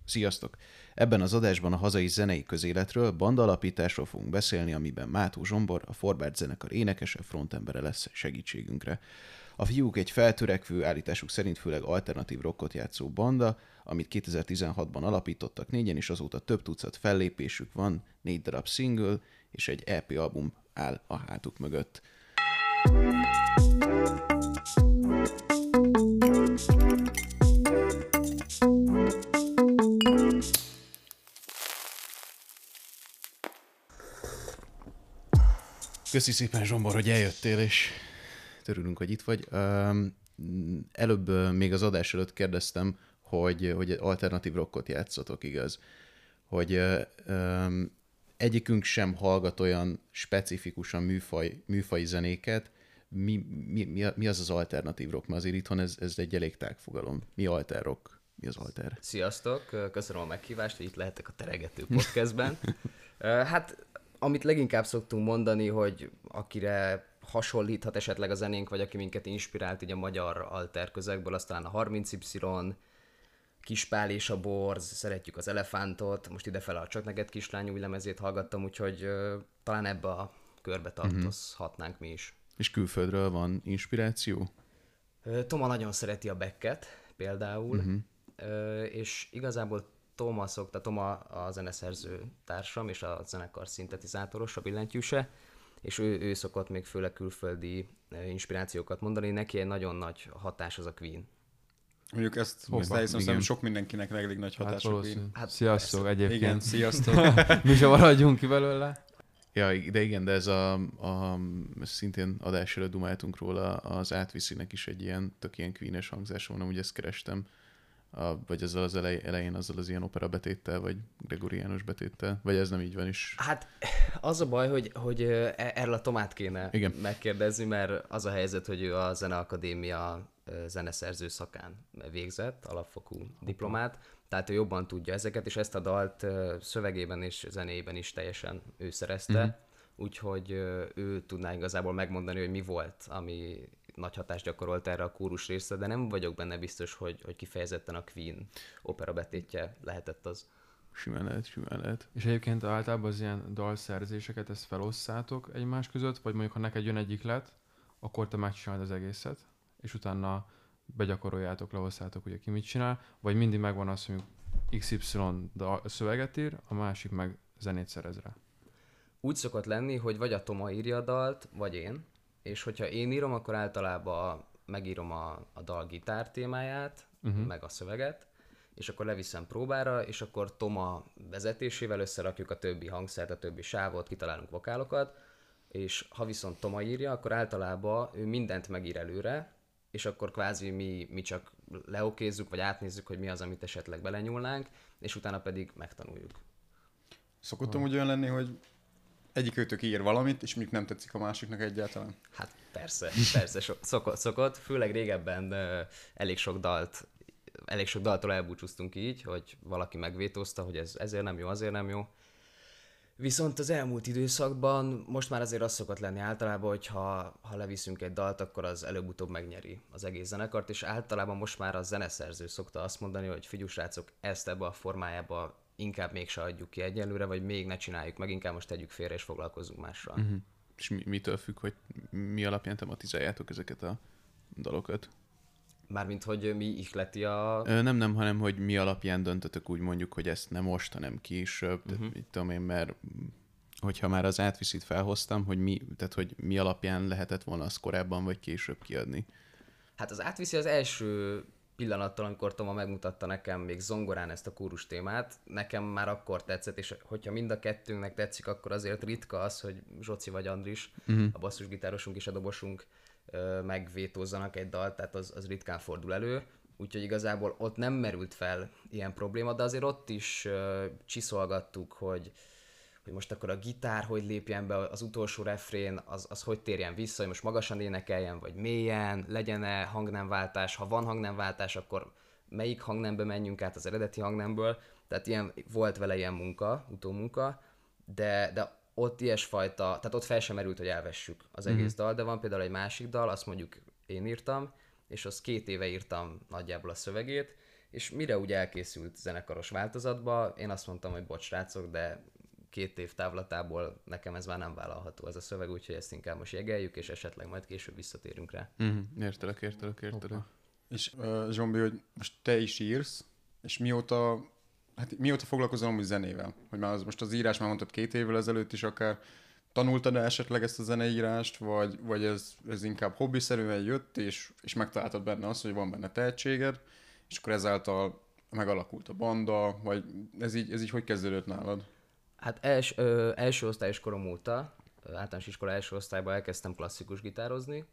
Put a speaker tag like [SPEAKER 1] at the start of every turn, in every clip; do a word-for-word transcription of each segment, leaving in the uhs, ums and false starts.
[SPEAKER 1] Sziasztok! Ebben az adásban a hazai zenei közéletről, bandaalapításról fogunk beszélni, amiben Mátó Zsombor, a Forbert zenekar énekese, frontembere lesz segítségünkre. A fiúk egy feltörekvő, állításuk szerint főleg alternatív rockot játszó banda, amit kétezer-tizenhatban alapítottak négyen, és azóta több tucat fellépésük van, négy darab single és egy é pé album áll a hátuk mögött. Köszi szépen, Zsombor, hogy eljöttél, és örülünk, hogy itt vagy. Előbb még az adás előtt kérdeztem, hogy, hogy alternatív rockot játszotok, igaz? Hogy um, egyikünk sem hallgat olyan specifikusan műfaj, műfaji zenéket. Mi, mi, mi, mi az az alternatív rock? Mert azért itthon ez, ez egy elég tág fogalom. Mi alter rock? Mi az alter?
[SPEAKER 2] Sziasztok! Köszönöm a meghívást, hogy itt lehetek a Teregető podcastben. Hát, amit leginkább szoktunk mondani, hogy akire hasonlíthat esetleg a zenénk, vagy aki minket inspirált így a magyar alter közegből, aztán a harminc ipszilon, Kispál és a Borz, szeretjük az Elefántot, most idefele a Csak neked kislány új lemezét hallgattam, úgyhogy uh, talán ebbe a körbe tartozhatnánk mi is.
[SPEAKER 1] És külföldről van inspiráció?
[SPEAKER 2] Uh, Toma nagyon szereti a Becket például, uh-huh. uh, és igazából Toma szokta, Toma a zeneszerző társam, és a zenekar szintetizátoros, a billentyűse, és ő, ő szokott még főleg külföldi inspirációkat mondani, neki egy nagyon nagy hatás az a Queen.
[SPEAKER 3] Mondjuk ezt, ezt elhiszem, szerintem sok mindenkinek elég nagy hatás
[SPEAKER 4] hát
[SPEAKER 3] a Queen.
[SPEAKER 4] Hát sziasztok persze. Egyébként.
[SPEAKER 3] Igen, sziasztok.
[SPEAKER 4] Mi sem maradjunk ki belőle.
[SPEAKER 1] Ja, de igen, de ez a, a szintén adás előtt dumáltunk róla, az Átviszinek is egy ilyen tök ilyen Queen-es hangzás van, amúgy ezt kerestem. A, vagy azzal az elej, elején azzal az ilyen opera betéttel, vagy gregoriánus betéttel, vagy ez nem így van is?
[SPEAKER 2] Hát az a baj, hogy, hogy erről a Tomát kéne Igen. megkérdezni, mert az a helyzet, hogy ő a Zeneakadémia zeneszerző szakán végzett, alapfokú diplomát, tehát ő jobban tudja ezeket, és ezt a dalt szövegében és zenéjében is teljesen ő szerezte, uh-huh. úgyhogy ő tudná igazából megmondani, hogy mi volt, ami nagy hatást gyakorolt erre a kórus részre, de nem vagyok benne biztos, hogy, hogy kifejezetten a Queen opera betétje lehetett az.
[SPEAKER 1] Simán lehet, simán lehet.
[SPEAKER 4] És egyébként általában az ilyen dalszerzéseket ezt felosszátok egymás között, vagy mondjuk ha neked jön egy iklet, akkor te megcsinálod az egészet, és utána begyakoroljátok, lehozzátok, hogy ki mit csinál, vagy mindig megvan az, hogy iksz ipszilon szöveget ír, a másik meg zenét szerez rá.
[SPEAKER 2] Úgy szokott lenni, hogy vagy a Toma írja a dalt, vagy én, és hogyha én írom, akkor általában megírom a, a dal gitár témáját, uh-huh. meg a szöveget, és akkor leviszem próbára, és akkor Toma vezetésével összerakjuk a többi hangszert, a többi sávot, kitalálunk vokálokat, és ha viszont Toma írja, akkor általában ő mindent megír előre, és akkor kvázi mi, mi csak leokézzük, vagy átnézzük, hogy mi az, amit esetleg belenyúlnánk, és utána pedig megtanuljuk.
[SPEAKER 3] Szokottam úgy olyan lenni, hogy egyik őtök ír valamit, és még nem tetszik a másiknak egyáltalán?
[SPEAKER 2] Hát persze, persze, so, szokott, szokott. Főleg régebben uh, elég sok dalt, elég sok daltól elbúcsúztunk így, hogy valaki megvétózta, hogy ez ezért nem jó, azért nem jó. Viszont az elmúlt időszakban most már azért az szokott lenni általában, hogy ha, ha leviszünk egy dalt, akkor az előbb-utóbb megnyeri az egész zenekart, és általában most már a zeneszerző szokta azt mondani, hogy figyelj srácok, ezt ebbe a formájába inkább mégse adjuk ki egyelőre, vagy még ne csináljuk meg, inkább most tegyük félre, és foglalkozzunk mással.
[SPEAKER 1] Uh-huh. És mi, mitől függ, hogy mi alapján tematizáljátok ezeket a dalokat?
[SPEAKER 2] Mármint, hogy mi ihleti a...
[SPEAKER 1] Ö, nem, nem, hanem, hogy mi alapján döntötök úgy mondjuk, hogy ezt nem most, hanem később. Uh-huh. Tehát, mit tudom én, mert hogyha már az Átviszit felhoztam, hogy mi, tehát, hogy mi alapján lehetett volna azt korábban vagy később kiadni?
[SPEAKER 2] Hát az Átviszi az első pillanattól, amikor Toma megmutatta nekem még zongorán ezt a kórus témát, nekem már akkor tetszett, és hogyha mind a kettőnknek tetszik, akkor azért ritka az, hogy Zsoci vagy Andris, uh-huh. a basszusgitárosunk és a dobosunk megvétózzanak egy dalt, tehát az, az ritkán fordul elő, úgyhogy igazából ott nem merült fel ilyen probléma, de azért ott is uh, csiszolgattuk, hogy, hogy most akkor a gitár hogy lépjen be, az utolsó refrén, az, az hogy térjen vissza, hogy most magasan énekeljen, vagy mélyen, legyen-e hangnemváltás, ha van hangnemváltás, akkor melyik hangnembe menjünk át az eredeti hangnemből, tehát ilyen, volt vele ilyen munka, utómunka, de, de ott ilyesfajta, tehát ott fel sem merült, hogy elvessük az egész mm-hmm. dal, de van például egy másik dal, azt mondjuk én írtam, és azt két éve írtam nagyjából a szövegét, és mire úgy elkészült zenekaros változatba, én azt mondtam, hogy bocs srácok, de két év távlatából nekem ez már nem vállalható ez a szöveg, úgyhogy ezt inkább most jegeljük, és esetleg majd később visszatérünk rá.
[SPEAKER 1] Uh-huh. Értelek, értelek, értelek.
[SPEAKER 4] Hoppa.
[SPEAKER 3] És uh, Zsombi, hogy most te is írsz, és mióta, hát mióta foglalkozol amúgy zenével? Hogy már az, most az írás már mondtad két évvel ezelőtt is akár, tanultad-e esetleg ezt a zeneírást, vagy, vagy ez, ez inkább hobbiszerűen jött, és, és megtaláltad benne azt, hogy van benne tehetséged, és akkor ezáltal megalakult a banda, vagy ez így, ez így hogy kezdődött nálad?
[SPEAKER 2] Hát els, ö, első osztályos korom óta, ö, általános iskola első osztályban elkezdtem klasszikus gitározni,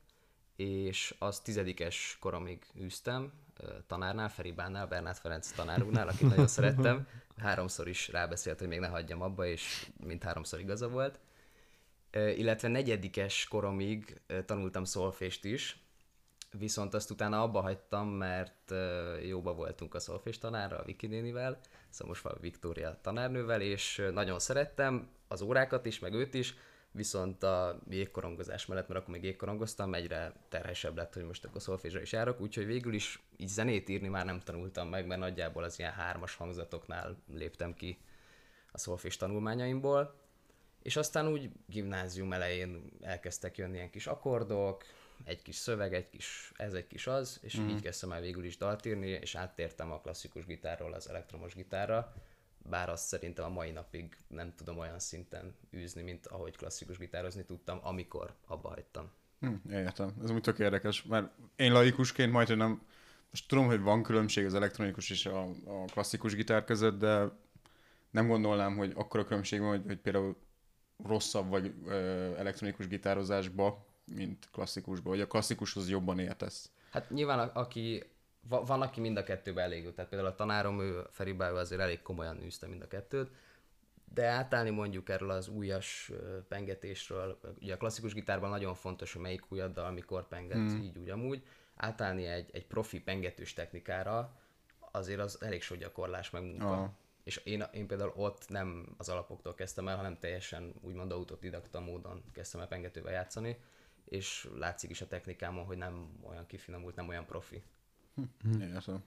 [SPEAKER 2] és azt tizedikes koromig űztem, ö, tanárnál, Feribánál, Bernát Ferenc tanár úrnál, akit nagyon szerettem. Háromszor is rábeszélt, hogy még ne hagyjam abba, és mind háromszor igaza volt. Ö, illetve negyedikes koromig ö, tanultam szolfést is, viszont azt utána abba hagytam, mert ö, jóba voltunk a szolfés tanárral, a Viki nénivel, Szomosfalvi Viktória tanárnővel, és ö, nagyon szerettem az órákat is, meg őt is, viszont a jégkorongozás mellett, mert akkor még jégkorongoztam, egyre terhesebb lett, hogy most akkor szolfésra is járok, úgyhogy végül is így zenét írni már nem tanultam meg, mert nagyjából az ilyen hármas hangzatoknál léptem ki a szolfés tanulmányaimból. És aztán úgy gimnázium elején elkezdtek jönni ilyen kis akkordok, egy kis szöveg, egy kis ez, egy kis az, és mm. így kezdtem el végül is dalt írni, és áttértem a klasszikus gitárról az elektromos gitárra, bár azt szerintem a mai napig nem tudom olyan szinten űzni, mint ahogy klasszikus gitározni tudtam, amikor abba hagytam.
[SPEAKER 3] Hm, értem. Ez úgy tök érdekes, mert én laikusként majd, hogy nem, most tudom, hogy van különbség az elektronikus és a, a klasszikus gitár között, de nem gondolnám, hogy akkora különbség van, hogy, hogy például rosszabb vagy ö, elektronikus gitározásba, mint klasszikusba, vagy a klasszikushoz jobban értesz.
[SPEAKER 2] Hát nyilván a, aki, va, van, aki mind a kettőben elég jó, tehát például a tanárom, ő, Feribá, ő azért elég komolyan űzte mind a kettőt, de átállni mondjuk erről az ujjas pengetésről, ugye a klasszikus gitárban nagyon fontos, hogy melyik ujjaddal, mikor penget, hmm. így úgy amúgy, átállni egy, egy profi pengetős technikára, azért az elég sok gyakorlás meg munka. Ah. És én, én például ott nem az alapoktól kezdtem el, hanem teljesen úgymond autodidakta módon kezdtem el pengetővel játszani, és látszik is a technikámon, hogy nem olyan kifinomult, nem olyan profi.
[SPEAKER 3] Hm. Értem.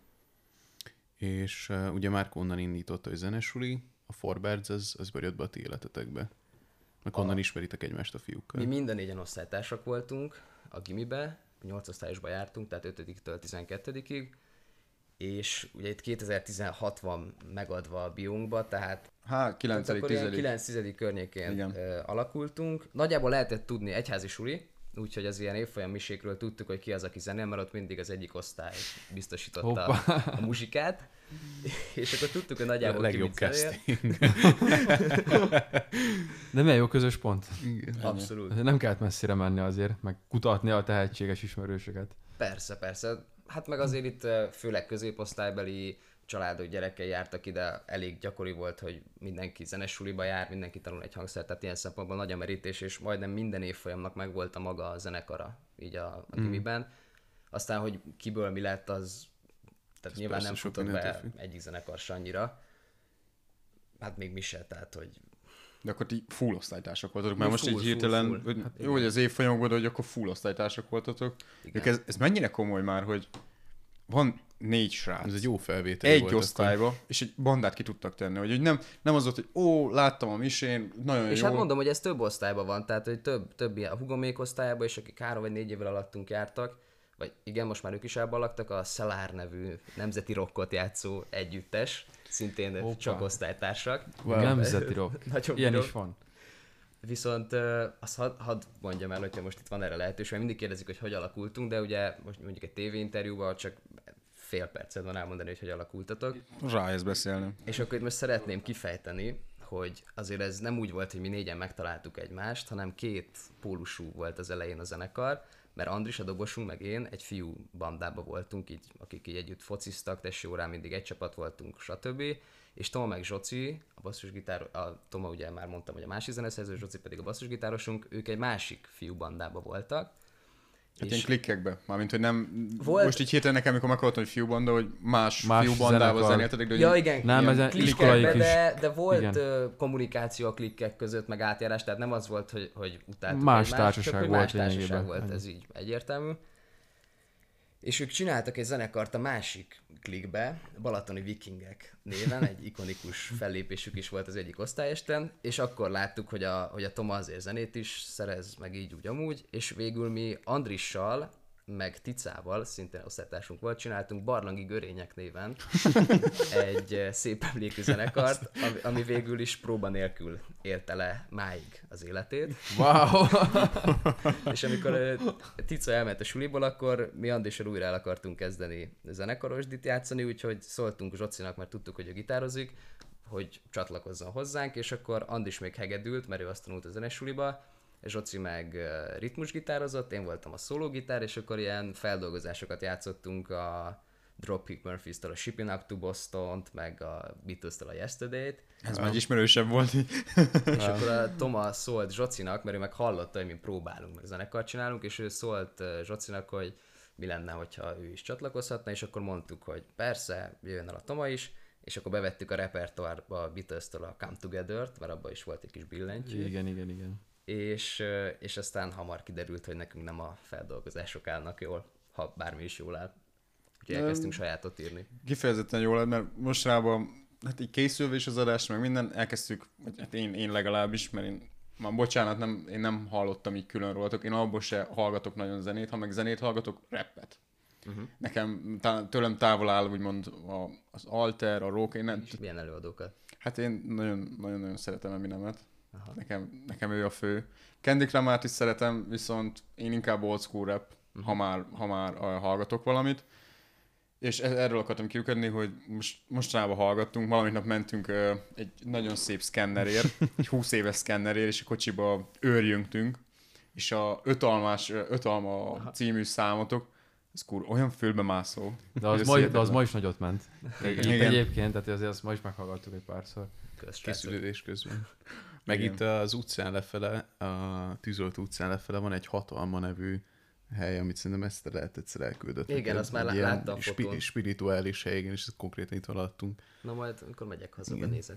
[SPEAKER 1] És uh, ugye Márk onnan indította, hogy zenesuli, a Forbirds, az, az bejött be a ti életetekbe. Meg onnan a... ismeritek egymást a fiúkkal.
[SPEAKER 2] Mi minden négyen osztálytársak voltunk a gimibe, nyolc osztályosba jártunk, tehát ötödiktől tizenkettődikig, és ugye itt kétezer-tizenhat van megadva a biónkba, tehát
[SPEAKER 3] hát kilencedik
[SPEAKER 2] kilencedik környékén igen. alakultunk. Nagyjából lehetett tudni egyházi suli, úgyhogy az ilyen évfolyam misékről tudtuk, hogy ki az, aki zenél, mert ott mindig az egyik osztály biztosította a, a muzsikát, és akkor tudtuk, hogy nagyjából ki mit zenél.
[SPEAKER 4] De milyen jó közös pont.
[SPEAKER 2] Igen. Abszolút.
[SPEAKER 4] Nem kellett messzire menni azért, meg kutatni a tehetséges ismerősöket.
[SPEAKER 2] Persze, persze. Hát meg azért itt főleg középosztálybeli családok gyerekei jártak ide, elég gyakori volt, hogy mindenki zenesuliba jár, mindenki tanul egy hangszert, tehát ilyen szempontból nagy a merítés, és majdnem minden évfolyamnak megvolt a maga a zenekara, így a, a gimiben. Mm. Aztán, hogy kiből mi lett, az tehát nyilván nem futott be egyik zenekar se annyira. Hát még mi se, tehát hogy...
[SPEAKER 3] De akkor ti full osztálytársak voltatok, mert most full, így hirtelen, full, full. Hogy, hát jó, hogy az évfolyamokban, hogy akkor full osztálytársak voltatok. Ez, ez mennyire komoly már, hogy van négy srác.
[SPEAKER 1] Ez egy jó felvétel
[SPEAKER 3] egy
[SPEAKER 1] volt.
[SPEAKER 3] Egy osztályba, akkor. És egy bandát ki tudtak tenni. Hogy, hogy nem, nem az volt, hogy ó, láttam a misén, nagyon
[SPEAKER 2] és
[SPEAKER 3] jó.
[SPEAKER 2] hát mondom, hogy ez több osztályban van, tehát hogy több, több ilyen, a hugomék osztályában, és akik három vagy négy évvel alattunk jártak, vagy igen, most már ők is abban laktak, a Szelár nevű nemzeti rockot játszó együttes, szintén Opa. Csak osztálytársak.
[SPEAKER 4] Wow. Nemzeti rock. Nagyon ilyen bíró. Is van.
[SPEAKER 2] Viszont uh, azt hadd had mondjam el, hogyha most itt van erre lehetőség, mert mindig kérdezik, hogy hogy alakultunk, de ugye most mondjuk egy tévéinterjúban csak fél percet van elmondani, hogy hogy alakultatok.
[SPEAKER 3] Rájössz beszélni.
[SPEAKER 2] És akkor itt most szeretném kifejteni, hogy azért ez nem úgy volt, hogy mi négyen megtaláltuk egymást, hanem két pólusú volt az elején a zenekar, mert Andris, a dobosunk, meg én egy fiú bandában voltunk, így, akik így együtt fociztak, tesi órán mindig egy csapat voltunk, stb. És Toma meg Zsoci, a basszusgitár, a Toma ugye már mondtam, hogy a másik zeneszerző, Zsoci pedig a basszusgitárosunk, ők egy másik fiú bandában voltak.
[SPEAKER 3] Hát ilyen klikkekbe, mármint, hogy nem, volt... most így hirtelen nekem, amikor meghallottam, hogy fiúbanda, hogy más, más fiú bandával zenéltetek, de
[SPEAKER 2] ja, igen,
[SPEAKER 4] nem,
[SPEAKER 2] igen, klikkekbe, de, de volt
[SPEAKER 4] igen.
[SPEAKER 2] kommunikáció a klikkek között, meg átjárás, tehát nem az volt, hogy, hogy utáltuk
[SPEAKER 4] más
[SPEAKER 2] egymást,
[SPEAKER 4] társaság
[SPEAKER 2] csak
[SPEAKER 4] volt,
[SPEAKER 2] más társaság volt, ez így egyértelmű. És ők csináltak egy zenekart a másik klikbe, Balatoni Vikingek néven, egy ikonikus fellépésük is volt az egyik osztályesten, és akkor láttuk, hogy a, hogy a Toma azért zenét is szerez, meg így úgy amúgy, és végül mi Andrissal, meg Ticával, szintén osztálytársunk volt, csináltunk Barlangi Görények néven egy szép emlékű zenekart, ami, ami végül is próba nélkül érte le máig az életét.
[SPEAKER 4] Wow!
[SPEAKER 2] És amikor Tica elment a suliból, akkor mi Andrissal újra el akartunk kezdeni zenekarosdit játszani, úgyhogy szóltunk Zsocinak, mert tudtuk, hogy ő gitározik, hogy csatlakozzon hozzánk, és akkor Andris még hegedült, mert ő azt tanult a zenesuliba, Zsoci meg ritmusgitározott, én voltam a szólógitár, és akkor ilyen feldolgozásokat játszottunk a Dropkick Murphys-től a Shipping Up to Boston-t, meg a Beatles-től a Yesterday-t.
[SPEAKER 3] Ez már egy ismerősebb volt.
[SPEAKER 2] És akkor a Toma szólt Zsocinak, mert ő meg hallotta, hogy mi próbálunk, meg zenekart csinálunk, és ő szólt Zsocinak, hogy mi lenne, hogyha ő is csatlakozhatna, és akkor mondtuk, hogy persze, jöjjön el a Toma is, és akkor bevettük a repertoárba a Beatles-től a Come Together-t, mert abban is volt egy kis billentyű.
[SPEAKER 4] Igen, igen, igen.
[SPEAKER 2] És, és aztán hamar kiderült, hogy nekünk nem a feldolgozások állnak jól, ha bármi is jól áll. Úgyhogy elkezdtünk sajátot írni.
[SPEAKER 3] Kifejezetten jól lett, mert mostanában hát így készülve is az adás, meg minden, elkezdtük, hát én, én legalábbis, mert én már bocsánat, nem, én nem hallottam így külön rólatok, én abból se hallgatok nagyon zenét, ha meg zenét hallgatok, rappet. Uh-huh. Nekem tá- tőlem távol áll úgymond a, az Alter, a rock, én nem...
[SPEAKER 2] Milyen előadókat?
[SPEAKER 3] Hát én nagyon-nagyon szeretem Eminemet. Nekem, nekem ő a fő. Kendrick Lamart is szeretem, viszont én inkább old school rap, uh-huh. ha már, ha már uh, hallgatok valamit. És erről akartam kiukadni, hogy most, mostanában hallgattunk, valamit nap mentünk uh, egy nagyon szép szkennerért, egy húsz éves szkennerért, és a kocsiba őrjöntünk, és a ötalmás, ötalma
[SPEAKER 2] Aha.
[SPEAKER 3] című számotok, ez kur, olyan fülbemászó.
[SPEAKER 4] De az, ma, de az ma is nagyot ment. Egy,
[SPEAKER 3] Igen.
[SPEAKER 4] Egyébként, tehát azért azt ma is meghallgattuk egy párszor.
[SPEAKER 1] Készülődés közben. Meg
[SPEAKER 3] Igen.
[SPEAKER 1] itt az utcán lefele, a Tűzolt utcán lefele van egy Hatalma nevű hely, amit szerintem ezt lehet egyszer elküldött.
[SPEAKER 2] Igen,
[SPEAKER 1] neked.
[SPEAKER 2] azt már
[SPEAKER 1] Egy
[SPEAKER 2] lá-
[SPEAKER 1] ilyen
[SPEAKER 2] láttam
[SPEAKER 1] spi-
[SPEAKER 2] fotón.
[SPEAKER 1] spirituális hely, igen, és ezt konkrétan itt alattunk.
[SPEAKER 2] Na majd, amikor megyek haza,
[SPEAKER 1] Igen.
[SPEAKER 2] benézek.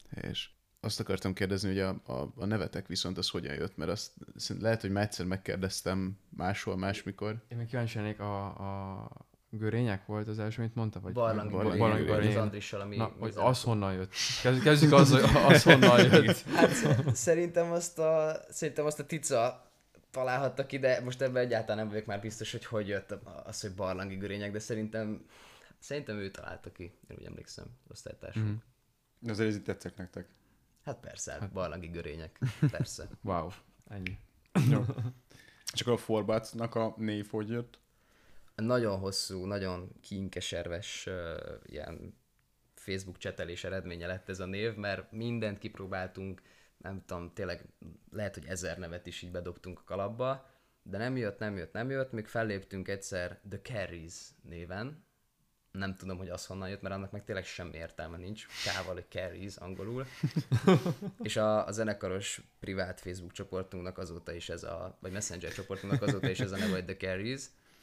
[SPEAKER 1] És azt akartam kérdezni, hogy a, a, a nevetek viszont az hogyan jött, mert azt szerint- lehet, hogy már egyszer megkérdeztem máshol, másmikor.
[SPEAKER 4] Én még kíváncsi lennék, a, a görények volt az első, amit mondta? Vagy
[SPEAKER 2] Barlangi
[SPEAKER 1] Barlangi
[SPEAKER 2] Görények
[SPEAKER 1] Görények.
[SPEAKER 2] volt az
[SPEAKER 4] Görények.
[SPEAKER 2] Andrissal, ami...
[SPEAKER 4] Na,
[SPEAKER 2] mi
[SPEAKER 4] hogy
[SPEAKER 2] zenekar.
[SPEAKER 4] az honnan jött? Kezd- Kezdjük az, hogy az honnan jött.
[SPEAKER 2] Hát szerintem azt a, szerintem azt a Tica találhatta ki, de most ebben egyáltalán nem vagyok már biztos, hogy hogy jött az, hogy Barlangi Görények, de szerintem szerintem ő találta ki, én úgy emlékszem, osztálytársunk.
[SPEAKER 4] Mhm.
[SPEAKER 3] De azért ez itt tetszek nektek.
[SPEAKER 2] Hát persze, hát Barlangi Görények, persze.
[SPEAKER 4] Wow, ennyi.
[SPEAKER 3] Jó. És akkor a Forbácnak a név hogy jött?
[SPEAKER 2] Nagyon hosszú, nagyon kínkeserves uh, ilyen Facebook csetelés eredménye lett ez a név, mert mindent kipróbáltunk, nem tudom, tényleg lehet, hogy ezer nevet is így bedobtunk a kalapba, de nem jött, nem jött, nem jött, még felléptünk egyszer The Carries néven, nem tudom, hogy az honnan jött, mert annak meg tényleg semmi értelme nincs, K-val, hogy Carries angolul, és a, a zenekaros privát Facebook csoportunknak azóta is ez a, vagy Messenger csoportunknak azóta is ez a neve, hogy The Carries,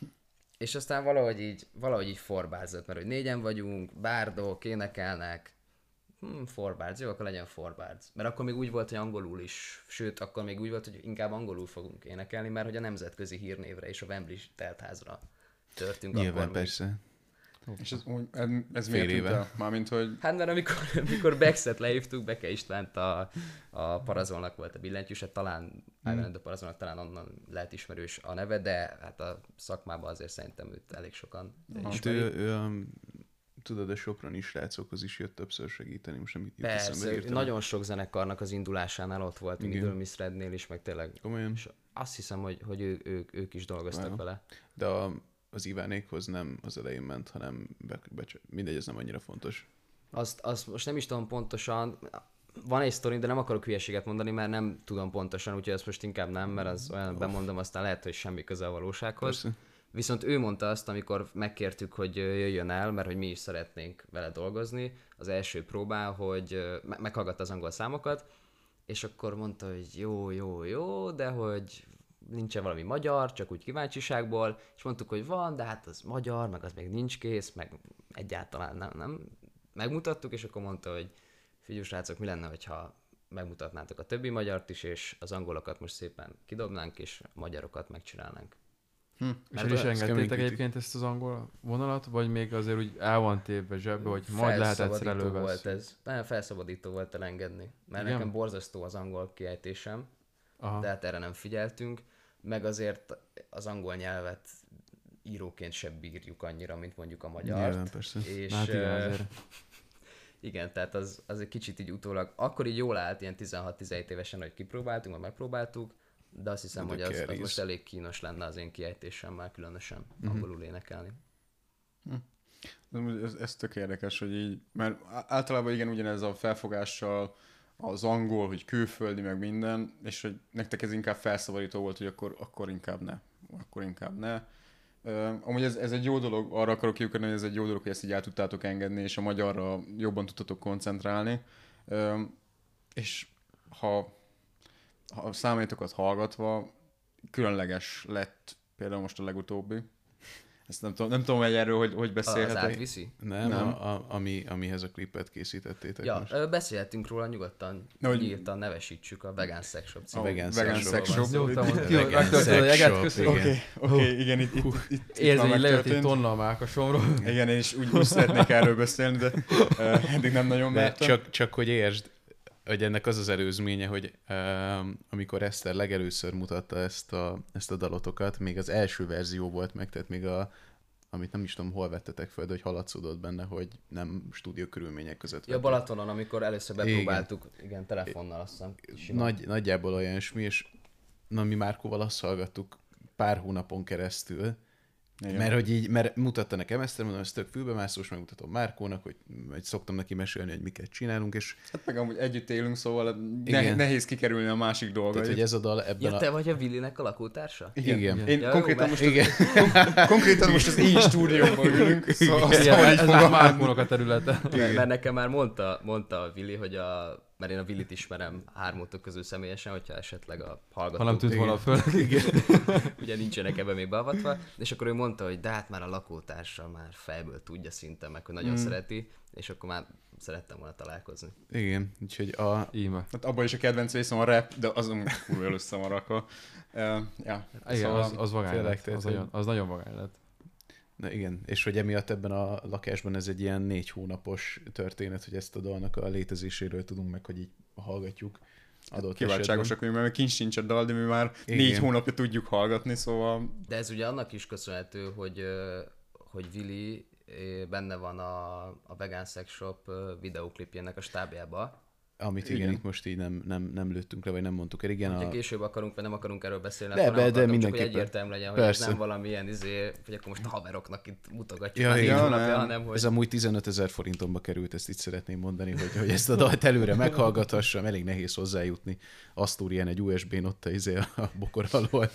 [SPEAKER 2] és aztán valahogy így, valahogy így forbázott, mert hogy négyen vagyunk, bárdok, énekelnek, hmm, forbárd, jó, akkor legyen forbárd. Mert akkor még úgy volt, hogy angolul is, sőt, akkor még úgy volt, hogy inkább angolul fogunk énekelni, mert hogy a nemzetközi hírnévre és a Wembley teltházra törtünk
[SPEAKER 1] Nyilván
[SPEAKER 2] akkor még.
[SPEAKER 1] persze.
[SPEAKER 3] És ez, úgy- ez, ez
[SPEAKER 1] Fél
[SPEAKER 3] miért tűnt
[SPEAKER 1] éve.
[SPEAKER 3] el? Mármint, hogy
[SPEAKER 2] Hát mert amikor, amikor Bexet lehívtuk, Beke Istvánt a, a Parazolnak volt a billentyűs, hát talán hmm. a Parazolnak talán onnan lehet ismerős a neve, de hát a szakmában azért szerintem őt elég sokan
[SPEAKER 1] Hát
[SPEAKER 2] ismerik.
[SPEAKER 1] ő, ő a, tudod, a soproni srácokhoz is jött többször segíteni, most nem jut eszembe
[SPEAKER 2] Persze, ő
[SPEAKER 1] hirtelen.
[SPEAKER 2] nagyon sok zenekarnak az indulásánál ott volt,
[SPEAKER 1] Igen.
[SPEAKER 2] Middle Miss Rednél is, meg tényleg.
[SPEAKER 1] Komolyan?
[SPEAKER 2] És azt hiszem, hogy, hogy ő, ők, ők is dolgoztak
[SPEAKER 1] Wow.
[SPEAKER 2] vele.
[SPEAKER 1] De a, az Ivánékhoz nem az elején ment, hanem be, be, mindegy, ez nem annyira fontos.
[SPEAKER 2] Azt, azt most nem is tudom pontosan, van egy sztori, de nem akarok hülyeséget mondani, mert nem tudom pontosan, úgyhogy ezt most inkább nem, mert az olyan bemondom, aztán lehet, hogy semmi köze a valósághoz.
[SPEAKER 1] Persze.
[SPEAKER 2] Viszont ő mondta azt, amikor megkértük, hogy jöjjön el, mert hogy mi is szeretnénk vele dolgozni, az első próbán, hogy me- meghallgatta az angol számokat, és akkor mondta, hogy jó, jó, jó, de hogy nincsen valami magyar, csak úgy kíváncsiságból, és mondtuk, hogy van, de hát az magyar, meg az még nincs kész, meg egyáltalán nem, nem. Megmutattuk, és akkor mondta, hogy figyelj srácok, mi lenne, hogyha megmutatnátok a többi magyart is, és az angolokat most szépen kidobnánk, és a magyarokat megcsinálnánk.
[SPEAKER 3] Hm.
[SPEAKER 4] És
[SPEAKER 2] Hát
[SPEAKER 4] el is
[SPEAKER 2] ez
[SPEAKER 4] engedtétek
[SPEAKER 1] kemény
[SPEAKER 4] egyébként ezt az angol vonalat, vagy még azért úgy el van tévve zsebbe, hogy majd lehet egyszer
[SPEAKER 2] Felszabadító
[SPEAKER 4] elővesz?
[SPEAKER 2] volt ez. Nagyon felszabadító volt elengedni. Mert
[SPEAKER 4] Igen?
[SPEAKER 2] nekem borzasztó az angol kiejtésem,
[SPEAKER 4] Aha.
[SPEAKER 2] de hát erre nem figyeltünk. Meg azért az angol nyelvet íróként sem bírjuk annyira, mint mondjuk a magyart.
[SPEAKER 1] Nyilván, persze.
[SPEAKER 2] És,
[SPEAKER 4] Hát igen,
[SPEAKER 2] ö,
[SPEAKER 4] azért.
[SPEAKER 2] igen, tehát az, az egy kicsit így utólag, akkor így jól állt ilyen tizenhat-tizenhét évesen, hogy kipróbáltunk, vagy megpróbáltuk, de azt hiszem,
[SPEAKER 1] De
[SPEAKER 2] hogy az, az
[SPEAKER 1] carries.
[SPEAKER 2] most elég kínos lenne az én kiejtésemmel különösen
[SPEAKER 1] Mhm.
[SPEAKER 2] angolul énekelni.
[SPEAKER 3] Ez, ez tök érdekes, hogy így, mert á- általában igen, ugyanez a felfogással az angol, hogy külföldi, meg minden, és hogy nektek ez inkább felszabadító volt, hogy akkor, akkor inkább ne. Akkor inkább ne. Uh, amúgy ez, ez egy jó dolog, arra akarok kiukadni, hogy ez egy jó dolog, hogy ezt így el tudtátok engedni, és a magyarra jobban tudtatok koncentrálni. Uh, és ha, ha a számaitokat hallgatva, különleges lett például most a legutóbbi. Ezt nem tudom, nem tudom hogy erről, hogy, hogy
[SPEAKER 2] Az
[SPEAKER 3] beszélhetek.
[SPEAKER 2] átviszi?
[SPEAKER 1] Nem,
[SPEAKER 3] Nem.
[SPEAKER 1] A, a, ami, amihez a klipet készítettétek
[SPEAKER 2] Ja,
[SPEAKER 1] most.
[SPEAKER 2] ö, beszélhetünk róla nyugodtan,
[SPEAKER 3] Na, hogy-
[SPEAKER 2] nyíltan nevesítsük a Vegan Sex Shop
[SPEAKER 3] A
[SPEAKER 2] című.
[SPEAKER 1] Vegan
[SPEAKER 3] Vegan
[SPEAKER 1] Sex
[SPEAKER 3] Sex
[SPEAKER 1] Shop.
[SPEAKER 3] Shop.
[SPEAKER 4] Jó, te
[SPEAKER 1] Vegan
[SPEAKER 4] mondtad, ki-
[SPEAKER 1] Sex
[SPEAKER 4] megtörtént a jeget,
[SPEAKER 1] Shop,
[SPEAKER 4] köszönöm.
[SPEAKER 1] igen.
[SPEAKER 3] Oké, oké, igen, itt, itt, itt, itt
[SPEAKER 4] Érzem,
[SPEAKER 3] már
[SPEAKER 4] hogy lejött egy
[SPEAKER 3] megtörtént.
[SPEAKER 4] tonna a mákasomról.
[SPEAKER 3] Igen, én is úgy, úgy szeretnék erről beszélni, de uh, eddig nem nagyon
[SPEAKER 1] De
[SPEAKER 3] mertem.
[SPEAKER 1] csak, csak hogy értsd, hogy ennek az az előzménye, hogy um, amikor Eszter legelőször mutatta ezt a, ezt a dalotokat, még az első verzió volt meg, tehát még a, amit nem is tudom, hol vettetek fel, de hogy haladszódott benne, hogy nem stúdió körülmények között
[SPEAKER 2] Ja,
[SPEAKER 1] vettek.
[SPEAKER 2] Balatonon, amikor először bepróbáltuk, igen, igen telefonnal azt hiszem. simán.
[SPEAKER 1] Nagy, nagyjából olyasmi, és na, mi Márkóval azt hallgattuk pár hónapon keresztül,
[SPEAKER 3] Igen.
[SPEAKER 1] mert hogy így, mert mutatta nekem ezt, mondom, ez tök fülbemászós, megmutatom Márkónak, hogy, hogy szoktam neki mesélni, hogy miket csinálunk, és
[SPEAKER 3] Hát meg amúgy együtt élünk, szóval
[SPEAKER 1] Igen.
[SPEAKER 3] ne, nehéz kikerülni a másik dolgait.
[SPEAKER 1] tehát, hogy ez a dal ebben
[SPEAKER 2] Ja,
[SPEAKER 1] a...
[SPEAKER 2] te vagy a Willinek a lakótársa?
[SPEAKER 3] Igen.
[SPEAKER 1] Igen.
[SPEAKER 3] Én
[SPEAKER 2] Ja, jó,
[SPEAKER 3] konkrétan,
[SPEAKER 2] mert-
[SPEAKER 3] most,
[SPEAKER 1] Igen.
[SPEAKER 3] konkrétan most az így stúdióban ülünk, szóval azt
[SPEAKER 4] Igen,
[SPEAKER 3] szabad így
[SPEAKER 4] ez a
[SPEAKER 3] fogalmazni.
[SPEAKER 4] Márkónak a területe.
[SPEAKER 2] Mert, mert nekem már mondta, mondta a Willi, hogy a, mert én a Willit ismerem hármótok közül személyesen, hogyha esetleg a hallgatók
[SPEAKER 4] Ha nem tűnt volna föl.
[SPEAKER 2] ugye nincsenek ebben még beavatva, és akkor ő mondta, hogy de hát már a lakótársa már fejből tudja szinte meg, hogy nagyon
[SPEAKER 3] Mm.
[SPEAKER 2] szereti, és akkor már szerettem volna találkozni.
[SPEAKER 1] Igen, úgyhogy a...
[SPEAKER 4] Íme.
[SPEAKER 3] Hát abban is a kedvenc részem a rap, de azon kurva jól össze van rakva. Uh, ja,
[SPEAKER 4] Igen,
[SPEAKER 3] szóval
[SPEAKER 4] az, az vagány
[SPEAKER 1] tényleg,
[SPEAKER 4] lett.
[SPEAKER 1] tehát,
[SPEAKER 4] Az
[SPEAKER 1] hogy-
[SPEAKER 4] nagyon, az nagyon vagány lett.
[SPEAKER 1] Na igen, és hogy emiatt ebben a lakásban ez egy ilyen négy hónapos történet, hogy ezt a dalnak a létezéséről tudunk meg, hogy így hallgatjuk adott
[SPEAKER 3] kiváltságosak vagyunk, mert kincs sincs a dal, de mi már
[SPEAKER 1] Igen.
[SPEAKER 3] négy hónapja tudjuk hallgatni, szóval
[SPEAKER 2] De ez ugye annak is köszönhető, hogy, ö, hogy Willi ö, benne van a, a Vegan Sex Shop ö, videóklipjének a stábjába.
[SPEAKER 1] Amit igen,
[SPEAKER 3] Igen.
[SPEAKER 1] itt most így nem, nem, nem lőttünk le, vagy nem mondtuk el. Igen,
[SPEAKER 2] Ha
[SPEAKER 1] a...
[SPEAKER 2] később akarunk, vagy nem akarunk erről beszélni,
[SPEAKER 1] De,
[SPEAKER 2] akkor
[SPEAKER 1] de-
[SPEAKER 2] nem
[SPEAKER 1] de
[SPEAKER 2] akartam, csak hogy
[SPEAKER 1] mindenképpen.
[SPEAKER 2] egyértelmű legyen, hogy
[SPEAKER 1] Persze.
[SPEAKER 2] ez nem valamilyen izé, hogy akkor most a haveroknak itt mutogatjuk
[SPEAKER 1] Ja,
[SPEAKER 2] ja, a négy
[SPEAKER 1] igen.
[SPEAKER 2] hónapja,
[SPEAKER 3] nem.
[SPEAKER 2] hanem hogy...
[SPEAKER 1] Ez amúgy tizenöt ezer forintomba került, ezt itt szeretném mondani, hogy, hogy ezt a dalt előre meghallgathassam, elég nehéz hozzájutni. Asztúrián egy u es bén ott a, izé a bokor alól.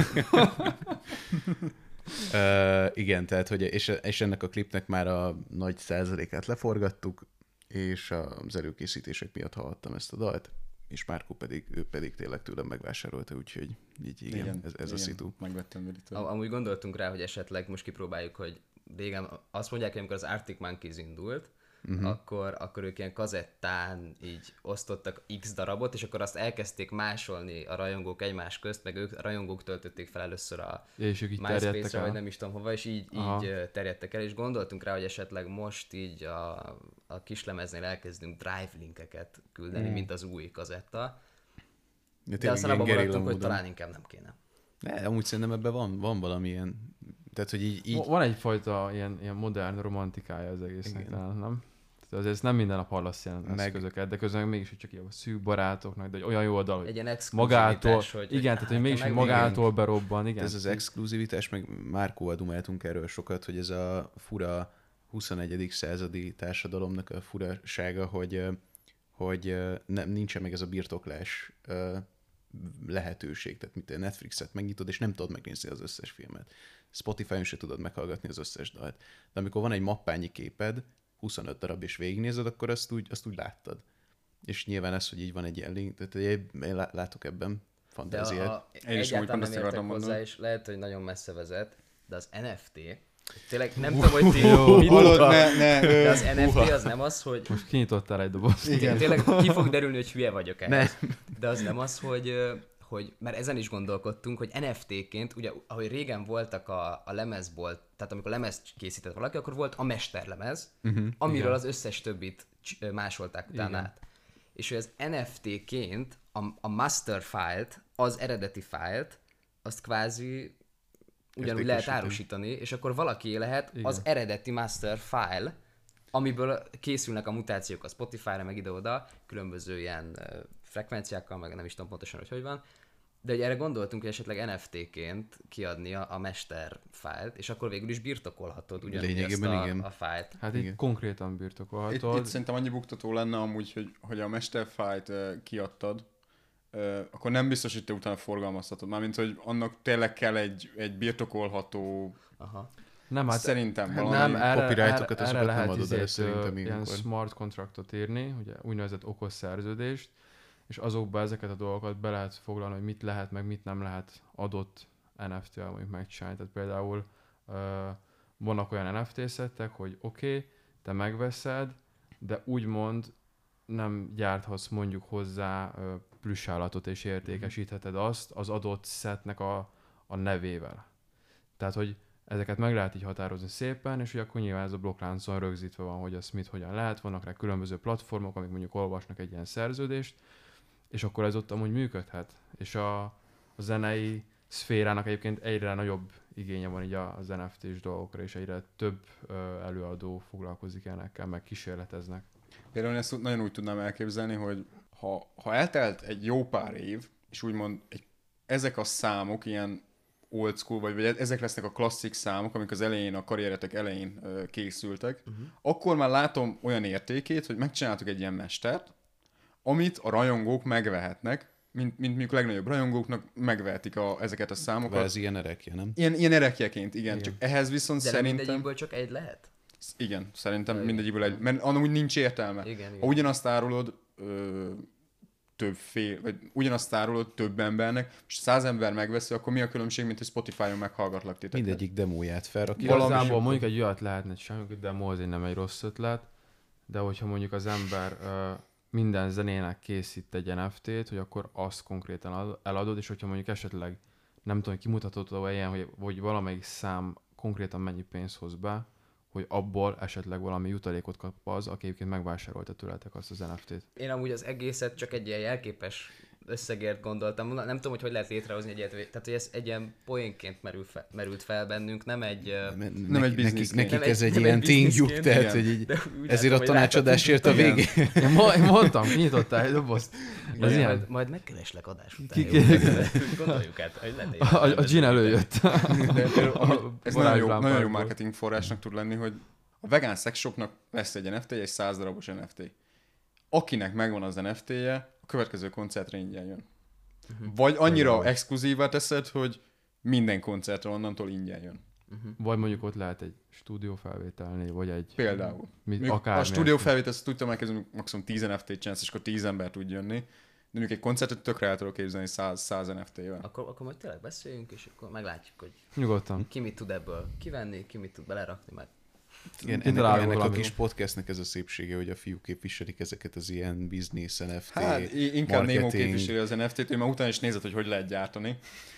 [SPEAKER 1] uh, igen, tehát, hogy és, és ennek a klipnek már a nagy százalékát leforgattuk, és az előkészítések miatt hallottam ezt a dalt, és Márkó pedig, ő pedig tényleg tőlem megvásárolta, úgyhogy így igen, igen ez, ez
[SPEAKER 3] igen,
[SPEAKER 1] a szitu.
[SPEAKER 3] megvettem Wilitől.
[SPEAKER 2] Am- Amúgy gondoltunk rá, hogy esetleg most kipróbáljuk, hogy régen azt mondják, hogy amikor az Arctic Monkeys indult, uh-huh. akkor, akkor ők ilyen kazettán így osztottak x darabot, és akkor azt elkezdték másolni a rajongók egymás közt, meg ők a rajongók töltötték fel először a
[SPEAKER 4] És ők így terjedtek
[SPEAKER 2] MySpace-re, vagy
[SPEAKER 4] el.
[SPEAKER 2] nem is tudom hova, és így,
[SPEAKER 4] Aha.
[SPEAKER 2] így ö, terjedtek el, és gondoltunk rá, hogy esetleg most így a, a kislemeznél elkezdünk drive linkeket küldeni, mm. mint az új kazetta,
[SPEAKER 1] De,
[SPEAKER 2] de aztán abban
[SPEAKER 1] ilyen gerilla
[SPEAKER 2] maradtunk, hogy
[SPEAKER 1] módon.
[SPEAKER 2] talán inkább nem kéne.
[SPEAKER 1] Ne, amúgy szerintem ebben van, van valamilyen, tehát hogy így, így
[SPEAKER 4] Va- Van egyfajta ilyen, ilyen modern romantikája az egésznek,
[SPEAKER 1] Igen.
[SPEAKER 4] talán, nem? Tehát azért ezt nem minden nap hallasz ilyen
[SPEAKER 1] Meg-
[SPEAKER 4] eszközöket, de közben mégis, hogy csak ilyen szűk barátoknak, de egy olyan jó oldal, hogy
[SPEAKER 2] Egy ilyen
[SPEAKER 4] magától,
[SPEAKER 2] exkluzivitás, hogy,
[SPEAKER 4] igen, tehát hogy
[SPEAKER 2] hát,
[SPEAKER 4] mégis
[SPEAKER 2] meg-
[SPEAKER 4] magától berobban, igen.
[SPEAKER 1] ez az exkluzivitás, meg Márkóval dumáltunk erről sokat, hogy ez a fura huszonegyedik századi társadalomnak a furasága, hogy, ö, hogy ö, nem, nincsen meg ez a birtoklás ö, lehetőség. Tehát mint a Netflixet megnyitod, és nem tudod megnézni az összes filmet. Spotify-on se tudod meghallgatni az összes dalt. De amikor van egy mappányi képed, huszonöt darab, és végignézed, akkor azt úgy, azt úgy láttad. És nyilván ez, hogy így van egy ilyen link, tehát én lá- látok ebben
[SPEAKER 2] De
[SPEAKER 1] fantáziát.
[SPEAKER 2] a, a,
[SPEAKER 3] Én is amúgy
[SPEAKER 2] egyáltalán
[SPEAKER 3] pont
[SPEAKER 2] nem
[SPEAKER 3] ezt
[SPEAKER 2] értek
[SPEAKER 3] akartam
[SPEAKER 2] hozzá,
[SPEAKER 3] mondani.
[SPEAKER 2] és lehet, hogy nagyon messze vezet, de az en ef té, tényleg nem tudom, hogy ti
[SPEAKER 4] Jó.
[SPEAKER 2] mit
[SPEAKER 3] Hallod,
[SPEAKER 2] tudtak,
[SPEAKER 3] ne, ne,
[SPEAKER 2] de
[SPEAKER 3] ö,
[SPEAKER 2] az en ef té az nem az, hogy
[SPEAKER 4] Most kinyitottál egy dobozt.
[SPEAKER 3] igen.
[SPEAKER 2] tényleg ki fog derülni, hogy hülye vagyok ehhez. De az nem az, hogy, ö, hogy, mert ezen is gondolkodtunk, hogy en ef té-ként, ugye ahogy régen voltak a, a lemezból, tehát amikor lemezt készített valaki, akkor volt a mesterlemez, uh-huh, amiről igen. az összes többit másolták utána igen. át. És hogy az en ef té-ként a, a master file-t, az eredeti file-t, azt kvázi ugyanúgy lehet árusítani, és akkor valaki lehet igen. az eredeti master file, amiből készülnek a mutációk a Spotify-ra, meg ide-oda, különböző ilyen uh, frekvenciákkal, meg nem is tudom pontosan, hogy hogy van. De ugye erre gondoltunk, hogy esetleg en ef té-ként kiadni a, a mester fájlt, és akkor végül is birtokolhatod ugyanúgy ezt a, igen. a fájlt.
[SPEAKER 4] Hát így konkrétan birtokolhatod.
[SPEAKER 3] Itt, itt szerintem annyi buktató lenne amúgy, hogy, hogy a mester fájlt uh, kiadtad, uh, akkor nem biztos, hogy te utána forgalmazhatod. Mármint, hogy annak tényleg kell egy, egy birtokolható... Aha.
[SPEAKER 4] Nem, hát
[SPEAKER 3] szerintem
[SPEAKER 4] valami nem, erre, copyrightokat erre, erre lehet nem adod el szerintem ilyen ilyenkor. Smart kontraktot írni, ugye úgynevezett okos szerződést, és azokba ezeket a dolgokat be lehet foglalni, hogy mit lehet, meg mit nem lehet adott en ef té-vel mondjuk megcsinálni. Tehát például uh, vannak olyan en ef té-szettek, hogy oké, okay, te megveszed, de úgymond nem gyárthatsz mondjuk hozzá uh, plüssállatot és értékesítheted azt az adott szettnek a, a nevével. Tehát, hogy ezeket meg lehet így határozni szépen, és hogy akkor nyilván ez a blokkláncon rögzítve van, hogy az mit, hogyan lehet. Vannak rá különböző platformok, amik mondjuk olvasnak egy ilyen szerződést, és akkor ez ott amúgy működhet. És a, a zenei szférának egyébként egyre nagyobb igénye van így az en ef té-s dolgokra, és egyre több ö, előadó foglalkozik ilyenekkel, meg kísérleteznek.
[SPEAKER 3] Például ezt nagyon úgy tudnám elképzelni, hogy ha, ha eltelt egy jó pár év, és úgymond egy, ezek a számok ilyen old school, vagy, vagy ezek lesznek a klasszik számok, amik az elején, a karrieretek elején uh, készültek, uh-huh. akkor már látom olyan értékét, hogy megcsináltuk egy ilyen mestert, amit a rajongók megvehetnek, mint, mint mondjuk a legnagyobb rajongóknak megvehetik a, ezeket a számokat.
[SPEAKER 1] De ez ilyen erekje, nem?
[SPEAKER 3] Ilyen, ilyen erekjeként, igen. igen. Csak ehhez viszont
[SPEAKER 2] de
[SPEAKER 3] szerintem...
[SPEAKER 2] De mindegyikből csak egy lehet?
[SPEAKER 3] Igen, szerintem igen. mindegyikből egy,
[SPEAKER 2] igen.
[SPEAKER 3] mert amúgy nincs értelme.
[SPEAKER 2] Igen, igen.
[SPEAKER 3] Ha ugyanazt árulod ö, több fél, vagy ugyanazt árulod több embernek, és száz ember megveszi, akkor mi a különbség, mint hogy Spotify-on meghallgatlak titeket?
[SPEAKER 1] Mindegyik demóját felrakja.
[SPEAKER 4] Igazából mondjuk egy olyat lehetne csinálni, hogy demo azért nem egy rossz ötlet, de hogyha mondjuk az ember ö, minden zenének készít egy en ef té-t, hogy akkor azt konkrétan eladod, és hogyha mondjuk esetleg nem tudom, kimutatod ilyen, hogy, hogy valamelyik szám konkrétan mennyi pénzt hoz be, hogy abból esetleg valami jutalékot kap az, aki egyébként megvásárolta tőletek azt az en ef té-t.
[SPEAKER 2] Én amúgy az egészet csak egy ilyen jelképes összegért gondoltam. Nem tudom, hogy hogy lehet létrehozni egy ilyet, tehát hogy ez egy ilyen poénként merül fel, merült fel bennünk, nem egy...
[SPEAKER 3] Nem, nem egy biznisz.
[SPEAKER 1] Nekik, nekik ez egy ilyen tényjuk, tehát hogy így, ezért a tanácsadásért a végén.
[SPEAKER 4] Én mondtam, kinyitottál egy dobozt.
[SPEAKER 2] Ez ilyen. Majd, majd megkereslek adás után. Gondoljuk át, hogy lenne.
[SPEAKER 4] A, a gin előjött.
[SPEAKER 3] Ez nagyon jó, nagyon jó marketing forrásnak tud lenni, hogy a vegán szexshopnak lesz egy en ef té, egy száz darabos en ef té. Akinek megvan az en ef té-je, a következő koncertre ingyen jön. Uh-huh. Vagy annyira uh-huh. exkluzívá teszed, hogy minden koncertre onnantól ingyen jön.
[SPEAKER 4] Uh-huh. Vagy mondjuk ott lehet egy stúdiófelvételni, vagy egy...
[SPEAKER 3] Például.
[SPEAKER 4] Mi,
[SPEAKER 3] a stúdiófelvétel, ezt tudtam elkezdeni, maximum tíz en ef té-t csinálsz, és akkor tíz ember tud jönni. De mondjuk egy koncertet tökre el tudok képzelni száz en ef té-vel.
[SPEAKER 2] Akkor, akkor majd tényleg beszéljünk, és akkor meglátjuk, hogy
[SPEAKER 4] nyugodtan.
[SPEAKER 2] Ki mit tud ebből kivenni, ki mit tud belerakni, meg.
[SPEAKER 1] Igen, ennek, ennek a kis podcastnek ez a szépsége, hogy a fiúk képviselik ezeket az ilyen business, en ef té,
[SPEAKER 3] hát, inkább Nemo képviseli az en ef té-t, ő már utána is nézett, hogy hogy lehet gyártani.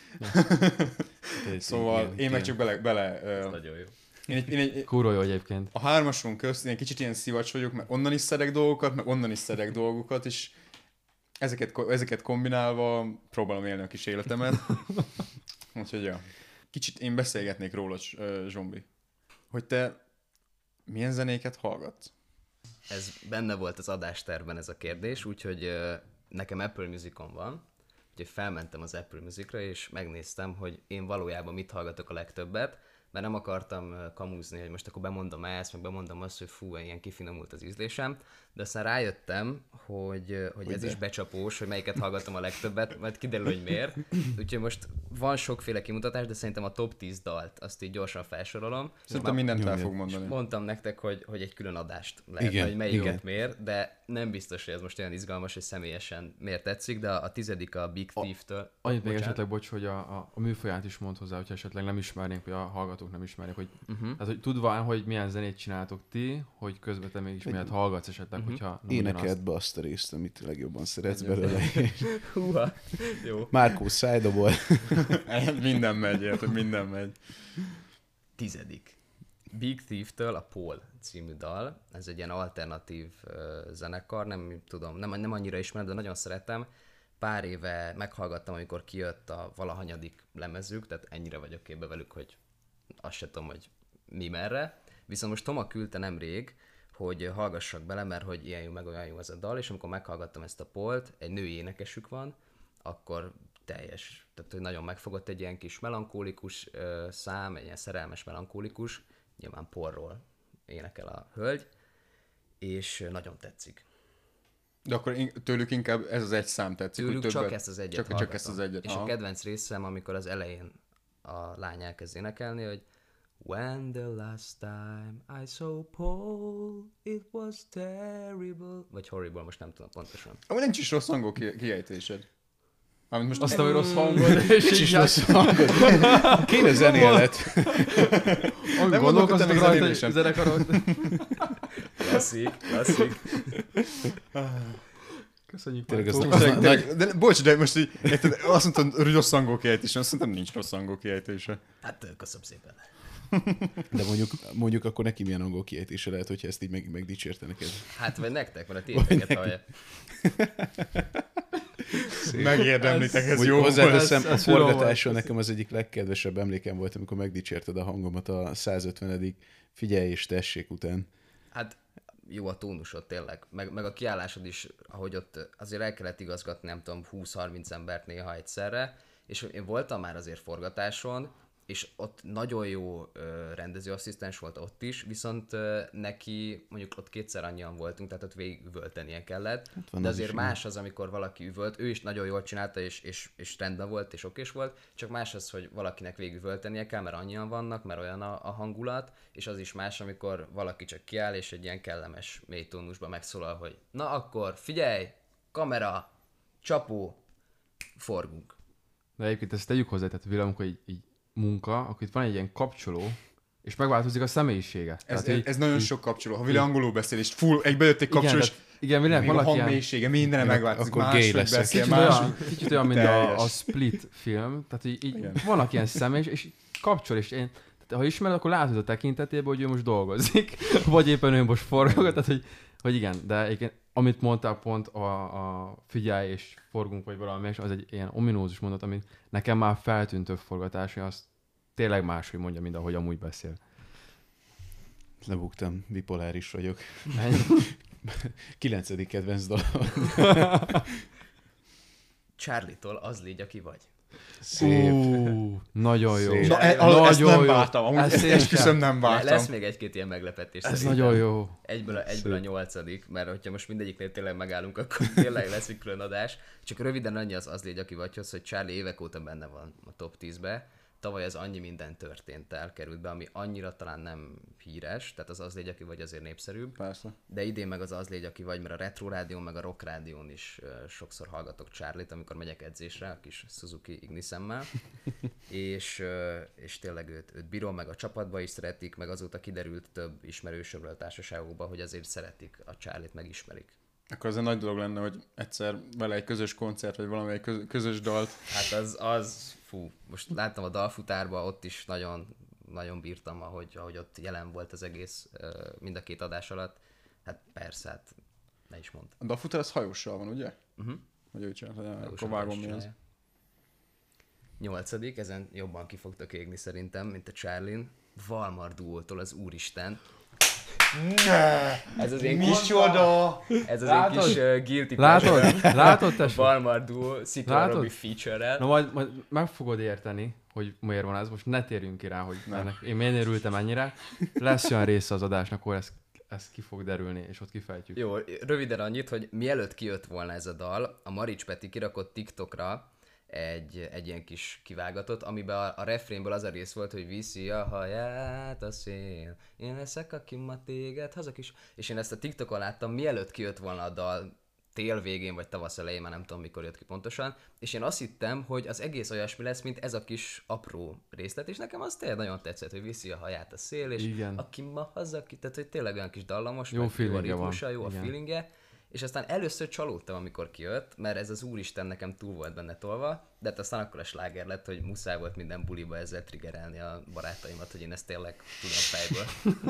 [SPEAKER 3] Szóval igen, én igen. meg csak bele... bele
[SPEAKER 2] ez uh, nagyon jó.
[SPEAKER 3] Én egy, én egy,
[SPEAKER 4] Kurva jó egyébként.
[SPEAKER 3] A hármasunk közt én kicsit ilyen szivacs vagyok, mert onnan is szedek dolgokat, meg onnan is szedek dolgokat, és ezeket, ezeket kombinálva próbálom élni a kis életemet. Úgyhogy ja. Kicsit én beszélgetnék róla, Zsombi. Hogy te milyen zenéket hallgatsz?
[SPEAKER 2] Ez benne volt az adásterben ez a kérdés, úgyhogy uh, nekem Apple Musicon van, úgyhogy felmentem az Apple Musicra, és megnéztem, hogy én valójában mit hallgatok a legtöbbet, mert nem akartam kamúzni, hogy most akkor bemondom ezt, meg bemondom azt, hogy fú, ilyen kifinomult az ízlésem, de aztán rájöttem, hogy, hogy ez de? is becsapós, hogy melyiket hallgatom a legtöbbet, majd kiderül, hogy miért. Úgyhogy most van sokféle kimutatás, de szerintem a top tíz dalt, azt így gyorsan felsorolom.
[SPEAKER 3] Szerintem mindent el fog mondani.
[SPEAKER 2] Mondtam nektek, hogy, hogy egy külön adást lehetne, igen, hogy melyiket miért, de nem biztos, hogy ez most olyan izgalmas, hogy személyesen miért tetszik, de a tizedik a Big Thief-től.
[SPEAKER 4] Annyit még esetleg, bocs, hogy a, a, a műfaját is mond hozzá, hogyha esetleg nem ismernénk, hogy a hallgatók hallgatók nem ismernek, hogy,
[SPEAKER 2] Uh-huh.
[SPEAKER 4] tehát, hogy tudván, hogy milyen zenét csináltok ti, hogy közben te mégis miért hallgatsz esetleg,
[SPEAKER 2] Mhm.
[SPEAKER 4] hogyha nem
[SPEAKER 1] Énekeld
[SPEAKER 4] ugyanazt.
[SPEAKER 1] be azt a részt, amit legjobban szeretsz
[SPEAKER 3] Egyébként.
[SPEAKER 1] belőle.
[SPEAKER 2] Húha, jó.
[SPEAKER 1] Márkó szájdoból.
[SPEAKER 3] Minden megy, érted, minden megy.
[SPEAKER 2] Tizedik. Big Thief-től a Paul című dal. Ez egy ilyen alternatív uh, zenekar, nem tudom, nem, nem annyira ismerem, de nagyon szeretem. Pár éve meghallgattam, amikor kijött a valahanyadik lemezük, tehát ennyire vagyok képbe velük, hogy azt se tudom, hogy mi merre. Viszont most Toma küldte nemrég, hogy hallgassak bele, mert hogy ilyen jó meg olyan jó ez a dal, és amikor meghallgattam ezt a Pault, egy női énekesük van, akkor teljes, tehát hogy nagyon megfogott, egy ilyen kis melankólikus ö, szám, egy ilyen szerelmes melankólikus, nyilván Paulról énekel a hölgy, és nagyon tetszik.
[SPEAKER 3] De akkor in- tőlük inkább ez az egy szám tetszik,
[SPEAKER 2] Tőlük
[SPEAKER 3] hogy
[SPEAKER 2] csak
[SPEAKER 3] többet...
[SPEAKER 2] ezt az egyet
[SPEAKER 3] csak, csak
[SPEAKER 2] hallgatom.
[SPEAKER 3] ezt az egyet.
[SPEAKER 2] És
[SPEAKER 3] aha.
[SPEAKER 2] a kedvenc részem, amikor az elején a lány elkezd énekelni, hogy When the last time I saw Paul, it was terrible. Vagy horrible, most nem tudom pontosan.
[SPEAKER 3] Amúgy nincs is rossz hangok ki- kiejtésed. Amit most
[SPEAKER 4] Azt a rossz hangod, és
[SPEAKER 1] Kicsis
[SPEAKER 4] így
[SPEAKER 1] rossz hangod. Kéne zenélet.
[SPEAKER 4] ahogy
[SPEAKER 3] Nem
[SPEAKER 4] gondolkoztok
[SPEAKER 3] gondolkodtam még
[SPEAKER 4] rajta, hogy
[SPEAKER 3] zenélésem.
[SPEAKER 4] zenekarot.
[SPEAKER 2] Klasszik, klasszik.
[SPEAKER 4] Köszönjük.
[SPEAKER 1] Tényleg ez
[SPEAKER 4] Márkó.
[SPEAKER 1] nem-
[SPEAKER 3] Tényleg, tényleg, de bocs, de most így, érted, azt mondtad, hogy rossz hangok kiejtése, azt mondtam, nincs rossz hangok kiejtése.
[SPEAKER 2] Hát köszönöm szépen.
[SPEAKER 1] De mondjuk, mondjuk akkor neki milyen angol kiejtése lehet, hogyha ezt így meg, megdicsérte neked.
[SPEAKER 2] Hát vagy nektek, van a téteket hallja.
[SPEAKER 3] Megérdemlitek, ez
[SPEAKER 1] Mondjuk
[SPEAKER 3] jó volt.
[SPEAKER 1] hozzáteszem,
[SPEAKER 4] Ez- ez
[SPEAKER 1] a
[SPEAKER 4] finom
[SPEAKER 1] forgatáson
[SPEAKER 4] volt.
[SPEAKER 1] nekem az egyik legkedvesebb emlékem volt, amikor megdicsérted a hangomat a százötvenedik figyelj és tessék után.
[SPEAKER 2] Hát jó a tónusod tényleg, meg, meg a kiállásod is, ahogy ott azért el kellett igazgatni, nem tudom, húsz-harminc embert néha egyszerre, és én voltam már azért forgatáson, és ott nagyon jó ö, rendezőasszisztens volt ott is, viszont ö, neki mondjuk ott kétszer annyian voltunk, tehát ott végig üvöltenie kellett,
[SPEAKER 1] Hát van
[SPEAKER 2] de
[SPEAKER 1] az
[SPEAKER 2] azért
[SPEAKER 1] is,
[SPEAKER 2] más az, amikor valaki üvölt, ő is nagyon jól csinálta, és, és, és rendben volt, és okés volt, csak más az, hogy valakinek végig üvöltenie kell, mert annyian vannak, mert olyan a, a hangulat, és az is más, amikor valaki csak kiáll, és egy ilyen kellemes mély tónusban megszólal, hogy na akkor figyelj, kamera, csapó, forgunk.
[SPEAKER 4] De egyébként ezt tegyük hozzá, tehát Villa, amikor így, így munka, akkor itt van egy ilyen kapcsoló, és megváltozik a személyisége.
[SPEAKER 3] Ez,
[SPEAKER 4] Tehát,
[SPEAKER 3] ez,
[SPEAKER 4] így-
[SPEAKER 3] ez nagyon
[SPEAKER 4] így-
[SPEAKER 3] sok kapcsoló. Ha Vili angolul beszél, és full, egybe jött egy
[SPEAKER 4] igen,
[SPEAKER 3] kapcsoló, és
[SPEAKER 4] tehát, igen, Villának
[SPEAKER 3] még a
[SPEAKER 4] vannak ilyen...
[SPEAKER 3] hangmélysége, mindenen
[SPEAKER 1] Én
[SPEAKER 3] megváltozik.
[SPEAKER 1] akkor gay
[SPEAKER 3] Máshogy
[SPEAKER 1] leszek.
[SPEAKER 3] beszél,
[SPEAKER 4] Kicsit
[SPEAKER 3] más...
[SPEAKER 4] olyan, kicsit olyan, mint a,
[SPEAKER 3] Teljes.
[SPEAKER 4] a Split film, tehát így, így
[SPEAKER 3] Igen.
[SPEAKER 4] vannak ilyen szeme, és, és kapcsol, és én, tehát, ha ismered, akkor látod a tekintetében, hogy ő most dolgozik, vagy éppen ő most forog, tehát hogy, hogy igen, de egyébként, amit mondtál pont a, a figyelj és forgunk, vagy valami, és az egy ilyen ominózus mondat, ami nekem már feltűntő forgatás, hogy azt tényleg máshogy mondja, mint ahogy amúgy beszél.
[SPEAKER 1] Lebuktam, bipoláris vagyok.
[SPEAKER 4] Ennyi.
[SPEAKER 1] Kilencedik kedvenc dal.
[SPEAKER 2] Charlie-tól az légy, aki vagy.
[SPEAKER 1] Szép.
[SPEAKER 4] Ú, nagyon jó.
[SPEAKER 1] Szép.
[SPEAKER 3] Na, e,
[SPEAKER 4] Nagyon
[SPEAKER 3] ezt nem
[SPEAKER 4] jó.
[SPEAKER 3] vártam, amúgy
[SPEAKER 4] Ezt
[SPEAKER 3] ezt
[SPEAKER 4] én
[SPEAKER 3] esküszöm
[SPEAKER 4] sem.
[SPEAKER 3] nem
[SPEAKER 2] Le-
[SPEAKER 3] vártam.
[SPEAKER 2] Lesz még egy-két ilyen meglepetés.
[SPEAKER 4] Ez
[SPEAKER 2] szerintem.
[SPEAKER 4] nagyon jó.
[SPEAKER 2] Egyből a, egyből a nyolcadik, mert hogyha most mindegyiknél tényleg megállunk, akkor tényleg lesz egy külön adás. Csak röviden annyi az az légy, aki vagyhoz, hogy Charlie évek óta benne van a top tízbe. Tavaly az annyi minden történt el, került be, ami annyira talán nem híres, tehát az az légy, aki vagy azért népszerűbb.
[SPEAKER 3] Persze.
[SPEAKER 2] De idén meg az az légy, aki vagy, mert a Retro Rádión, meg a Rock Rádión is uh, sokszor hallgatok Charlie-t, amikor megyek edzésre, a kis Suzuki Ignisemmel. és, uh, és tényleg őt, őt bírom, meg a csapatba is szeretik, meg azóta kiderült több ismerősömről a társaságokban, hogy azért szeretik a Charlie-t, megismerik.
[SPEAKER 3] Akkor az egy nagy dolog lenne, hogy egyszer vele egy közös koncert, vagy valamelyik köz- közös dalt.
[SPEAKER 2] Hát az, az, fú, most láttam a dalfutárba, ott is nagyon, nagyon bírtam, ahogy, ahogy ott jelen volt az egész, uh, mind a két adás alatt. Hát persze, hát ne is mondd.
[SPEAKER 3] A dalfutár az hajóssal van, ugye?
[SPEAKER 2] Uh-huh.
[SPEAKER 3] Hogy ő csinálta, ja,
[SPEAKER 2] Jósan
[SPEAKER 3] akkor vágom
[SPEAKER 2] is
[SPEAKER 3] mi az.
[SPEAKER 2] csinálja. Nyolcadik, ezen jobban ki fogtok égni szerintem, mint a Charlin. Valmar duótól az Úristen. Ez az én kis,
[SPEAKER 3] Micsoda!
[SPEAKER 2] ez az
[SPEAKER 4] Látod?
[SPEAKER 2] én kis uh, guilty
[SPEAKER 4] Látod?
[SPEAKER 2] pleasure.
[SPEAKER 4] Látod, tesó?
[SPEAKER 2] Valmar duó, Szikla
[SPEAKER 4] Látod?
[SPEAKER 2] Robi feature-rel.
[SPEAKER 4] Na majd, majd meg fogod érteni, hogy miért van ez. Most ne térjünk ki rá, hogy ennek, én miért örültem ennyire. Lesz olyan része az adásnak, ahol ez, ez ki fog derülni, és ott kifejtjük.
[SPEAKER 2] Jó, röviden annyit, hogy mielőtt kijött volna ez a dal, a Marics Peti kirakott TikTokra egy, egy ilyen kis kivágatot, amiben a, a refrénből az a rész volt, hogy viszi a haját a szél, én leszek, aki ma téged hazak is. És én ezt a TikTokon láttam, mielőtt kijött volna a dal, tél végén, vagy tavasz elején, már nem tudom mikor jött ki pontosan, és én azt hittem, hogy az egész olyasmi lesz, mint ez a kis apró részlet, és nekem az tényleg nagyon tetszett, hogy viszi a haját a szél, és
[SPEAKER 4] Igen.
[SPEAKER 2] aki ma haza, ki, tehát hogy tényleg olyan kis dallamos,
[SPEAKER 4] Jó
[SPEAKER 2] meg
[SPEAKER 4] feelingje
[SPEAKER 2] jó a ritmusa,
[SPEAKER 4] van.
[SPEAKER 2] jó a
[SPEAKER 4] Igen.
[SPEAKER 2] feelingje, és aztán először csalódtam, amikor kijött, mert ez az úristen nekem túl volt benne tolva, de hát aztán akkor a sláger lett, hogy muszáj volt minden buliba ezzel triggerelni a barátaimat, hogy én ezt tényleg tudom fejből.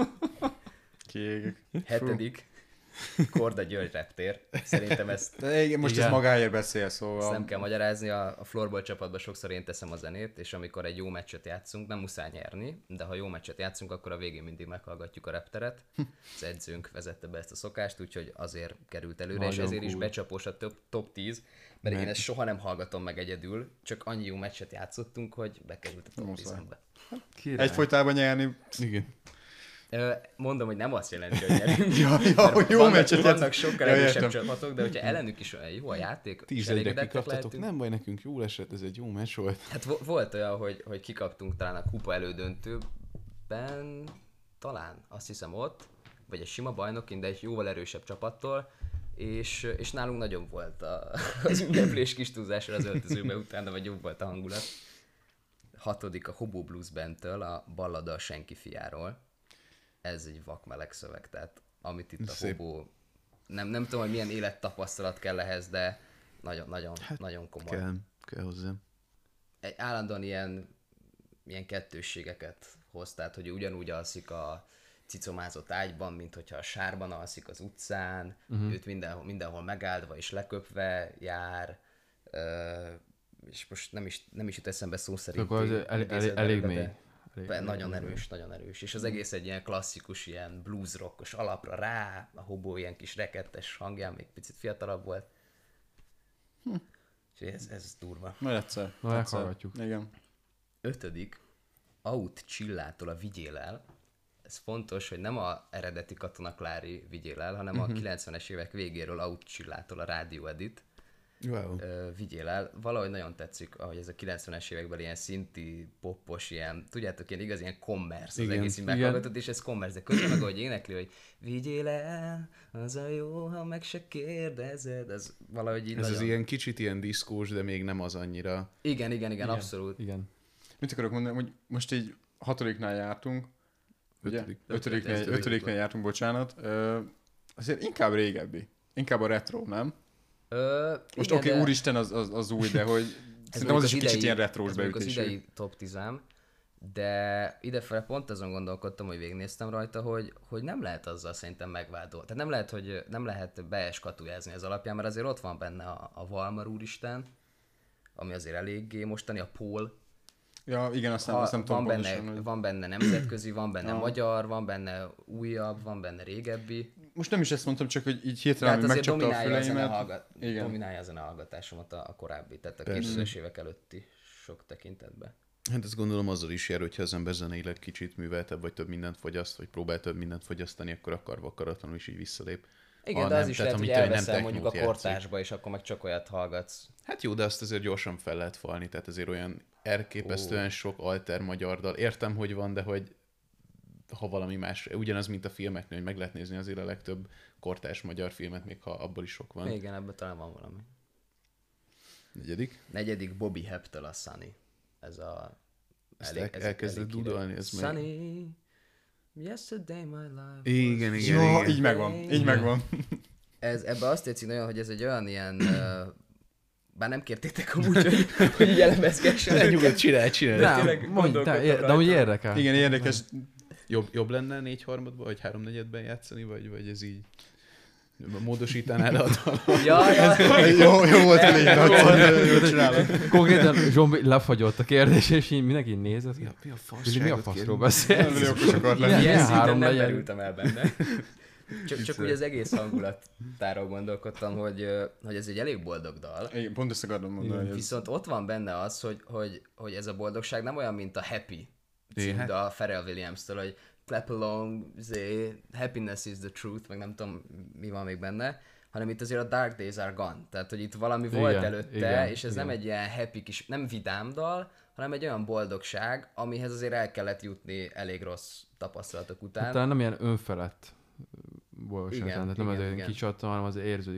[SPEAKER 3] Kiégek.
[SPEAKER 2] Hetedik, Korda György reptér. Szerintem ezt,
[SPEAKER 3] De igen, most
[SPEAKER 4] Igen.
[SPEAKER 3] ez magáért beszél,
[SPEAKER 2] ezt
[SPEAKER 3] szóval...
[SPEAKER 2] nem kell magyarázni, a, a floorball csapatban sokszor én teszem a zenét, és amikor egy jó meccset játszunk, nem muszáj nyerni, de ha jó meccset játszunk, akkor a végén mindig meghallgatjuk a repteret. Az edzőnk vezette be ezt a szokást, úgyhogy azért került előre, és
[SPEAKER 4] Nagyon
[SPEAKER 2] ezért is
[SPEAKER 4] cool.
[SPEAKER 2] becsapós a top, top tíz, mert én ezt soha nem hallgatom meg egyedül, csak annyi jó meccset játszottunk, hogy bekerült a top
[SPEAKER 3] Muszáj.
[SPEAKER 2] tízbe.
[SPEAKER 4] Király.
[SPEAKER 3] Egyfolytában nyerni...
[SPEAKER 1] Igen.
[SPEAKER 2] Ö, Mondom, hogy nem azt jelenti, hogy nyerünk.
[SPEAKER 3] Ja, ja,
[SPEAKER 2] Mert
[SPEAKER 3] hogy jó
[SPEAKER 2] vannak,
[SPEAKER 3] meccset
[SPEAKER 2] vannak
[SPEAKER 3] játsz-
[SPEAKER 2] sokkal
[SPEAKER 3] Ja,
[SPEAKER 2] erősebb
[SPEAKER 3] értem.
[SPEAKER 2] csapatok, de hogyha ellenük is olyan jó a játék, és
[SPEAKER 1] Tízegyre
[SPEAKER 2] elégedettek
[SPEAKER 1] kikaptatok,
[SPEAKER 2] lehetünk.
[SPEAKER 1] nem baj, nekünk jól esett, ez egy jó meccs volt.
[SPEAKER 2] Hát vo- volt olyan, hogy, hogy kikaptunk talán a kupa elődöntőben, talán azt hiszem ott, vagy egy sima bajnokin, de egy jóval erősebb csapattól, és, és nálunk nagyobb volt a, az ünneplés kis túlzásra az öltözőbe utána, vagy jobb volt a hangulat. Hatodik a Hobo Blues Bandtől, a Ballada a senki fiáról. Ez egy vakmeleg szöveg, tehát amit itt a
[SPEAKER 1] Szép.
[SPEAKER 2] Hobo... Nem, nem tudom, hogy milyen élettapasztalat kell ehhez, de nagyon, nagyon, hát, nagyon komoly.
[SPEAKER 1] Kell, kell hozzám.
[SPEAKER 2] Egy állandóan ilyen, ilyen kettősségeket hoz, tehát hogy ugyanúgy alszik a cicomázott ágyban, mint hogyha a sárban alszik az utcán, uh-huh. őt mindenhol, mindenhol megáldva és leköpve jár, ö, és most nem is, nem is jut eszembe szó szerint.
[SPEAKER 4] Akkor az el, el, elég mély. Elég,
[SPEAKER 2] Be, nagyon
[SPEAKER 4] elég
[SPEAKER 2] erős, nagyon erős. És az egész egy ilyen klasszikus, ilyen blues rockos alapra rá, a Hobo ilyen kis rekettes hangján, még picit fiatalabb volt. Hm. És ez, ez durva.
[SPEAKER 3] Majd egyszer.
[SPEAKER 4] Na,
[SPEAKER 3] egyszer.
[SPEAKER 4] meghallgatjuk.
[SPEAKER 3] Igen.
[SPEAKER 2] Ötödik, Out Csillától a Vigyél el. Ez fontos, hogy nem a eredeti Katona Klári Vigyél el, hanem a kilencvenes évek végéről Out Csillától a Rádió Edit.
[SPEAKER 1] Wow.
[SPEAKER 2] Ö, Vigyél el. Valahogy nagyon tetszik, ahogy ez a kilencvenes években ilyen szinti, poppos, ilyen, tudjátok, ilyen igaz, ilyen commerce, az
[SPEAKER 1] Igen,
[SPEAKER 2] egész így
[SPEAKER 4] igen.
[SPEAKER 2] meghallgatod, és ez commerce, de közben meg ahogy énekli, hogy vigyél el, az a jó, ha meg se kérdezed, ez valahogy így
[SPEAKER 1] Ez
[SPEAKER 2] nagyon...
[SPEAKER 1] az ilyen kicsit ilyen diszkós, de még nem az annyira.
[SPEAKER 2] Igen, igen, igen, abszolút.
[SPEAKER 4] Igen.
[SPEAKER 3] Mit akarok mondani, hogy most így hatodiknál jártunk, ugye?
[SPEAKER 1] Ötödik.
[SPEAKER 3] Ötödiknél,
[SPEAKER 2] Ötödik.
[SPEAKER 3] ötödiknél jártunk, bocsánat. Ö, azért inkább régebbi. Inkább a retro, nem?
[SPEAKER 2] Ö,
[SPEAKER 3] Most
[SPEAKER 2] igen,
[SPEAKER 3] oké, okay,
[SPEAKER 2] de-
[SPEAKER 3] úristen, az, az, az új, de hogy
[SPEAKER 2] Ez
[SPEAKER 3] szerintem az is
[SPEAKER 2] mondjuk
[SPEAKER 3] kicsit
[SPEAKER 2] idei-
[SPEAKER 3] ilyen retrós
[SPEAKER 2] ez mondjuk az
[SPEAKER 3] beütésű.
[SPEAKER 2] idei top tízem, de idefele pont azon gondolkodtam, hogy végignéztem rajta, hogy, hogy nem lehet azzal szerintem megvádolni. Tehát nem lehet, hogy nem lehet beeskatujázni az alapján, mert azért ott van benne a, a Valmar úristen, ami azért eléggé mostani, a Paul.
[SPEAKER 3] Ja, igen, aztán
[SPEAKER 2] Ha,
[SPEAKER 3] azt nem tudom
[SPEAKER 2] van, benne,
[SPEAKER 3] pontosan, hogy...
[SPEAKER 2] van benne nemzetközi, van benne
[SPEAKER 3] Ja.
[SPEAKER 2] magyar, van benne újabb, van benne régebbi.
[SPEAKER 3] Most nem is ezt mondtam, csak hogy így
[SPEAKER 2] De
[SPEAKER 3] hirtelen,
[SPEAKER 2] hát
[SPEAKER 3] hogy
[SPEAKER 2] azért
[SPEAKER 3] megcsapta a
[SPEAKER 2] dominálja a,
[SPEAKER 3] füleimet.
[SPEAKER 2] zenehallgat...
[SPEAKER 3] Igen.
[SPEAKER 2] dominálja a zenehallgatásomat a, a korábbi, tehát a
[SPEAKER 1] Persze.
[SPEAKER 2] kétezres évek előtti sok tekintetben.
[SPEAKER 1] Hát ezt gondolom azzal is jár, hogyha az ember zeneileg kicsit műveltebb, vagy több mindent fogyaszt, vagy próbál több mindent fogyasztani, akkor akarva akaratlanul is így visszalép.
[SPEAKER 2] Igen,
[SPEAKER 1] Ha
[SPEAKER 2] de
[SPEAKER 1] nem,
[SPEAKER 2] az is
[SPEAKER 1] tehát
[SPEAKER 2] lehet, hogy
[SPEAKER 1] amitől nem
[SPEAKER 2] elveszel mondjuk a
[SPEAKER 1] technót játszik.
[SPEAKER 2] kortársba, és akkor meg csak olyat hallgatsz.
[SPEAKER 1] Hát jó, de azt azért gyorsan fel lehet falni, tehát azért olyan elképesztően sok alter magyar dal. Értem, hogy van, de hogy ha valami más, ugyanaz, mint a filmeknél, hogy meg lehet nézni azért a legtöbb kortárs magyar filmet, még ha abból is sok van.
[SPEAKER 2] Igen, ebben talán van valami.
[SPEAKER 1] Negyedik.
[SPEAKER 2] Negyedik Bobby Heptől a Sunny. Ez a...
[SPEAKER 1] Ezt el- elkezded
[SPEAKER 2] király.
[SPEAKER 1] dudolni, ez meg-
[SPEAKER 2] Sunny, yesterday my life
[SPEAKER 1] Igen,
[SPEAKER 2] was
[SPEAKER 1] igen,
[SPEAKER 3] Jó,
[SPEAKER 1] igen.
[SPEAKER 3] így megvan, így megvan.
[SPEAKER 2] Ez, ebbe azt tetszik nagyon, hogy ez egy olyan ilyen... Uh, bár nem kértétek amúgy, hogy, hogy így elemezgessen.
[SPEAKER 1] Ne, nyugodt, csinálj, csinálj.
[SPEAKER 4] Nem,
[SPEAKER 2] tényleg
[SPEAKER 4] mondj,
[SPEAKER 2] gondolkodtam
[SPEAKER 4] de, de
[SPEAKER 2] rajta.
[SPEAKER 4] úgy érdekel.
[SPEAKER 3] Igen, érdekes.
[SPEAKER 1] Jobb, jobb lenne négy harmadban, vagy háromnegyedben játszani, vagy, vagy ez így módosítanál a dalon?
[SPEAKER 2] Ja, ja.
[SPEAKER 3] jó, jó volt elég, nagy, jól csinálod.
[SPEAKER 4] Konkrétan Zsombi lefagyott a kérdés, és így mindenki nézett.
[SPEAKER 1] Mi a, mi a
[SPEAKER 4] És így mi a
[SPEAKER 1] fasságot
[SPEAKER 4] faszról
[SPEAKER 1] kérünk?
[SPEAKER 4] beszélsz?
[SPEAKER 3] Nagyon okos akart lenni.
[SPEAKER 4] Ilyen
[SPEAKER 2] Ilyen szinten
[SPEAKER 4] három
[SPEAKER 2] nem
[SPEAKER 4] legyen.
[SPEAKER 2] merültem el benne. Csak, csak úgy az egész hangulatáról gondolkodtam, hogy, ö, hogy ez egy elég boldog dal.
[SPEAKER 3] Igen, pont ezt akartam mondani, hogy ez...
[SPEAKER 2] Viszont ott van benne az, hogy, hogy, hogy ez a boldogság nem olyan, mint a Happy című
[SPEAKER 1] hát.
[SPEAKER 2] dal Pharrell Williams-től, hogy clap along, zé, happiness is the truth, meg nem tudom, mi van még benne, hanem itt azért a dark days are gone. Tehát, hogy itt valami
[SPEAKER 4] Igen,
[SPEAKER 2] volt előtte,
[SPEAKER 4] igen,
[SPEAKER 2] és ez
[SPEAKER 4] igen.
[SPEAKER 2] nem egy ilyen happy kis, nem vidám dal, hanem egy olyan boldogság, amihez azért el kellett jutni elég rossz tapasztalatok után.
[SPEAKER 4] Hát talán nem ilyen önfelett boldogság,
[SPEAKER 2] Igen,
[SPEAKER 4] tehát nem
[SPEAKER 2] igen,
[SPEAKER 4] azért
[SPEAKER 2] igen.
[SPEAKER 4] kicsatta, hanem azért érződik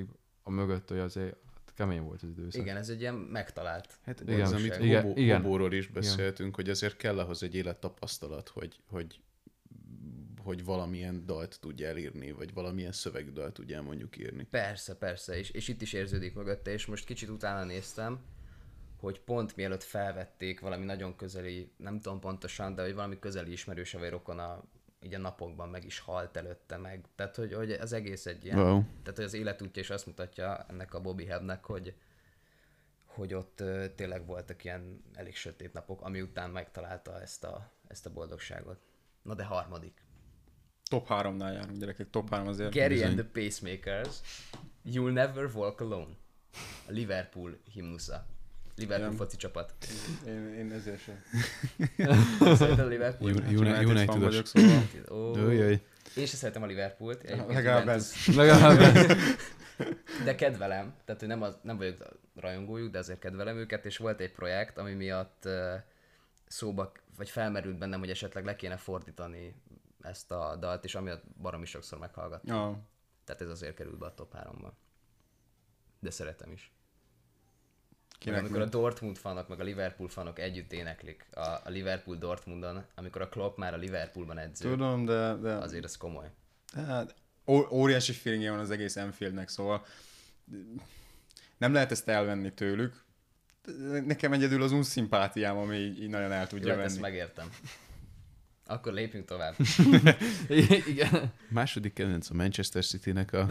[SPEAKER 4] a mögött, hogy azért kemény volt az időszak.
[SPEAKER 2] Igen, ez egy ilyen megtalált.
[SPEAKER 1] Hát
[SPEAKER 4] Igen,
[SPEAKER 1] ez, amit
[SPEAKER 4] igen,
[SPEAKER 1] hobó,
[SPEAKER 4] igen.
[SPEAKER 1] hobóról is beszéltünk, hogy azért kell ahhoz egy élettapasztalat, hogy, hogy, hogy valamilyen dalt tudjál írni, vagy valamilyen szövegdalt tudjál mondjuk írni.
[SPEAKER 2] Persze, persze, és, és itt is érződik mögötte, és most kicsit utána néztem, hogy pont mielőtt felvették valami nagyon közeli, nem tudom pontosan, de hogy valami közeli ismerőse vagy rokona így a napokban meg is halt előtte meg. Tehát, hogy, hogy az egész egy ilyen,
[SPEAKER 1] Wow.
[SPEAKER 2] tehát, hogy az életútja is azt mutatja ennek a Bobby Hebnek, hogy, hogy ott uh, tényleg voltak ilyen elég sötét napok, ami után megtalálta ezt a, ezt a boldogságot. Na de harmadik.
[SPEAKER 3] Top háromnál járunk, gyerekek, top három azért.
[SPEAKER 2] Gary
[SPEAKER 3] bizony.
[SPEAKER 2] and the Pacemakers, You'll Never Walk Alone. A Liverpool himnusza. Liverpool
[SPEAKER 3] Igen.
[SPEAKER 2] foci csapat.
[SPEAKER 3] Én, én ezért sem.
[SPEAKER 2] Szeretem a Liverpool?
[SPEAKER 1] Uni- Uni-
[SPEAKER 3] United
[SPEAKER 1] United-os.
[SPEAKER 3] fan vagyok, szóval.
[SPEAKER 2] Ó,
[SPEAKER 1] Jöjj.
[SPEAKER 2] én sem szeretem a Liverpoolt. egyébként
[SPEAKER 3] Legalább
[SPEAKER 2] Juventus-
[SPEAKER 3] ez.
[SPEAKER 4] Legalább
[SPEAKER 2] De kedvelem, tehát hogy nem, az, nem vagyok rajongójuk, de azért kedvelem őket, és volt egy projekt, ami miatt uh, szóba, vagy felmerült bennem, hogy esetleg le kéne fordítani ezt a dalt, és amiatt baromi sokszor meghallgattam.
[SPEAKER 3] Ja.
[SPEAKER 2] Tehát ez azért került be a top háromba. De szeretem is. Meg
[SPEAKER 3] Kinek
[SPEAKER 2] amikor a
[SPEAKER 3] mi?
[SPEAKER 2] Dortmund fanok, meg a Liverpool fanok együtt éneklik a, a Liverpool Dortmundon, amikor a Klopp már a Liverpoolban edző,
[SPEAKER 3] Tudom, de, de
[SPEAKER 2] azért ez komoly.
[SPEAKER 3] hát, ó- óriási feelingje van az egész Anfieldnek, szóval nem lehet ezt elvenni tőlük. Nekem egyedül az unszimpátiám, ami így, így nagyon el
[SPEAKER 2] Jó,
[SPEAKER 3] tudja
[SPEAKER 2] hát ezt
[SPEAKER 3] venni.
[SPEAKER 2] megértem. Akkor lépjünk tovább.
[SPEAKER 4] igen.
[SPEAKER 1] Második kedvenc a Manchester City-nek a...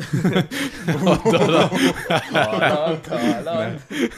[SPEAKER 2] Talant, talant.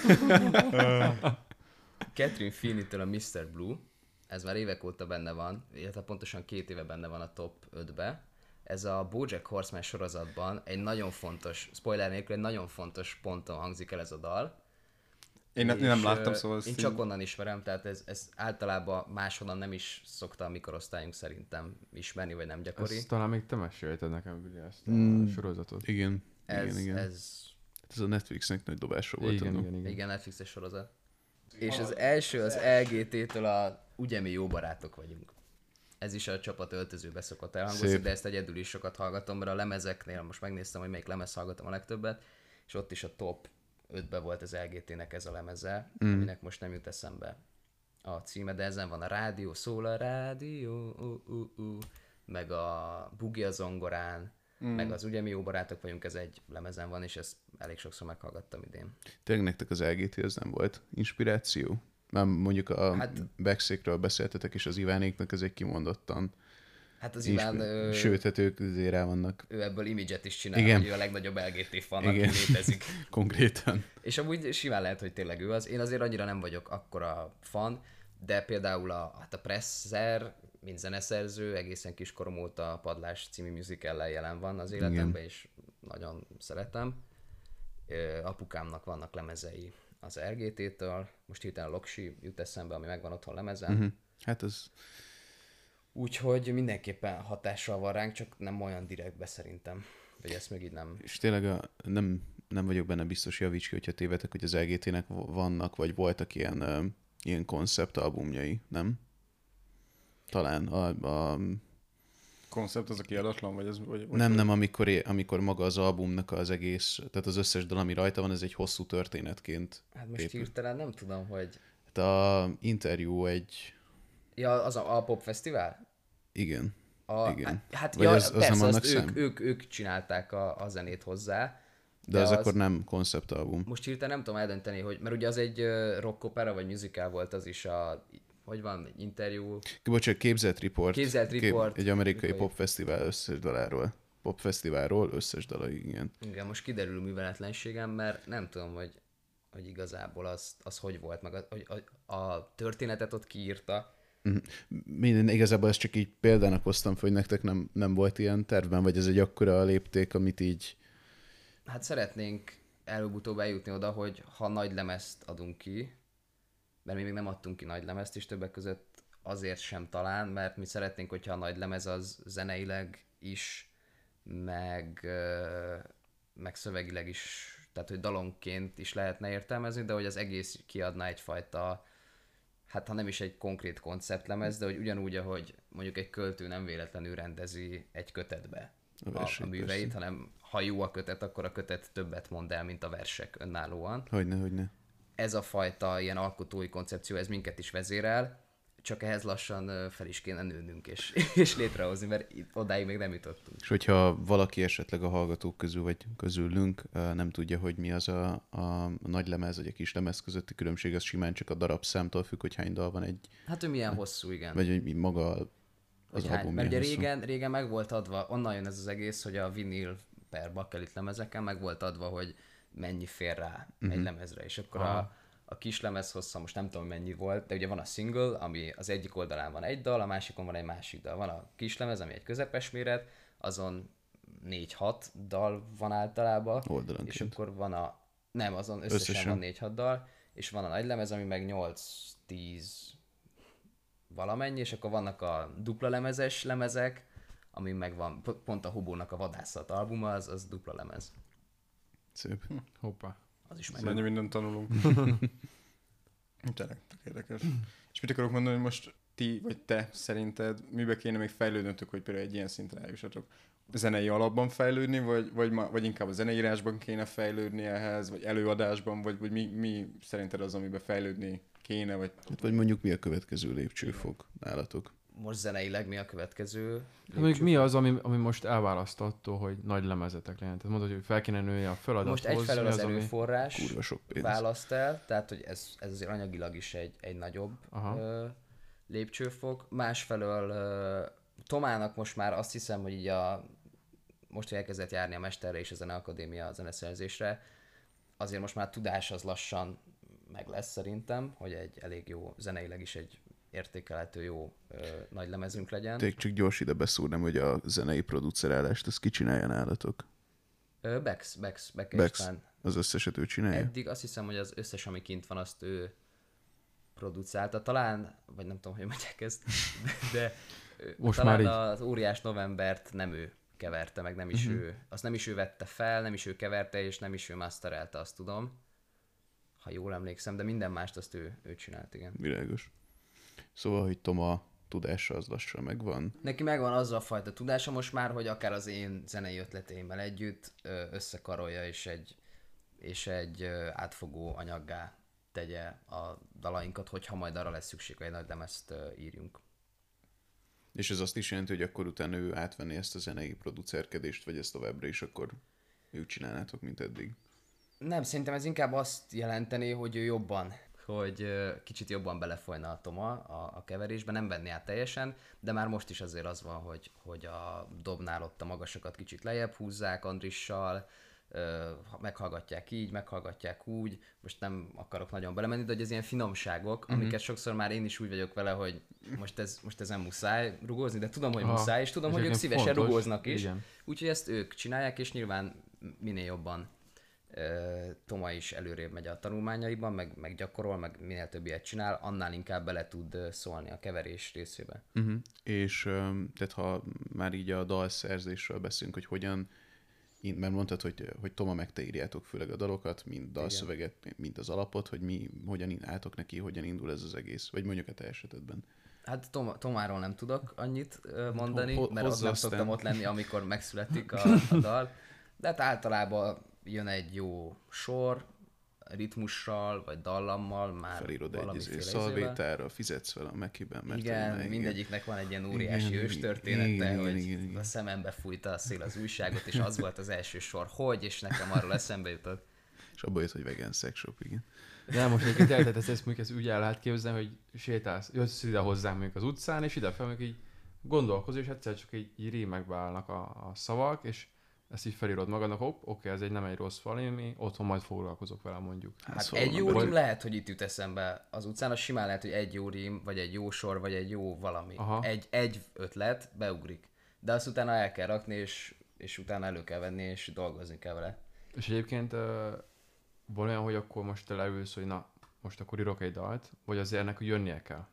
[SPEAKER 2] Catherine Feeney-től a miszter Blue, ez már évek óta benne van, illetve pontosan két éve benne van a top ötbe. Ez a BoJack Horseman sorozatban egy nagyon fontos, spoiler nélkül egy nagyon fontos ponton hangzik el ez a dal.
[SPEAKER 3] Én, ne- én nem
[SPEAKER 2] És,
[SPEAKER 3] láttam,
[SPEAKER 2] ö,
[SPEAKER 3] szóval...
[SPEAKER 2] Én
[SPEAKER 3] ezt
[SPEAKER 2] csak
[SPEAKER 3] így-
[SPEAKER 2] onnan ismerem, tehát ez, ez általában máshonnan nem is szokta a mikorosztályunk szerintem ismerni, vagy nem gyakori.
[SPEAKER 4] Ezt talán még te mesélted nekem, Vili, ezt a
[SPEAKER 1] Mm.
[SPEAKER 4] sorozatot.
[SPEAKER 1] Igen,
[SPEAKER 2] Ez,
[SPEAKER 1] igen, igen.
[SPEAKER 2] ez
[SPEAKER 1] Ez a Netflixnek nagy dobása volt.
[SPEAKER 4] Igen,
[SPEAKER 1] annó.
[SPEAKER 4] igen, igen.
[SPEAKER 2] igen, Netflixes sorozat. És az első az el gé té-től a Ugye mi jó barátok vagyunk. Ez is a csapat öltözőbe szokott elhangozni,
[SPEAKER 1] Szép.
[SPEAKER 2] de ezt egyedül is sokat hallgatom, mert a lemezeknél most megnéztem, hogy melyik lemez hallgatom a legtöbbet, és ott is a top ötbe volt az el gé té-nek ez a lemeze, mm. aminek most nem jut eszembe a címe, de ezen van a rádió, szól a rádió, uh, uh, uh, meg a bugi a zongorán, mm. meg az Ugye mi jó barátok vagyunk, ez egy lemezen van, és ezt elég sokszor meghallgattam idén.
[SPEAKER 1] Tényleg nektek az el gé té az nem volt inspiráció? Már mondjuk a
[SPEAKER 2] Hát-
[SPEAKER 1] hát... Backstreetről beszéltetek, és az Ivánéknak ez egy kimondottan.
[SPEAKER 2] Hát az Iván,
[SPEAKER 1] Inspir...
[SPEAKER 2] ö,
[SPEAKER 1] Sőt, hát ők azért rá vannak
[SPEAKER 2] ő ebből image-et is csinál,
[SPEAKER 1] Igen.
[SPEAKER 2] hogy ő a legnagyobb el gé té fan, aki
[SPEAKER 1] Igen.
[SPEAKER 2] létezik.
[SPEAKER 1] konkrétan.
[SPEAKER 2] És amúgy simán lehet, hogy tényleg ő az. Én azért annyira nem vagyok akkora fan, de például a, hát a Presser, mint zeneszerző, egészen kiskorom óta a Padlás című musicallel jelen van az életemben, és nagyon szeretem. Ö, apukámnak vannak lemezei az er gé té-től, most hirtelen a Loksi jut eszembe, ami megvan otthon lemezen.
[SPEAKER 1] Uh-huh. Hát az...
[SPEAKER 2] Úgyhogy mindenképpen hatással van ránk, csak nem olyan direktbe szerintem. Vagy ezt még így nem...
[SPEAKER 1] És tényleg a, nem, nem vagyok benne biztos, javíts ki, hogyha tévedek, hogy az el gé té-nek vannak, vagy voltak ilyen, uh, ilyen konceptalbumjai, nem? Talán a, a
[SPEAKER 3] Koncept az a kiadatlan, vagy ez... Vagy, vagy
[SPEAKER 1] nem, nem, amikor, é- amikor maga az albumnak az egész, tehát az összes dal, ami rajta van, ez egy hosszú történetként.
[SPEAKER 2] Hát most
[SPEAKER 1] épül.
[SPEAKER 2] hirtelen nem tudom, hogy...
[SPEAKER 1] Hát a interjú egy...
[SPEAKER 2] Ja, az a, a Pop Fesztivál?
[SPEAKER 1] Igen.
[SPEAKER 2] A,
[SPEAKER 1] Igen.
[SPEAKER 2] Hát
[SPEAKER 1] Vagy
[SPEAKER 2] ja,
[SPEAKER 1] az- az
[SPEAKER 2] persze,
[SPEAKER 1] nem annak
[SPEAKER 2] azt ők,
[SPEAKER 1] szám?
[SPEAKER 2] ők, ők csinálták a, a zenét hozzá.
[SPEAKER 1] De, de az, az akkor nem konceptalbum.
[SPEAKER 2] Most hirtelen nem tudom eldönteni, hogy... Mert ugye az egy ö, rock opera, vagy musical volt az is a... Hogy van? Egy interjú...
[SPEAKER 1] Bocsánat, képzelt report.
[SPEAKER 2] Képzelt report.
[SPEAKER 1] Egy amerikai
[SPEAKER 2] Amerikai.
[SPEAKER 1] popfesztivál összes daláról. Popfesztiválról összes dalaig, igen.
[SPEAKER 2] Igen, most kiderül műveletlenségem, mert nem tudom, hogy, hogy igazából az, az hogy volt, meg a, hogy a, a történetet ott kiírta.
[SPEAKER 1] Minden, igazából ezt csak így példának hoztam fel, hogy nektek nem, nem volt ilyen tervben, vagy ez egy akkora lépték, amit így...
[SPEAKER 2] Hát szeretnénk előbb-utóbb eljutni oda, hogy ha nagy lemezt adunk ki, mert mi még nem adtunk ki nagy lemezt, és többek között azért sem talán, mert mi szeretnénk, hogyha a nagy lemez az zeneileg is, meg, ö, meg szövegileg is, tehát hogy dalonként is lehetne értelmezni, de hogy az egész kiadna egyfajta, hát ha nem is egy konkrét konceptlemez, de hogy ugyanúgy, ahogy mondjuk egy költő nem véletlenül rendezi egy kötetbe
[SPEAKER 1] A
[SPEAKER 2] a,
[SPEAKER 1] versét,
[SPEAKER 2] a műveit,
[SPEAKER 1] persze.
[SPEAKER 2] hanem ha jó a kötet, akkor a kötet többet mond el, mint a versek önállóan.
[SPEAKER 1] Hogyne, hogyne.
[SPEAKER 2] Ez a fajta ilyen alkotói koncepció, ez minket is vezérel, csak ehhez lassan ö, fel is kéne nőnünk és, és létrehozni, mert itt, odáig még nem jutottunk.
[SPEAKER 1] És hogyha valaki esetleg a hallgatók közül, vagy közülünk ö, nem tudja, hogy mi az a, a nagy lemez, vagy a kis lemez közötti különbség, az simán csak a darabszámtól függ, hogy hány dal van egy,
[SPEAKER 2] Hát ő milyen hosszú, igen.
[SPEAKER 1] vagy hogy mi maga az
[SPEAKER 2] Hogy hány,
[SPEAKER 1] album
[SPEAKER 2] mert ugye
[SPEAKER 1] milyen hosszú.
[SPEAKER 2] régen, régen meg volt adva, onnan jön ez az egész, hogy a vinil per bakelit lemezeken meg volt adva, hogy mennyi fér rá uh-huh. egy lemezre, és akkor a, a kis lemez hossza, most nem tudom mennyi volt, de ugye van a single, ami az egyik oldalán van egy dal, a másikon van egy másik dal. Van a kis lemez, ami egy közepes méret, azon négy-hat dal van általában,
[SPEAKER 1] Oldalanként.
[SPEAKER 2] és akkor van a, nem, azon összesen,
[SPEAKER 1] Összesen.
[SPEAKER 2] van négy-hat dal, és van a nagy lemez, ami meg nyolc-tíz valamennyi, és akkor vannak a dupla lemezes lemezek, ami meg van, p- pont a Hobónak a Vadászat albuma, az, az dupla lemez.
[SPEAKER 1] Szép.
[SPEAKER 4] Hoppá.
[SPEAKER 2] Az is meg.
[SPEAKER 3] Mennyi mindent tanulunk. Tényleg, tök érdekes. És mit akarok mondani, hogy most ti, vagy te szerinted mibe kéne még fejlődnötök, hogy például egy ilyen szintre eljussatok? Zenei alapban fejlődni, vagy, vagy, ma, vagy inkább a zeneírásban kéne fejlődni ehhez, vagy előadásban, vagy, vagy mi, mi szerinted az, amiben fejlődni kéne, vagy
[SPEAKER 1] Hát, vagy mondjuk mi a következő lépcsőfok nálatok?
[SPEAKER 2] Most zeneileg mi a következő?
[SPEAKER 4] Hát mondjuk mi az, ami, ami most elválaszt attól, hogy nagy lemezetek legyen? Tehát mondod, hogy fel kéne nőni a feladathoz.
[SPEAKER 2] Most egyfelől
[SPEAKER 4] mi
[SPEAKER 2] az,
[SPEAKER 4] ami-
[SPEAKER 2] erőforrás
[SPEAKER 1] Kurva sok pénz.
[SPEAKER 2] választ el, tehát hogy ez, ez azért anyagilag is egy, egy nagyobb
[SPEAKER 4] Aha.
[SPEAKER 2] ö, lépcsőfok. Másfelől ö, Tomának most már azt hiszem, hogy így a, most, hogy elkezdett járni a Mesterre és a Zeneakadémia a zeneszerzésre, azért most már tudás az lassan meg lesz szerintem, hogy egy elég jó, zeneileg is egy értékelhető jó ö, nagy lemezünk legyen.
[SPEAKER 1] Tényleg csak gyors ide beszúrnám, hogy a zenei producerálást, azt ki csinálja nálatok?
[SPEAKER 2] Ö, Bex, Bex, Bex,
[SPEAKER 1] Bex.
[SPEAKER 2] István.
[SPEAKER 1] Az összeset ő csinálja?
[SPEAKER 2] Eddig azt hiszem, hogy az összes, ami kint van, azt ő producálta. Talán, vagy nem tudom, hogy mondják ezt, de, de
[SPEAKER 4] Most
[SPEAKER 2] talán
[SPEAKER 4] már
[SPEAKER 2] az Óriás Novembert nem ő keverte, meg nem is
[SPEAKER 4] Mhm.
[SPEAKER 2] ő, azt nem is ő vette fel, nem is ő keverte, és nem is ő masterelte, azt tudom. Ha jól emlékszem, de minden mást azt ő, ő csinált, igen.
[SPEAKER 1] Világos. Szóval, hogy Toma tudása az lassan megvan.
[SPEAKER 2] Neki megvan az a fajta tudása most már, hogy akár az én zenei ötleteimmel együtt ö, összekarolja és egy, és egy ö, átfogó anyaggá tegye a dalainkat, hogyha majd arra lesz szükség, hogy egy nagy lemezt ö, írjunk.
[SPEAKER 1] És ez azt is jelenti, hogy akkor utána ő átvenni ezt a zenei producerkedést, vagy ezt továbbra is akkor ők csinálnátok, mint eddig.
[SPEAKER 2] Nem, szerintem ez inkább azt jelenteni, hogy ő jobban, hogy ö, kicsit jobban belefolyna a Toma a, a keverésbe, nem venni át teljesen, de már most is azért az van, hogy, hogy a dobnál ott a magasokat kicsit lejjebb húzzák Andrissal, ö, meghallgatják így, meghallgatják úgy, most nem akarok nagyon belemenni, de hogy ez ilyen finomságok, uh-huh. amiket sokszor már én is úgy vagyok vele, hogy most ez, most ezen muszáj rugózni, de tudom, hogy
[SPEAKER 4] Aha.
[SPEAKER 2] muszáj, és tudom,
[SPEAKER 4] És
[SPEAKER 2] hogy ők
[SPEAKER 4] egyébként
[SPEAKER 2] szívesen
[SPEAKER 4] fontos,
[SPEAKER 2] rugóznak is,
[SPEAKER 4] igen.
[SPEAKER 2] úgyhogy ezt ők csinálják, és nyilván minél jobban ö, Toma is előrébb megy a tanulmányaiban, meg, meg gyakorol, meg minél több ilyet csinál, annál inkább bele tud ö, szólni a keverés részébe.
[SPEAKER 1] Uh-huh. És öm, tehát ha már így a dalszerzésről beszélünk, hogy hogyan, én- mert mondtad, hogy, hogy Toma meg te írjátok főleg a dalokat, mind dalszöveget, mind az alapot, hogy mi hogyan álltok neki, hogyan indul ez az egész, vagy mondjuk a te esetedben.
[SPEAKER 2] Hát Tom, Tomáról nem tudok annyit ö, mondani,
[SPEAKER 1] Ho- ho-
[SPEAKER 2] mert ott
[SPEAKER 1] hozzá
[SPEAKER 2] nem
[SPEAKER 1] aztán.
[SPEAKER 2] szoktam ott lenni, amikor megszületik a, a dal. De hát általában jön egy jó sor, ritmussal, vagy dallammal, már
[SPEAKER 1] Felírod egy izé,
[SPEAKER 2] valamiféle izével.
[SPEAKER 1] szalvétára, fizetsz vele a Mekiben, mert
[SPEAKER 2] Igen,
[SPEAKER 1] meg,
[SPEAKER 2] mindegyiknek van egy ilyen óriási
[SPEAKER 1] Igen,
[SPEAKER 2] ős
[SPEAKER 1] igen,
[SPEAKER 2] története,
[SPEAKER 1] igen,
[SPEAKER 2] hogy
[SPEAKER 1] igen, igen.
[SPEAKER 2] a szemembe fújta a szél az újságot, és az volt az első sor, hogy, és nekem arról eszembe jutott.
[SPEAKER 1] És abból jött, hogy vegan sex shop, igen.
[SPEAKER 4] De most egyébként el, tehát ezt, ezt mondjuk ezt úgy el lehet képzelni, hogy sétálsz, jössz ide hozzánk mondjuk az utcán, és ide fel mondjuk így gondolkozol, és egyszer csak így, így rémekbe állnak a, a szavak, és ezt így felírod magadnak, hopp, oké, ez egy nem egy rossz valami, otthon majd foglalkozok vele mondjuk.
[SPEAKER 2] Hát
[SPEAKER 1] Szóval
[SPEAKER 2] egy jó
[SPEAKER 1] vagy-
[SPEAKER 2] rím lehet, hogy itt jut eszembe az utcán, az simán lehet, hogy egy jó rím, vagy egy jó sor, vagy egy jó valami.
[SPEAKER 4] Aha.
[SPEAKER 2] Egy, egy ötlet beugrik. De azt utána el kell rakni, és, és utána elő kell venni, és dolgozni kell vele.
[SPEAKER 4] És egyébként uh, van olyan, hogy akkor most te leülsz, hogy na, most akkor írok egy dalt, vagy azért ennek jönnie kell.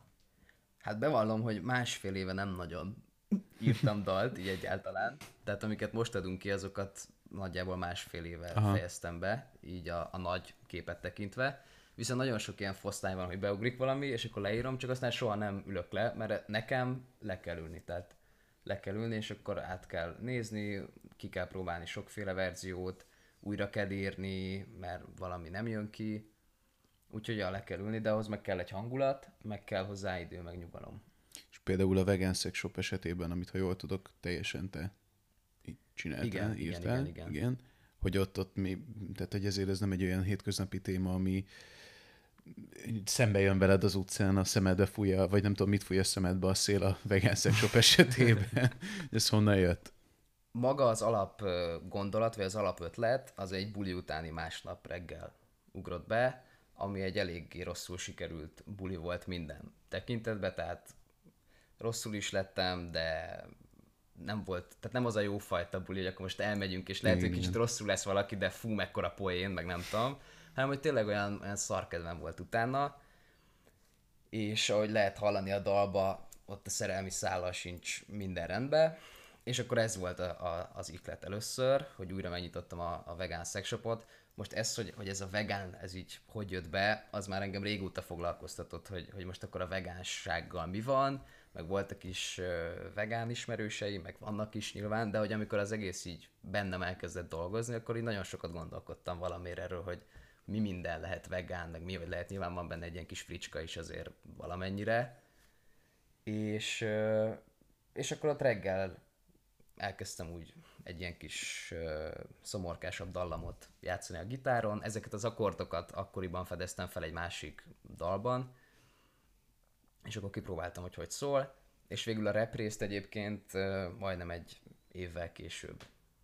[SPEAKER 2] Hát bevallom, hogy másfél éve nem nagyon írtam dalt, így egyáltalán. Tehát amiket most adunk ki, azokat nagyjából másfél éve
[SPEAKER 1] Aha.
[SPEAKER 2] fejeztem be, így a, a nagy képet tekintve. Viszont nagyon sok ilyen fosztály van, hogy beugrik valami, és akkor leírom, csak aztán soha nem ülök le, mert nekem le kell ülni. Tehát le kell ülni, és akkor át kell nézni, ki kell próbálni sokféle verziót, újra kell írni, mert valami nem jön ki, úgyhogy ja, le kell ülni, de ahhoz meg kell egy hangulat, meg kell hozzá idő, meg nyugalom.
[SPEAKER 1] És például a Vegan Sex Shop esetében, amit ha jól tudok, teljesen te így csináltál,
[SPEAKER 2] Igen,
[SPEAKER 1] írtál,
[SPEAKER 2] igen, igen, igen.
[SPEAKER 1] igen, hogy ott, ott mi, tehát hogy ezért ez nem egy olyan hétköznapi téma, ami szembe jön veled az utcán, a szemedbe fújja, vagy nem tudom, mit fújja a szemedbe a szél a Vegan Sex Shop esetében. Ez honnan jött?
[SPEAKER 2] Maga az alap ö, gondolat, vagy az alapötlet, az egy buli utáni másnap reggel ugrott be, ami egy eléggé rosszul sikerült buli volt minden tekintetben, tehát rosszul is lettem, de nem volt, tehát nem az a jó fajta buli, hogy akkor most elmegyünk, és lehet, hogy
[SPEAKER 1] Igen.
[SPEAKER 2] kicsit rosszul lesz valaki, de fú, mekkora poén, meg nem tudom, hanem hogy tényleg olyan, olyan szarkedvem volt utána, és ahogy lehet hallani a dalba, ott a szerelmi szállal sincs minden rendben, és akkor ez volt a, a, az iklet először, hogy újra megnyitottam a, a vegán szexshopot. Most ez, hogy, hogy ez a vegán, ez így hogy jött be, az már engem régóta foglalkoztatott, hogy, hogy most akkor a vegánsággal mi van, meg voltak is uh, vegán ismerőseim, meg vannak is nyilván, de hogy amikor az egész így bennem elkezdett dolgozni, akkor így nagyon sokat gondolkodtam valamiért erről, hogy mi minden lehet vegán, meg mi hogy lehet, nyilván van benne egy ilyen kis fricska is azért valamennyire. És, uh, és akkor ott reggel elkezdtem úgy egy ilyen kis uh, szomorkásabb dallamot játszani a gitáron. Ezeket az akkordokat akkoriban fedeztem fel egy másik dalban, és akkor kipróbáltam, hogy hogy szól, és végül a rap részt egyébként uh, majdnem egy évvel később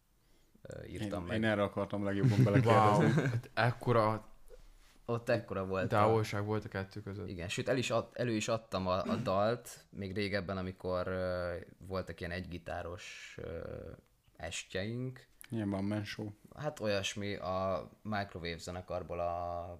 [SPEAKER 2] uh, írtam
[SPEAKER 3] Én,
[SPEAKER 2] meg.
[SPEAKER 3] én erre akartam legjobban belekérdezni.
[SPEAKER 4] Wow, hát ekkora
[SPEAKER 2] Ott ekkora volt a...
[SPEAKER 4] távolság volt a kettő között.
[SPEAKER 2] Igen, sőt el is ad, elő is adtam a, a dalt, még régebben, amikor uh, voltak ilyen egygitáros uh, estjeink.
[SPEAKER 3] Ilyen van man show.
[SPEAKER 2] Hát olyasmi, a Microwave zenekarból a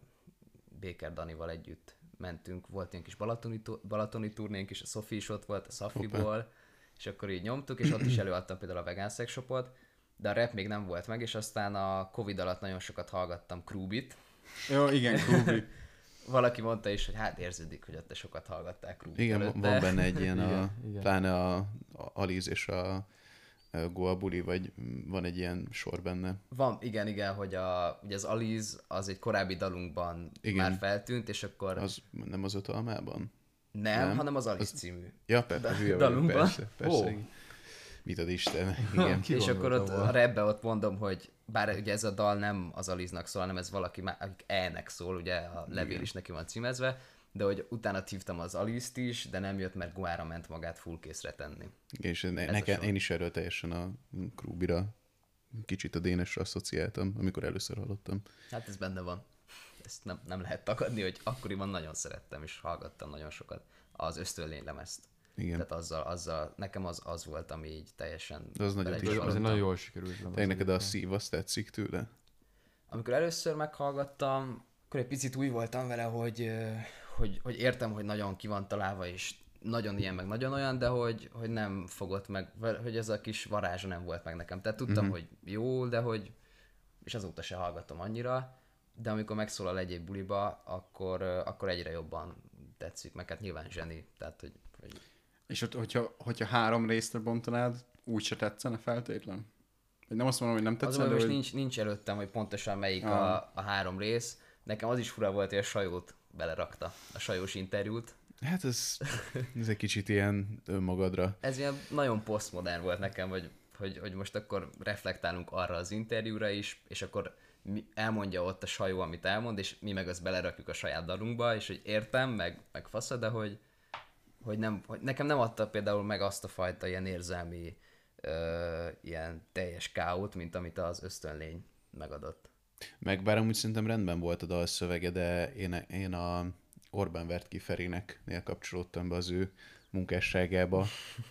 [SPEAKER 2] Béker Danival együtt mentünk, volt ilyen kis balatoni, balatoni turnénk is, a Sophie is ott volt, a Safiból, és akkor így nyomtuk, és ott is előadtam például a Vegan Sex Shopot, de a rap még nem volt meg, és aztán a Covid alatt nagyon sokat hallgattam Krúbit.
[SPEAKER 3] Jó, igen, Krubi.
[SPEAKER 2] Valaki mondta is, hogy hát érződik, hogy ott te sokat hallgatták Krúbit
[SPEAKER 1] Igen,
[SPEAKER 2] előtte.
[SPEAKER 1] van benne egy ilyen,
[SPEAKER 4] Igen,
[SPEAKER 1] a,
[SPEAKER 4] igen.
[SPEAKER 1] pláne a, a Aliz és a, a Goa Buli, vagy van egy ilyen sor benne.
[SPEAKER 2] Van, igen, igen, hogy a, ugye az Aliz az egy korábbi dalunkban
[SPEAKER 1] Igen.
[SPEAKER 2] már feltűnt, és akkor
[SPEAKER 1] Az nem az ötalmában?
[SPEAKER 2] nem,
[SPEAKER 1] nem.
[SPEAKER 2] hanem az Aliz
[SPEAKER 1] Az-
[SPEAKER 2] című.
[SPEAKER 1] Ja, persze, hülye vagyok,
[SPEAKER 2] dalunkban?
[SPEAKER 1] persze, persze.
[SPEAKER 2] Ó.
[SPEAKER 1] igen. Mit ad Isten, igen.
[SPEAKER 4] Ki
[SPEAKER 2] És akkor
[SPEAKER 4] gondolta
[SPEAKER 2] ott
[SPEAKER 4] volna?
[SPEAKER 2] a rapbe ott mondom, hogy bár ugye ez a dal nem az Aliznak szól, hanem ez valaki, má- akik E-nek szól, ugye a levél
[SPEAKER 1] Igen.
[SPEAKER 2] is neki van címezve, de hogy utána hívtam az Alizt is, de nem jött, mert Goára ment magát full készre tenni.
[SPEAKER 1] És ne,
[SPEAKER 2] a
[SPEAKER 1] nekem,
[SPEAKER 2] sor.
[SPEAKER 1] én is erről teljesen a Krúbira, kicsit a Dénesre asszociáltam, amikor először hallottam.
[SPEAKER 2] Hát ez benne van. Ezt nem, nem lehet tagadni, hogy akkoriban nagyon szerettem, és hallgattam nagyon sokat az Ösztönlény lemezt.
[SPEAKER 1] Igen.
[SPEAKER 2] Tehát azzal, azzal, nekem az, az volt, ami így teljesen
[SPEAKER 1] De az nagyon
[SPEAKER 2] bele is
[SPEAKER 1] is
[SPEAKER 4] Ez egy
[SPEAKER 2] hallottam.
[SPEAKER 4] nagyon jól sikerült. lemez
[SPEAKER 1] Tényleg neked a
[SPEAKER 4] egyébként.
[SPEAKER 1] szív, azt tetszik tőle?
[SPEAKER 2] Amikor először meghallgattam, akkor egy picit úgy voltam vele, hogy, ö, hogy, hogy értem, hogy nagyon ki van találva, és nagyon ilyen, meg nagyon olyan, de hogy, hogy nem fogott meg, hogy ez a kis varázsa nem volt meg nekem. Tehát tudtam,
[SPEAKER 1] Mhm.
[SPEAKER 2] hogy jó, de hogy, és azóta se hallgattam annyira, de amikor megszólal egy-egy buliba, akkor, ö, akkor egyre jobban tetszik, meg hát nyilván zseni, tehát hogy, hogy
[SPEAKER 3] És ott, hogyha, hogyha három részre bontanád, úgy se tetszene feltétlen? Vagy nem azt mondom, hogy nem
[SPEAKER 2] azon,
[SPEAKER 3] tetszene,
[SPEAKER 2] hogy
[SPEAKER 3] de
[SPEAKER 2] most
[SPEAKER 3] hogy...
[SPEAKER 2] nincs, nincs előttem, hogy pontosan melyik
[SPEAKER 3] Ah.
[SPEAKER 2] a, a három rész. Nekem az is fura volt, hogy a Sajót belerakta, a Sajós interjút.
[SPEAKER 1] Hát ez, ez egy kicsit ilyen önmagadra.
[SPEAKER 2] Ez ilyen nagyon posztmodern volt nekem, hogy, hogy, hogy most akkor reflektálunk arra az interjúra is, és akkor mi, elmondja ott a Sajó, amit elmond, és mi meg azt belerakjuk a saját dalunkba, és hogy értem, meg, meg fasza, de hogy, hogy, nem, hogy nekem nem adta például meg azt a fajta ilyen érzelmi, ö, ilyen teljes káót, mint amit az Ösztönlény megadott.
[SPEAKER 1] Meg bár amúgy szerintem rendben volt a dalszövege, de én, én a Orbán vert ki Ferinek-nél kapcsolódtam be az ő munkásságába,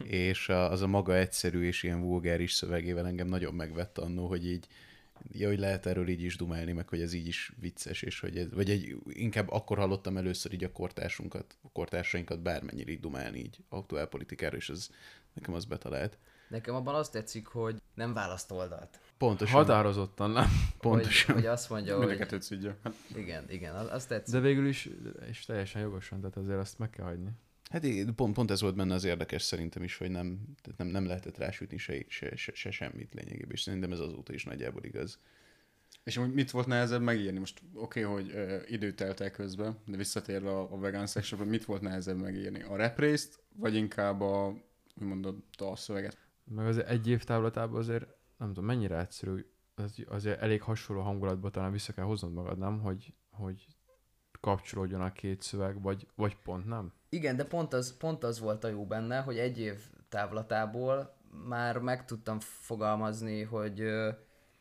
[SPEAKER 1] és a, az a maga egyszerű és ilyen vulgáris szövegével engem nagyon megvett annó, hogy így, ja, hogy lehet erről így is dumálni, meg hogy ez így is vicces, és hogy ez, vagy egy, inkább akkor hallottam először így a kortársunkat, a kortársainkat bármennyire így dumálni így aktuálpolitikára, és ez nekem az betalált.
[SPEAKER 2] Nekem abban azt tetszik, hogy nem választ oldalt.
[SPEAKER 1] Pontosan.
[SPEAKER 4] Határozottan nem.
[SPEAKER 1] Pontosan.
[SPEAKER 2] Hogy, hogy azt mondja,
[SPEAKER 3] Mind a
[SPEAKER 2] hogy
[SPEAKER 3] kettőt szidja. Hát,
[SPEAKER 2] igen, igen, az- azt tetszik.
[SPEAKER 4] De végül is, és teljesen jogosan, tehát azért azt meg kell hagyni.
[SPEAKER 1] Hát igen, pont, pont ez volt benne az érdekes szerintem is, hogy nem, tehát nem, nem lehetett rásütni se, se, se, se semmit lényegében, és szerintem ez azóta is nagyjából igaz.
[SPEAKER 3] És úgy mit volt nehezebb megírni? Most oké, okay, hogy ö, idő telt el közben, de visszatérve a, a vegan sectionban, mit volt nehezebb megírni? A rap részt, vagy inkább a, úgy mondod, a szöveget?
[SPEAKER 4] Meg az egy év távlatában azért, nem tudom, mennyire egyszerű, az, azért elég hasonló hangulatba talán vissza kell hoznod magad, nem? Hogy, hogy kapcsolódjon a két szöveg, vagy, vagy pont nem?
[SPEAKER 2] Igen, de pont az, pont az volt a jó benne, hogy egy év távlatából már meg tudtam fogalmazni, hogy ö,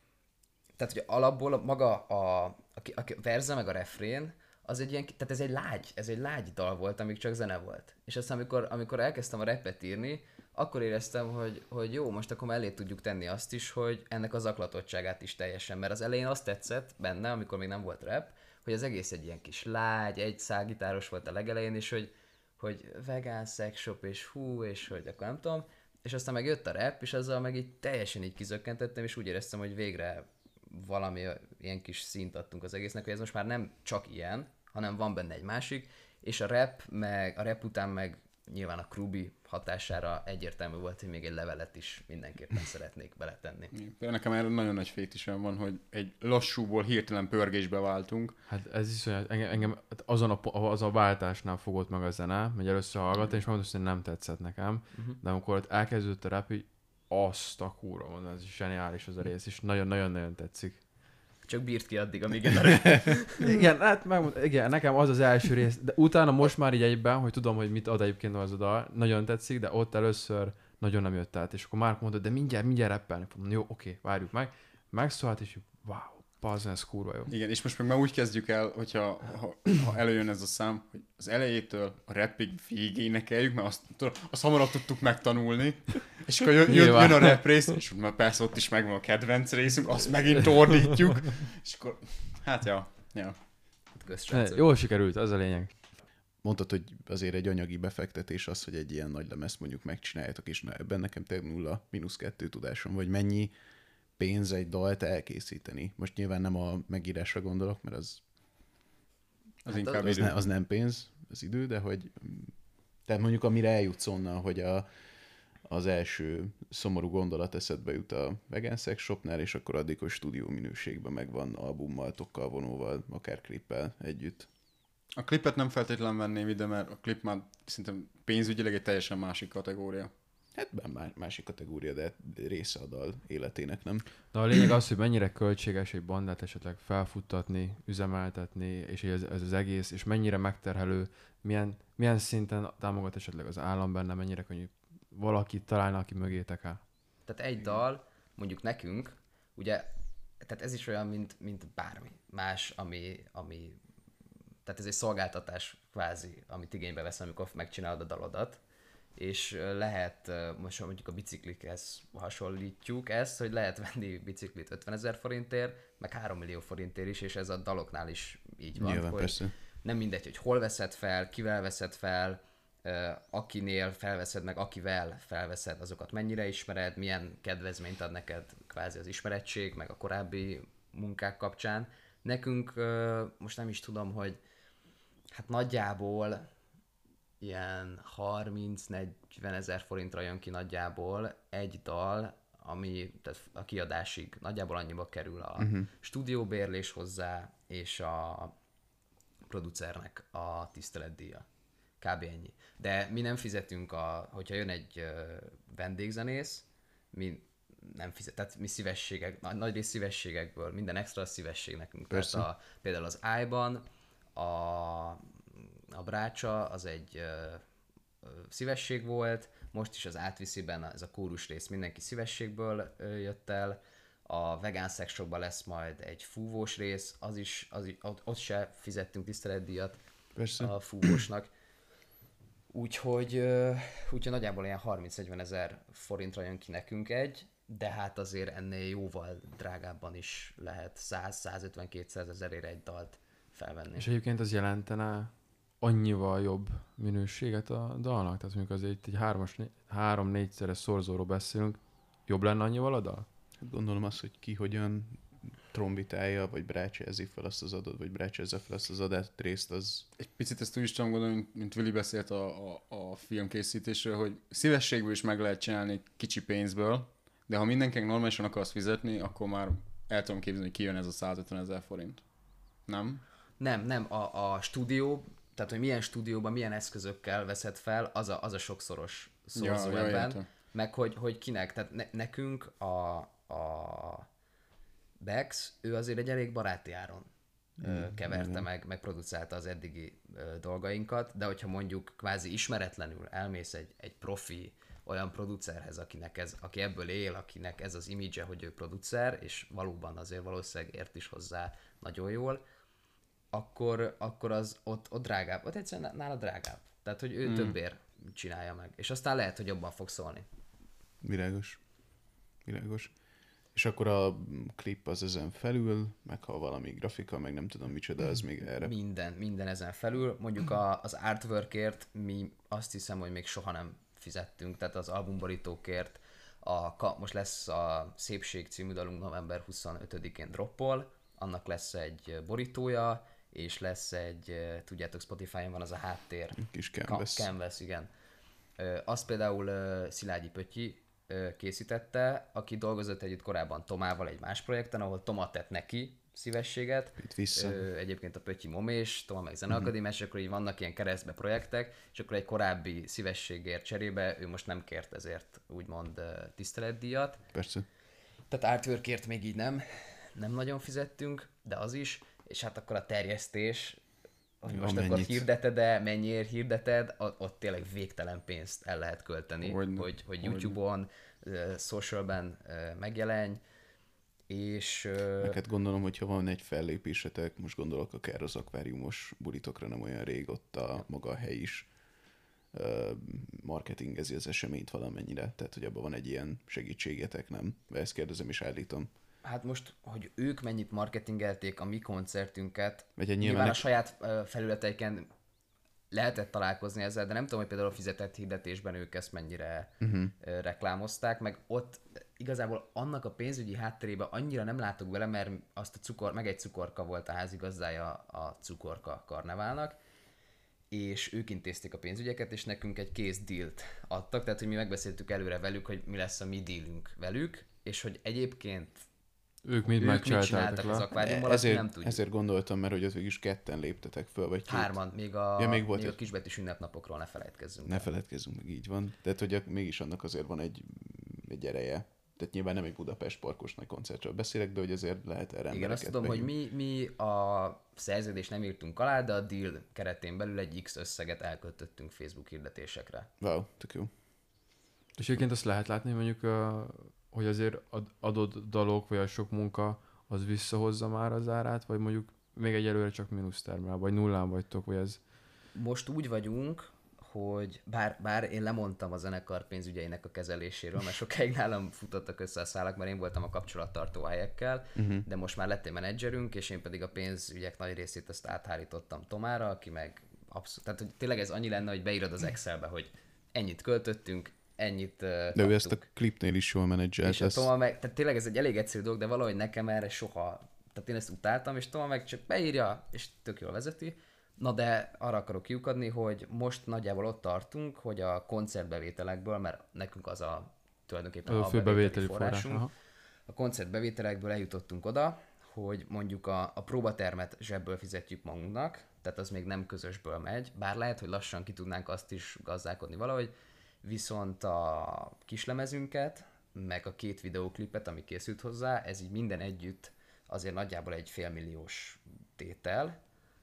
[SPEAKER 2] tehát, hogy alapból maga a, a, a verze meg a refrén, az egy ilyen, tehát ez egy lágy, ez egy lágy dal volt, amíg csak zene volt. És aztán amikor, amikor elkezdtem a rappet írni, akkor éreztem, hogy, hogy jó, most akkor mellé tudjuk tenni azt is, hogy ennek az zaklatottságát is teljesen, mert az elején azt tetszett benne, amikor még nem volt rap, hogy az egész egy ilyen kis lágy, egy szálgitáros volt a legelején, és hogy, hogy vegán sex shop, és hú, és hogy akkor nem tudom, és aztán meg jött a rap, és azzal meg így teljesen így kizökkentettem, és úgy éreztem, hogy végre valami ilyen kis szint adtunk az egésznek, hogy ez most már nem csak ilyen, hanem van benne egy másik, és a rap, meg a rap után meg nyilván a Krubi hatására egyértelmű volt, hogy még egy levelet is mindenképpen szeretnék beletenni.
[SPEAKER 3] Nekem erre nagyon nagy fétisem van, hogy egy lassúból hirtelen pörgésbe váltunk.
[SPEAKER 4] Hát ez is olyan, engem, engem azon a, az a váltásnál fogott meg a zene, hogy először hallgattam, és mondtam, hogy nem tetszett nekem, uh-huh. de amikor ott elkezdődött a rap, így azt a kúra, mondom, ez is zseniális az a rész, és nagyon-nagyon-nagyon tetszik.
[SPEAKER 2] Csak bírt ki addig, amíg jön a rap.
[SPEAKER 4] Igen, hát megmond, igen, nekem az az első rész, de utána most már így egyben, hogy tudom, hogy mit ad egyébként az a dal, nagyon tetszik, de ott először nagyon nem jött át, és akkor Márk mondta, de mindjárt, mindjárt rappelni fogom. Jó, oké, várjuk meg. Megszólalt, és wow, bazen, ez kurva jó.
[SPEAKER 3] Igen, és most meg már úgy kezdjük el, hogyha ha, ha előjön ez a szám, hogy az elejétől a rapig végig énekeljük, mert azt, tudod, azt hamarabb tudtuk megtanulni, és akkor jön, jön, jön a rap rész, és már persze ott is megvan a kedvenc részünk, azt megint ordítjuk, és akkor, hát ja, ja.
[SPEAKER 2] Kösz,
[SPEAKER 4] Jól sikerült, az a lényeg.
[SPEAKER 1] Mondtad, hogy azért egy anyagi befektetés az, hogy egy ilyen nagy lemezt mondjuk megcsináljátok, és ebben nekem tényleg nulla, mínusz kettő tudásom, vagy mennyi pénz egy dalt elkészíteni. Most nyilván nem a megírásra gondolok, mert az,
[SPEAKER 3] Az
[SPEAKER 1] hát
[SPEAKER 3] inkább
[SPEAKER 1] az,
[SPEAKER 3] idő.
[SPEAKER 1] ne, az nem pénz, az idő, de hogy tehát mondjuk amire eljutsz onnan, hogy a, az első szomorú gondolat eszedbe jut a Vegan Sex Shopnál, és akkor addig, hogy stúdió minőségben megvan albummal, tokkal, vonóval, akár klippel együtt.
[SPEAKER 3] A klipet nem feltétlenül venném ide, mert a klip már szerintem pénzügyileg egy teljesen másik kategória.
[SPEAKER 1] Hát már másik kategória, de része a dal életének, nem?
[SPEAKER 4] De a lényeg az, hogy mennyire költséges egy bandát esetleg felfuttatni, üzemeltetni, és ez, ez az egész, és mennyire megterhelő, milyen, milyen szinten támogat esetleg az állam benne, mennyire könnyű valakit találni, aki mögétek áll.
[SPEAKER 2] Tehát egy dal, mondjuk nekünk, ugye, tehát ez is olyan, mint, mint bármi más, ami, ami, tehát ez egy szolgáltatás kvázi, amit igénybe veszem, amikor megcsinálod a dalodat, és lehet, most mondjuk a biciklikhez hasonlítjuk ezt, hogy lehet venni biciklit ötvenezer forintért, meg három millió forintért is, és ez a daloknál is így van.
[SPEAKER 1] Nyilván,
[SPEAKER 2] hogy
[SPEAKER 1] persze.
[SPEAKER 2] nem mindegy, hogy hol veszed fel, kivel veszed fel, akinél felveszed, meg akivel felveszed, azokat mennyire ismered, milyen kedvezményt ad neked kvázi az ismerettség, meg a korábbi munkák kapcsán. Nekünk most nem is tudom, hogy hát nagyjából ilyen harminc-negyven ezer forintra jön ki nagyjából egy dal, ami tehát a kiadásig nagyjából annyiba kerül a uh-huh. stúdióbérlés hozzá, és a producernek a tiszteletdíja. Kb. Ennyi. De mi nem fizetünk, a, hogyha jön egy uh, vendégzenész, mi nem fizet, tehát mi szívességek, nagy, nagy rész szívességekből, minden extra szívesség nekünk. Persze. Tehát a, például az I-ban a a Brácsa az egy ö, ö, szívesség volt, most is az Átvisziben ez a kórus rész mindenki szívességből ö, jött el, a Vegan Sex Shopban lesz majd egy fúvós rész, az is, az is ott, ott se fizettünk tiszteletdíjat
[SPEAKER 1] Persze.
[SPEAKER 2] a fúvósnak. Úgyhogy, ö, úgyhogy nagyjából ilyen harminc-negyven ezer forintra jön ki nekünk egy, de hát azért ennél jóval drágábban is lehet száz-százötven-kétszáz ezerére egy dalt felvenni.
[SPEAKER 4] És egyébként az jelentene annyival jobb minőséget a dalnak? Tehát mondjuk azért egy hármas, három-négyszeres szorzóról beszélünk, jobb lenne annyival a dal?
[SPEAKER 1] Hát gondolom azt, hogy ki hogyan trombitálja, vagy brácsezi fel azt az adott, vagy brácsezze fel azt az adott részt, az...
[SPEAKER 3] Egy picit ezt úgy is tudom gondolni, mint, mint Willi beszélt a, a, a filmkészítésről, hogy szívességből is meg lehet csinálni kicsi pénzből, de ha mindenkinek normálisan akarsz fizetni, akkor már el tudom képzelni, hogy kijön ez a százötven ezer forint. Nem?
[SPEAKER 2] Nem, nem, a, a stúdió, tehát hogy milyen stúdióban, milyen eszközökkel veszed fel, az a, az a sokszoros szorzó
[SPEAKER 3] Ja, ja,
[SPEAKER 2] ebben.
[SPEAKER 3] értem.
[SPEAKER 2] Meg hogy, hogy kinek, tehát ne, nekünk a, a Bex, ő azért egy elég baráti áron mm, keverte meg, meg producálta az eddigi ö, dolgainkat, de hogyha mondjuk kvázi ismeretlenül elmész egy, egy profi olyan producerhez, akinek ez, aki ebből él, akinek ez az image, hogy ő producer, és valóban azért valószínűleg ért is hozzá nagyon jól, akkor, akkor az ott, ott drágább, ott egyszerűen nála drágább. Tehát, hogy ő mm. többért csinálja meg. És aztán lehet, hogy jobban fog szólni.
[SPEAKER 1] Világos. Világos. És akkor a klip az ezen felül, meg ha valami grafika, meg nem tudom micsoda, az még erre.
[SPEAKER 2] Minden, minden ezen felül. Mondjuk a, az artworkért mi azt hiszem, hogy még soha nem fizettünk, tehát az albumborítókért. A, most lesz a Szépség című dalunk november huszonötödikén droppol, annak lesz egy borítója, és lesz egy, tudjátok, Spotify-on van az a háttér.
[SPEAKER 1] Kis canvas.
[SPEAKER 2] Ka- canvas, igen. Azt például Szilágyi Pötyi készítette, aki dolgozott együtt korábban Tomával egy más projekten, ahol Toma tett neki szívességet.
[SPEAKER 1] Itt vissza.
[SPEAKER 2] Ö, egyébként a Pötyi Momés, Toma meg Zeneakadémiás, és akkor így vannak ilyen keresztbe projektek, és akkor egy korábbi szívességért cserébe ő most nem kért ezért úgymond tiszteletdíjat.
[SPEAKER 1] Persze.
[SPEAKER 2] Tehát artworkért még így nem, nem nagyon fizettünk, de az is, és hát akkor a terjesztés, hogy most
[SPEAKER 1] Amennyit.
[SPEAKER 2] akkor hirdeted-e, mennyiért hirdeted, ott, ott tényleg végtelen pénzt el lehet költeni,
[SPEAKER 3] Hogyne.
[SPEAKER 2] hogy, hogy
[SPEAKER 3] Hogyne.
[SPEAKER 2] YouTube-on, uh, socialben uh, megjelenj, és... Uh,
[SPEAKER 1] Neked gondolom, hogyha van egy fellépésetek, most gondolok akár az akváriumos bulitokra, nem olyan rég ott a maga a hely is uh, marketingezi az eseményt valamennyire, tehát hogy abban van egy ilyen segítségetek, nem? Ezt kérdezem és állítom.
[SPEAKER 2] Hát most, hogy ők mennyit marketingelték a mi koncertünket,
[SPEAKER 1] Vagy egy
[SPEAKER 2] nyilván,
[SPEAKER 1] nyilván
[SPEAKER 2] a saját uh, felületeiken lehetett találkozni ezzel, de nem tudom, hogy például a fizetett hirdetésben ők ezt mennyire uh-huh. uh, reklámozták, meg ott igazából annak a pénzügyi hátterében annyira nem látok bele, mert azt a cukor, meg egy cukorka volt a házigazdája a cukorka karneválnak, és ők intézték a pénzügyeket, és nekünk egy kész dealt adtak, tehát hogy mi megbeszéltük előre velük, hogy mi lesz a mi dealünk velük, és hogy egyébként
[SPEAKER 4] Ők mit
[SPEAKER 2] ők mit
[SPEAKER 4] megcsinálták
[SPEAKER 2] csináltak az
[SPEAKER 4] le?
[SPEAKER 2] akváriummal, azt mi
[SPEAKER 1] ezért,
[SPEAKER 2] nem tudjuk.
[SPEAKER 1] ezért gondoltam, mert hogy ott végig is ketten léptetek föl, vagy két.
[SPEAKER 2] Hárman, még a,
[SPEAKER 1] Ja, még
[SPEAKER 2] még
[SPEAKER 1] volt
[SPEAKER 2] még a
[SPEAKER 1] egy-
[SPEAKER 2] kisbetűs ünnepnapokról ne felejtkezzünk.
[SPEAKER 1] Ne
[SPEAKER 2] el.
[SPEAKER 1] feledkezzünk meg, így van. Tehát, hogy a- mégis annak azért van egy, egy ereje. Tehát nyilván nem egy Budapest parkos nagy koncertről beszélek, de hogy azért lehet erre
[SPEAKER 2] Igen, azt
[SPEAKER 1] embereket
[SPEAKER 2] tudom, hogy
[SPEAKER 1] behívni.
[SPEAKER 2] mi, mi a szerződést nem írtunk alá, de a deal keretén belül egy X összeget elköltöttünk Facebook hirdetésekre.
[SPEAKER 1] Wow, tök jó.
[SPEAKER 4] És egyébként azt lehet látni, mondjuk, ö, hogy azért ad- adott dalok, vagy a sok munka, az visszahozza már az árát, vagy mondjuk még egyelőre csak mínusz termel, vagy nullán vagytok, vagy ez...
[SPEAKER 2] Most úgy vagyunk, hogy bár, bár én lemondtam a zenekar pénzügyeinek a kezeléséről, mert sokáig nálam futottak össze a szálak, mert én voltam a kapcsolattartó helyekkel, uh-huh. de most már lett egy menedzserünk, és én pedig a pénzügyek nagy részét azt áthárítottam Tomára, aki meg abszolút, tehát hogy tényleg ez annyi lenne, hogy beírod az Excelbe, hogy ennyit költöttünk, ennyit uh,
[SPEAKER 1] De ő ezt a klipnél is jól menedzselt.
[SPEAKER 2] és a
[SPEAKER 1] ezt-
[SPEAKER 2] Toma meg, tehát tényleg ez egy elég egyszerű dolog, de valahogy nekem erre soha, tehát én ezt utáltam, és Toma meg csak beírja, és tök jól vezeti. Na de arra akarok kiukadni, hogy most nagyjából ott tartunk, hogy a koncertbevételekből, mert nekünk az a tulajdonképpen
[SPEAKER 4] A
[SPEAKER 2] a
[SPEAKER 4] fő bevételi forrás. Aha.
[SPEAKER 2] a koncertbevételekből eljutottunk oda, hogy mondjuk a, a próbatermet zsebből fizetjük magunknak, tehát az még nem közösből megy, bár lehet, hogy lassan ki tudnánk azt is gazdálkodni valahogy, viszont a kislemezünket, meg a két videóklipet, ami készült hozzá, ez így minden együtt azért nagyjából egy félmilliós tétel,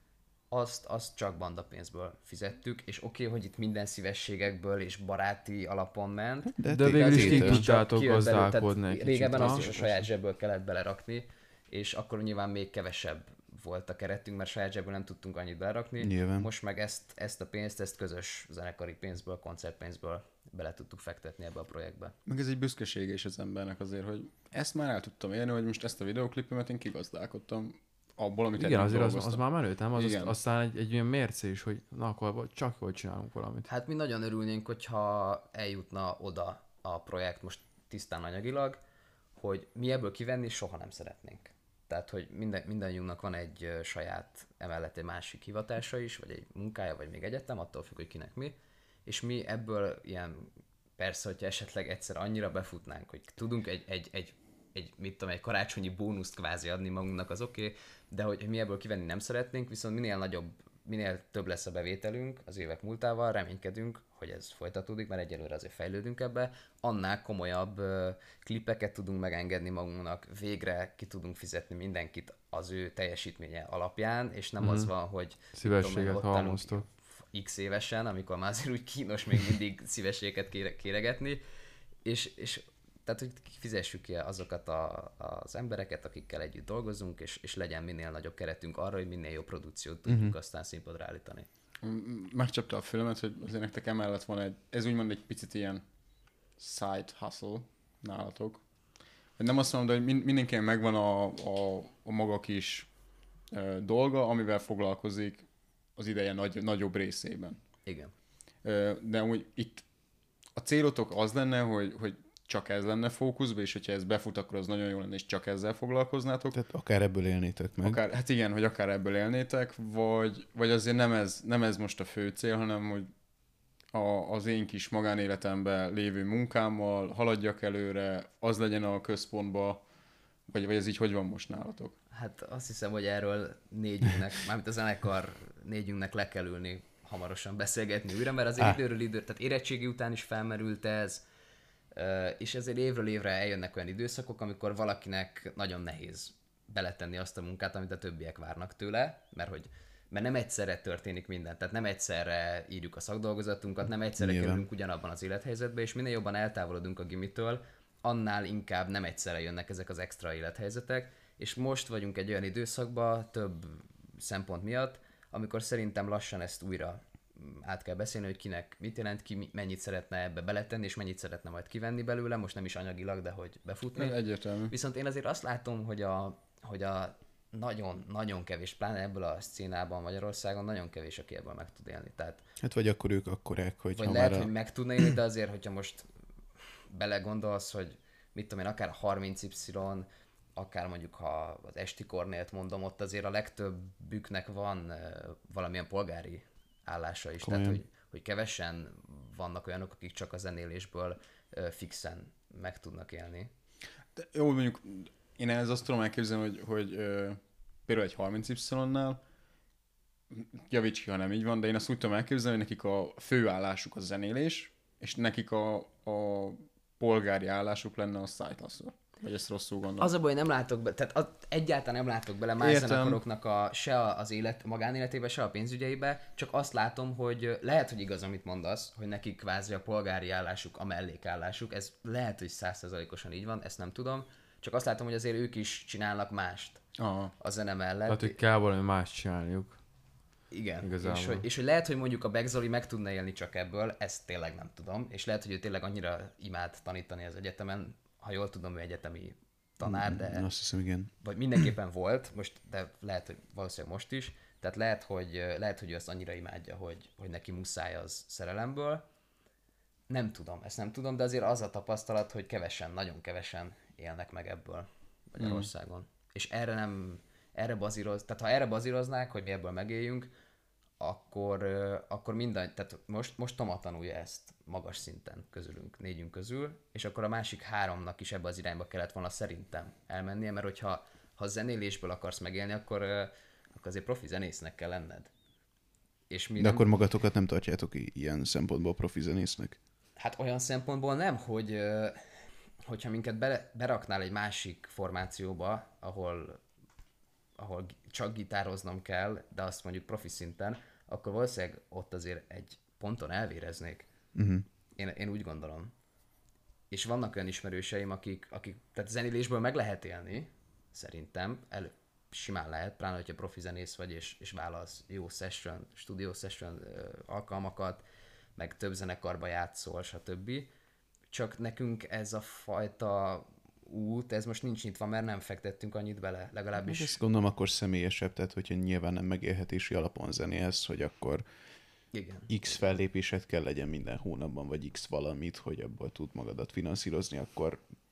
[SPEAKER 2] azt, azt csak bandapénzből fizettük, és oké, okay, hogy itt minden szívességekből és baráti alapon ment,
[SPEAKER 4] De
[SPEAKER 1] tétel-
[SPEAKER 4] végül is ti
[SPEAKER 1] tétel.
[SPEAKER 4] tudtátok
[SPEAKER 2] kijött belőle, tehát
[SPEAKER 4] gazdálkodni egy kicsit.
[SPEAKER 2] régebben azt
[SPEAKER 4] Aha.
[SPEAKER 2] is a saját zsebből kellett belerakni, és akkor nyilván még kevesebb volt a keretünk, mert saját zsebből nem tudtunk annyit belerakni.
[SPEAKER 1] Nyilván.
[SPEAKER 2] Most meg ezt, ezt a pénzt, ezt közös zenekari pénzből, koncertpénzből bele tudtuk fektetni ebbe a projektbe.
[SPEAKER 3] Meg ez egy büszkeség is az embernek azért, hogy ezt már el tudtam élni, hogy most ezt a videoklipemet én kigazdálkodtam abból, amit
[SPEAKER 4] Igen,
[SPEAKER 3] eddig
[SPEAKER 4] azért az,
[SPEAKER 3] dolgoztam.
[SPEAKER 4] az már menő, nem? Az, az
[SPEAKER 3] Igen.
[SPEAKER 4] aztán egy, egy ilyen mérce is, hogy na akkor csak jól csinálunk valamit.
[SPEAKER 2] Hát mi nagyon örülnénk, hogyha eljutna oda a projekt most tisztán anyagilag, hogy mi ebből kivenni soha nem szeretnénk. Tehát, hogy minden, mindannyiunknak van egy ö, saját, emellett egy másik hivatása is, vagy egy munkája, vagy még egyetem, attól függ, hogy kinek mi. És mi ebből ilyen, persze, hogyha esetleg egyszer annyira befutnánk, hogy tudunk egy, egy, egy, egy mit tudom, egy karácsonyi bónuszt kvázi adni magunknak, az oké, okay, de hogy mi ebből kivenni nem szeretnénk, viszont minél nagyobb, minél több lesz a bevételünk az évek múltával, reménykedünk, hogy ez folytatódik, mert egyelőre azért fejlődünk ebbe, annál komolyabb uh, klipeket tudunk megengedni magunknak, végre ki tudunk fizetni mindenkit az ő teljesítménye alapján, és nem mm. az van, hogy
[SPEAKER 4] szívességet halmoztok
[SPEAKER 2] x évesen, amikor már azért úgy kínos még mindig szívességet kére, kéregetni, és, és tehát, hogy fizessük ki azokat a, az embereket, akikkel együtt dolgozunk, és, és legyen minél nagyobb keretünk arra, hogy minél jobb produkciót tudjuk uh-huh. aztán színpadra állítani.
[SPEAKER 3] Megcsapta a filmet, hogy azért nektek emellett van egy, ez úgymond egy picit ilyen side hustle nálatok. Nem azt mondom, de hogy mindenkinek megvan a, a, a maga kis uh, dolga, amivel foglalkozik az ideje nagy, nagyobb részében.
[SPEAKER 2] Igen.
[SPEAKER 3] Uh, de úgy itt a célotok az lenne, hogy, hogy csak ez lenne fókuszban, és hogyha ez befut, akkor az nagyon jó lenne, és csak ezzel foglalkoznátok.
[SPEAKER 1] Tehát akár ebből élnétek meg.
[SPEAKER 3] Akár, hát igen, hogy akár ebből élnétek, vagy, vagy azért nem ez, nem ez most a fő cél, hanem hogy a, az én kis magánéletemben lévő munkámmal haladjak előre, az legyen a központba, vagy, vagy ez így hogy van most nálatok?
[SPEAKER 2] Hát azt hiszem, hogy erről négyünknek, mármint a zenekar négyünknek le kell ülni hamarosan beszélgetni újra, mert azért ah. időről időre, tehát érettségi után is felmerült ez, és ezért évről évre eljönnek olyan időszakok, amikor valakinek nagyon nehéz beletenni azt a munkát, amit a többiek várnak tőle, mert hogy mert nem egyszerre történik minden, tehát nem egyszerre írjuk a szakdolgozatunkat, nem egyszerre
[SPEAKER 1] Nyilván.
[SPEAKER 2] kerülünk ugyanabban az élethelyzetbe, és minél jobban eltávolodunk a gimitől, annál inkább nem egyszerre jönnek ezek az extra élethelyzetek, és most vagyunk egy olyan időszakban több szempont miatt, amikor szerintem lassan ezt újra át kell beszélni, hogy kinek mit jelent, ki mennyit szeretne ebbe beletenni, és mennyit szeretne majd kivenni belőle, most nem is anyagilag, de hogy befutni.
[SPEAKER 3] Egyértelmű.
[SPEAKER 2] Viszont én azért azt látom, hogy a, hogy a nagyon, nagyon kevés, pláne ebből a szcénában Magyarországon nagyon kevés, aki ebből meg tud élni. Tehát,
[SPEAKER 1] hát vagy akkor ők akkorák, hogy
[SPEAKER 2] vagy lehet, a... hogy meg tudna élni, de azért, hogyha most belegondolsz, hogy mit tudom én, akár harminc Y, akár mondjuk, ha az Esti Kornélt mondom, ott azért a legtöbbüknek van uh, valamilyen polgári állása is. Komolyan. Tehát, hogy, hogy kevesen vannak olyanok, akik csak a zenélésből uh, fixen meg tudnak élni.
[SPEAKER 3] De jó, mondjuk én ehhez azt tudom elképzelni, hogy, hogy uh, például egy harminc Y-nál, javíts ki, ha nem így van, de én azt úgy tudom elképzelni, hogy nekik a főállásuk a zenélés, és nekik a, a polgári állásuk lenne a side hustle. Vagy ezt rosszul gondolom.
[SPEAKER 2] Az a baj, nem látok be, tehát a, egyáltalán nem látok bele más zenekaroknak a, se az élet, a magánéletébe, se a pénzügyeibe, csak azt látom, hogy lehet, hogy igaz, amit mondasz, hogy nekik kvázi a polgári állásuk, a mellékállásuk, ez lehet, hogy száz százalékosan így van, ezt nem tudom, csak azt látom, hogy azért ők is csinálnak mást Aha. a zene mellett.
[SPEAKER 4] Tehát, hogy kell valami mást csinálniuk.
[SPEAKER 2] Igen, és hogy, és hogy lehet, hogy mondjuk a Begzoli meg tudna élni csak ebből, ezt tényleg nem tudom, és lehet, hogy ő tényleg annyira imád tanítani az egyetemen, ha jól tudom, ő egyetemi tanár, de...
[SPEAKER 1] Azt hiszem, igen.
[SPEAKER 2] Vagy mindenképpen volt, most, de lehet, hogy valószínűleg most is. Tehát lehet, hogy, lehet, hogy ő azt annyira imádja, hogy, hogy neki muszáj az szerelemből. Nem tudom, ezt nem tudom, de azért az a tapasztalat, hogy kevesen, nagyon kevesen élnek meg ebből Magyarországon. Mm. És erre nem, erre bazíroz, tehát ha erre bazíroznák, hogy mi ebből megéljünk, akkor, akkor minden, tehát most, most Toma tanulja ezt magas szinten közülünk, négyünk közül, és akkor a másik háromnak is ebbe az irányba kellett volna szerintem elmennie, mert hogyha ha zenélésből akarsz megélni, akkor, akkor azért profi zenésznek kell lenned. És mi
[SPEAKER 1] De
[SPEAKER 2] nem...
[SPEAKER 1] akkor magatokat nem tartjátok ilyen szempontból profi zenésznek?
[SPEAKER 2] Hát olyan szempontból nem, hogy hogyha minket be, beraknál egy másik formációba, ahol ahol csak gitároznom kell, de azt mondjuk profi szinten, akkor valószínűleg ott azért egy ponton elvéreznék. Uh-huh. Én, én úgy gondolom. És vannak olyan ismerőseim, akik, akik tehát zenélésből meg lehet élni, szerintem, elő, simán lehet, pláne, hogyha profi zenész vagy, és, és válasz jó session, studio session ö, alkalmakat, meg több zenekarba játszol, stb. Csak nekünk ez a fajta út, ez most nincs nyitva, mert nem fektettünk annyit bele, legalábbis.
[SPEAKER 1] Ezt gondolom akkor személyesebb, tehát hogyha nyilván nem megélhetési alapon zenéhez, hogy akkor
[SPEAKER 2] igen.
[SPEAKER 1] X fellépésed kell legyen minden hónapban, vagy X valamit, hogy abból tud magadat finanszírozni, akkor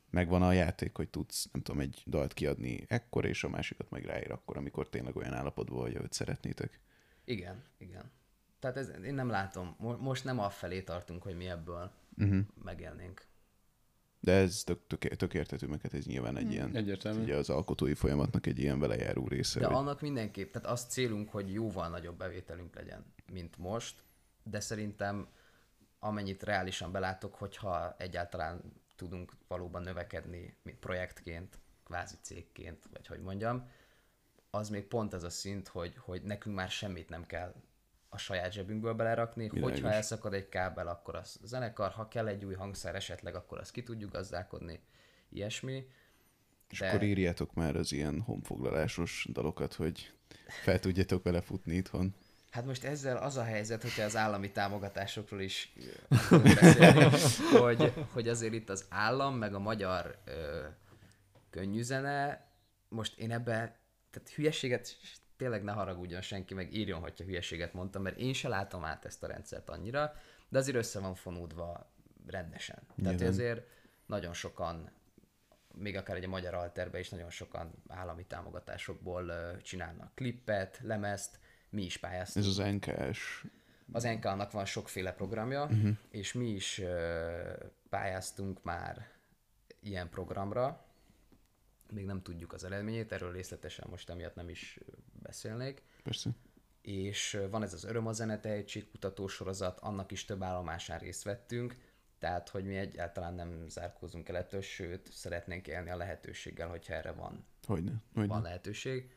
[SPEAKER 1] megvan a játék, hogy tudsz, nem tudom, egy dalt kiadni ekkor, és a másikat meg ráír akkor, amikor tényleg olyan állapotban vagy, ahogy szeretnétek.
[SPEAKER 2] Igen, igen. Tehát ez, én nem látom. Mo- most nem affelé tartunk, hogy mi ebből
[SPEAKER 1] Uh-huh.
[SPEAKER 2] megélnénk.
[SPEAKER 1] De ez tök, tök, tök értető, meg hát ez nyilván egy ilyen,
[SPEAKER 3] Egyértelmű.
[SPEAKER 1] ugye az alkotói folyamatnak egy ilyen velejáró része.
[SPEAKER 2] De
[SPEAKER 1] hogy...
[SPEAKER 2] annak mindenképp, tehát az célunk, hogy jóval nagyobb bevételünk legyen, mint most, de szerintem amennyit reálisan belátok, hogyha egyáltalán tudunk valóban növekedni mint projektként, kvázi cégként, vagy hogy mondjam, az még pont ez a szint, hogy, hogy nekünk már semmit nem kell a saját zsebünkből belerakni,
[SPEAKER 1] Világos.
[SPEAKER 2] hogyha elszakad egy kábel, akkor az zenekar, ha kell egy új hangszer esetleg, akkor azt ki tudjuk gazdálkodni, ilyesmi.
[SPEAKER 1] És
[SPEAKER 2] De-
[SPEAKER 1] akkor írjátok már az ilyen honfoglalásos dalokat, hogy fel tudjátok vele futni itthon.
[SPEAKER 2] Hát most ezzel az a helyzet, hogyha az állami támogatásokról is ö, akarunk beszélni, hogy, hogy azért itt az állam, meg a magyar ö, könnyűzene, most én ebbe, tehát hülyeséget, tényleg ne haragudjon senki, meg írjon, hogyha hülyeséget mondtam, mert én se látom át ezt a rendszert annyira, de azért össze van fonódva rendesen. Tehát
[SPEAKER 1] Nyilván.
[SPEAKER 2] ezért nagyon sokan, még akár egy a magyar alterbe is nagyon sokan állami támogatásokból ö, csinálnak klippet, lemezt, mi is pályáztunk.
[SPEAKER 1] Ez az en ká es.
[SPEAKER 2] Az en ká-nak van sokféle programja, uh-huh. és mi is ö, pályáztunk már ilyen programra. Még nem tudjuk az eredményét, erről részletesen most emiatt nem is ö, beszélnék.
[SPEAKER 1] Persze.
[SPEAKER 2] És ö, van ez az Öröm a zene tehetségkutató sorozat, annak is több állomásán részt vettünk, tehát hogy mi egyáltalán nem zárkózunk el ettől, sőt, szeretnénk élni a lehetőséggel, hogyha erre van,
[SPEAKER 1] Hogyne. Hogyne.
[SPEAKER 2] van lehetőség.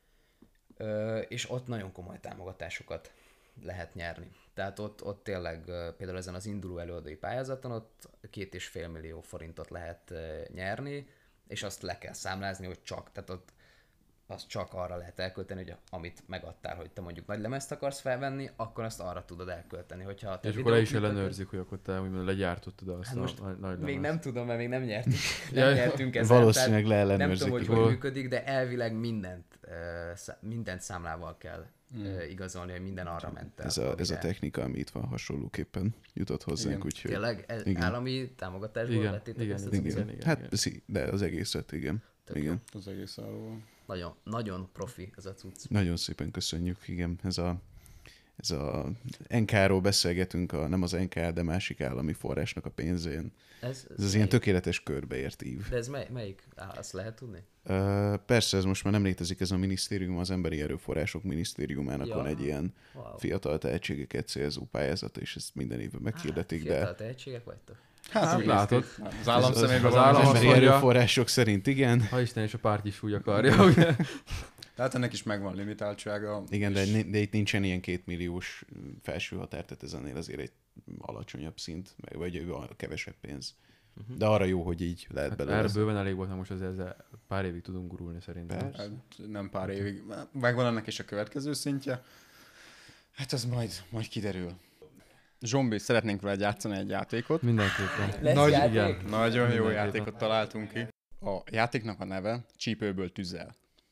[SPEAKER 2] Ö, és ott nagyon komoly támogatásokat lehet nyerni. Tehát ott, ott tényleg ö, például ezen az induló előadói pályázaton ott két és fél millió forintot lehet ö, nyerni, és azt le kell számlázni, hogy csak, tehát ott azt csak arra lehet elkölteni, hogy amit megadtál, hogy te mondjuk nagy lemezt akarsz felvenni, akkor azt arra tudod elkölteni. Hogyha te
[SPEAKER 4] És akkor le is
[SPEAKER 2] videóklipet-
[SPEAKER 4] ellenőrzik, hogy akkor te úgymond legyártottad azt
[SPEAKER 2] Hát
[SPEAKER 4] a
[SPEAKER 2] most
[SPEAKER 4] nagy, nagy
[SPEAKER 2] Még
[SPEAKER 4] lemezt.
[SPEAKER 2] nem tudom, mert még nem nyertük.
[SPEAKER 4] Ja,
[SPEAKER 2] Nem nyertünk ezzel.
[SPEAKER 1] Valószínűleg
[SPEAKER 2] tehát Nem
[SPEAKER 1] leellenőrzik.
[SPEAKER 2] tudom, hogy
[SPEAKER 1] hogy
[SPEAKER 2] hogy
[SPEAKER 4] hol-
[SPEAKER 2] működik, de elvileg mindent, uh, szá- mindent számlával kell uh, igazolni, hogy minden arra ment el.
[SPEAKER 1] ez, a, ez a
[SPEAKER 2] amire-
[SPEAKER 1] technika, ami itt van, hasonlóképpen jutott hozzánk,
[SPEAKER 3] Igen.
[SPEAKER 1] úgyhogy...
[SPEAKER 2] Tényleg? Ez
[SPEAKER 1] Igen.
[SPEAKER 2] állami támogatásból
[SPEAKER 4] Igen,
[SPEAKER 2] vettétek
[SPEAKER 4] igen,
[SPEAKER 2] ezt a
[SPEAKER 4] igen,
[SPEAKER 2] cuccot?
[SPEAKER 1] Igen.
[SPEAKER 4] igen,
[SPEAKER 1] Hát,
[SPEAKER 4] igen.
[SPEAKER 1] szí- de az egészet, igen.
[SPEAKER 2] Tök
[SPEAKER 1] igen.
[SPEAKER 3] Az egész állóval.
[SPEAKER 2] Nagyon, nagyon profi ez a cucc.
[SPEAKER 1] Nagyon szépen köszönjük, igen. Ez a, ez a en ká-ról beszélgetünk, a, nem az en ká, de másik állami forrásnak a pénzén.
[SPEAKER 2] Ez, ez,
[SPEAKER 1] Ez az ilyen tökéletes körbeért ív.
[SPEAKER 2] De ez mely, melyik? Á, azt lehet tudni?
[SPEAKER 1] Uh, persze, ez most már nem létezik, ez a minisztérium, az Emberi Erőforrások Minisztériumának
[SPEAKER 2] Ja.
[SPEAKER 1] van egy ilyen
[SPEAKER 2] Wow.
[SPEAKER 1] fiatal tehetségeket célzó pályázata, és ezt minden évben meghirdetik,
[SPEAKER 2] Fiatal
[SPEAKER 1] de
[SPEAKER 2] tehetségek vagytok?
[SPEAKER 3] Hát, úgy
[SPEAKER 4] látod.
[SPEAKER 3] néz ki. Az állam
[SPEAKER 1] az-
[SPEAKER 3] szemében
[SPEAKER 4] az
[SPEAKER 3] van.
[SPEAKER 4] állam
[SPEAKER 1] az
[SPEAKER 4] azt
[SPEAKER 1] emberi
[SPEAKER 4] mondja-
[SPEAKER 1] erőforrások szerint igen.
[SPEAKER 4] Ha Isten és a párt is úgy akarja, ugye?
[SPEAKER 3] Tehát ennek is megvan limitáltsága.
[SPEAKER 1] Igen, de,
[SPEAKER 3] és
[SPEAKER 1] ni- de itt nincsen ilyen kétmilliós felső határ, tehát ez ennél azért egy alacsonyabb szint, meg- vagy kevesebb pénz.
[SPEAKER 2] Uh-huh.
[SPEAKER 1] De arra jó, hogy így lehet
[SPEAKER 4] Hát
[SPEAKER 1] belőle.
[SPEAKER 4] erre bőven elég volt, ha most azért ezzel pár évig tudunk gurulni szerintem.
[SPEAKER 1] Persze.
[SPEAKER 3] Hát nem pár évig. Megvan ennek is a következő szintje. Hát az majd, majd kiderül. Zsombi, szeretnénk veled játszani egy játékot.
[SPEAKER 4] Mindenképpen.
[SPEAKER 2] Lesz
[SPEAKER 3] Nagy-
[SPEAKER 2] játék?
[SPEAKER 4] igen.
[SPEAKER 3] Nagyon jó
[SPEAKER 4] Mindenképpen.
[SPEAKER 3] játékot találtunk ki. A játéknak a neve Csípőből tüzel.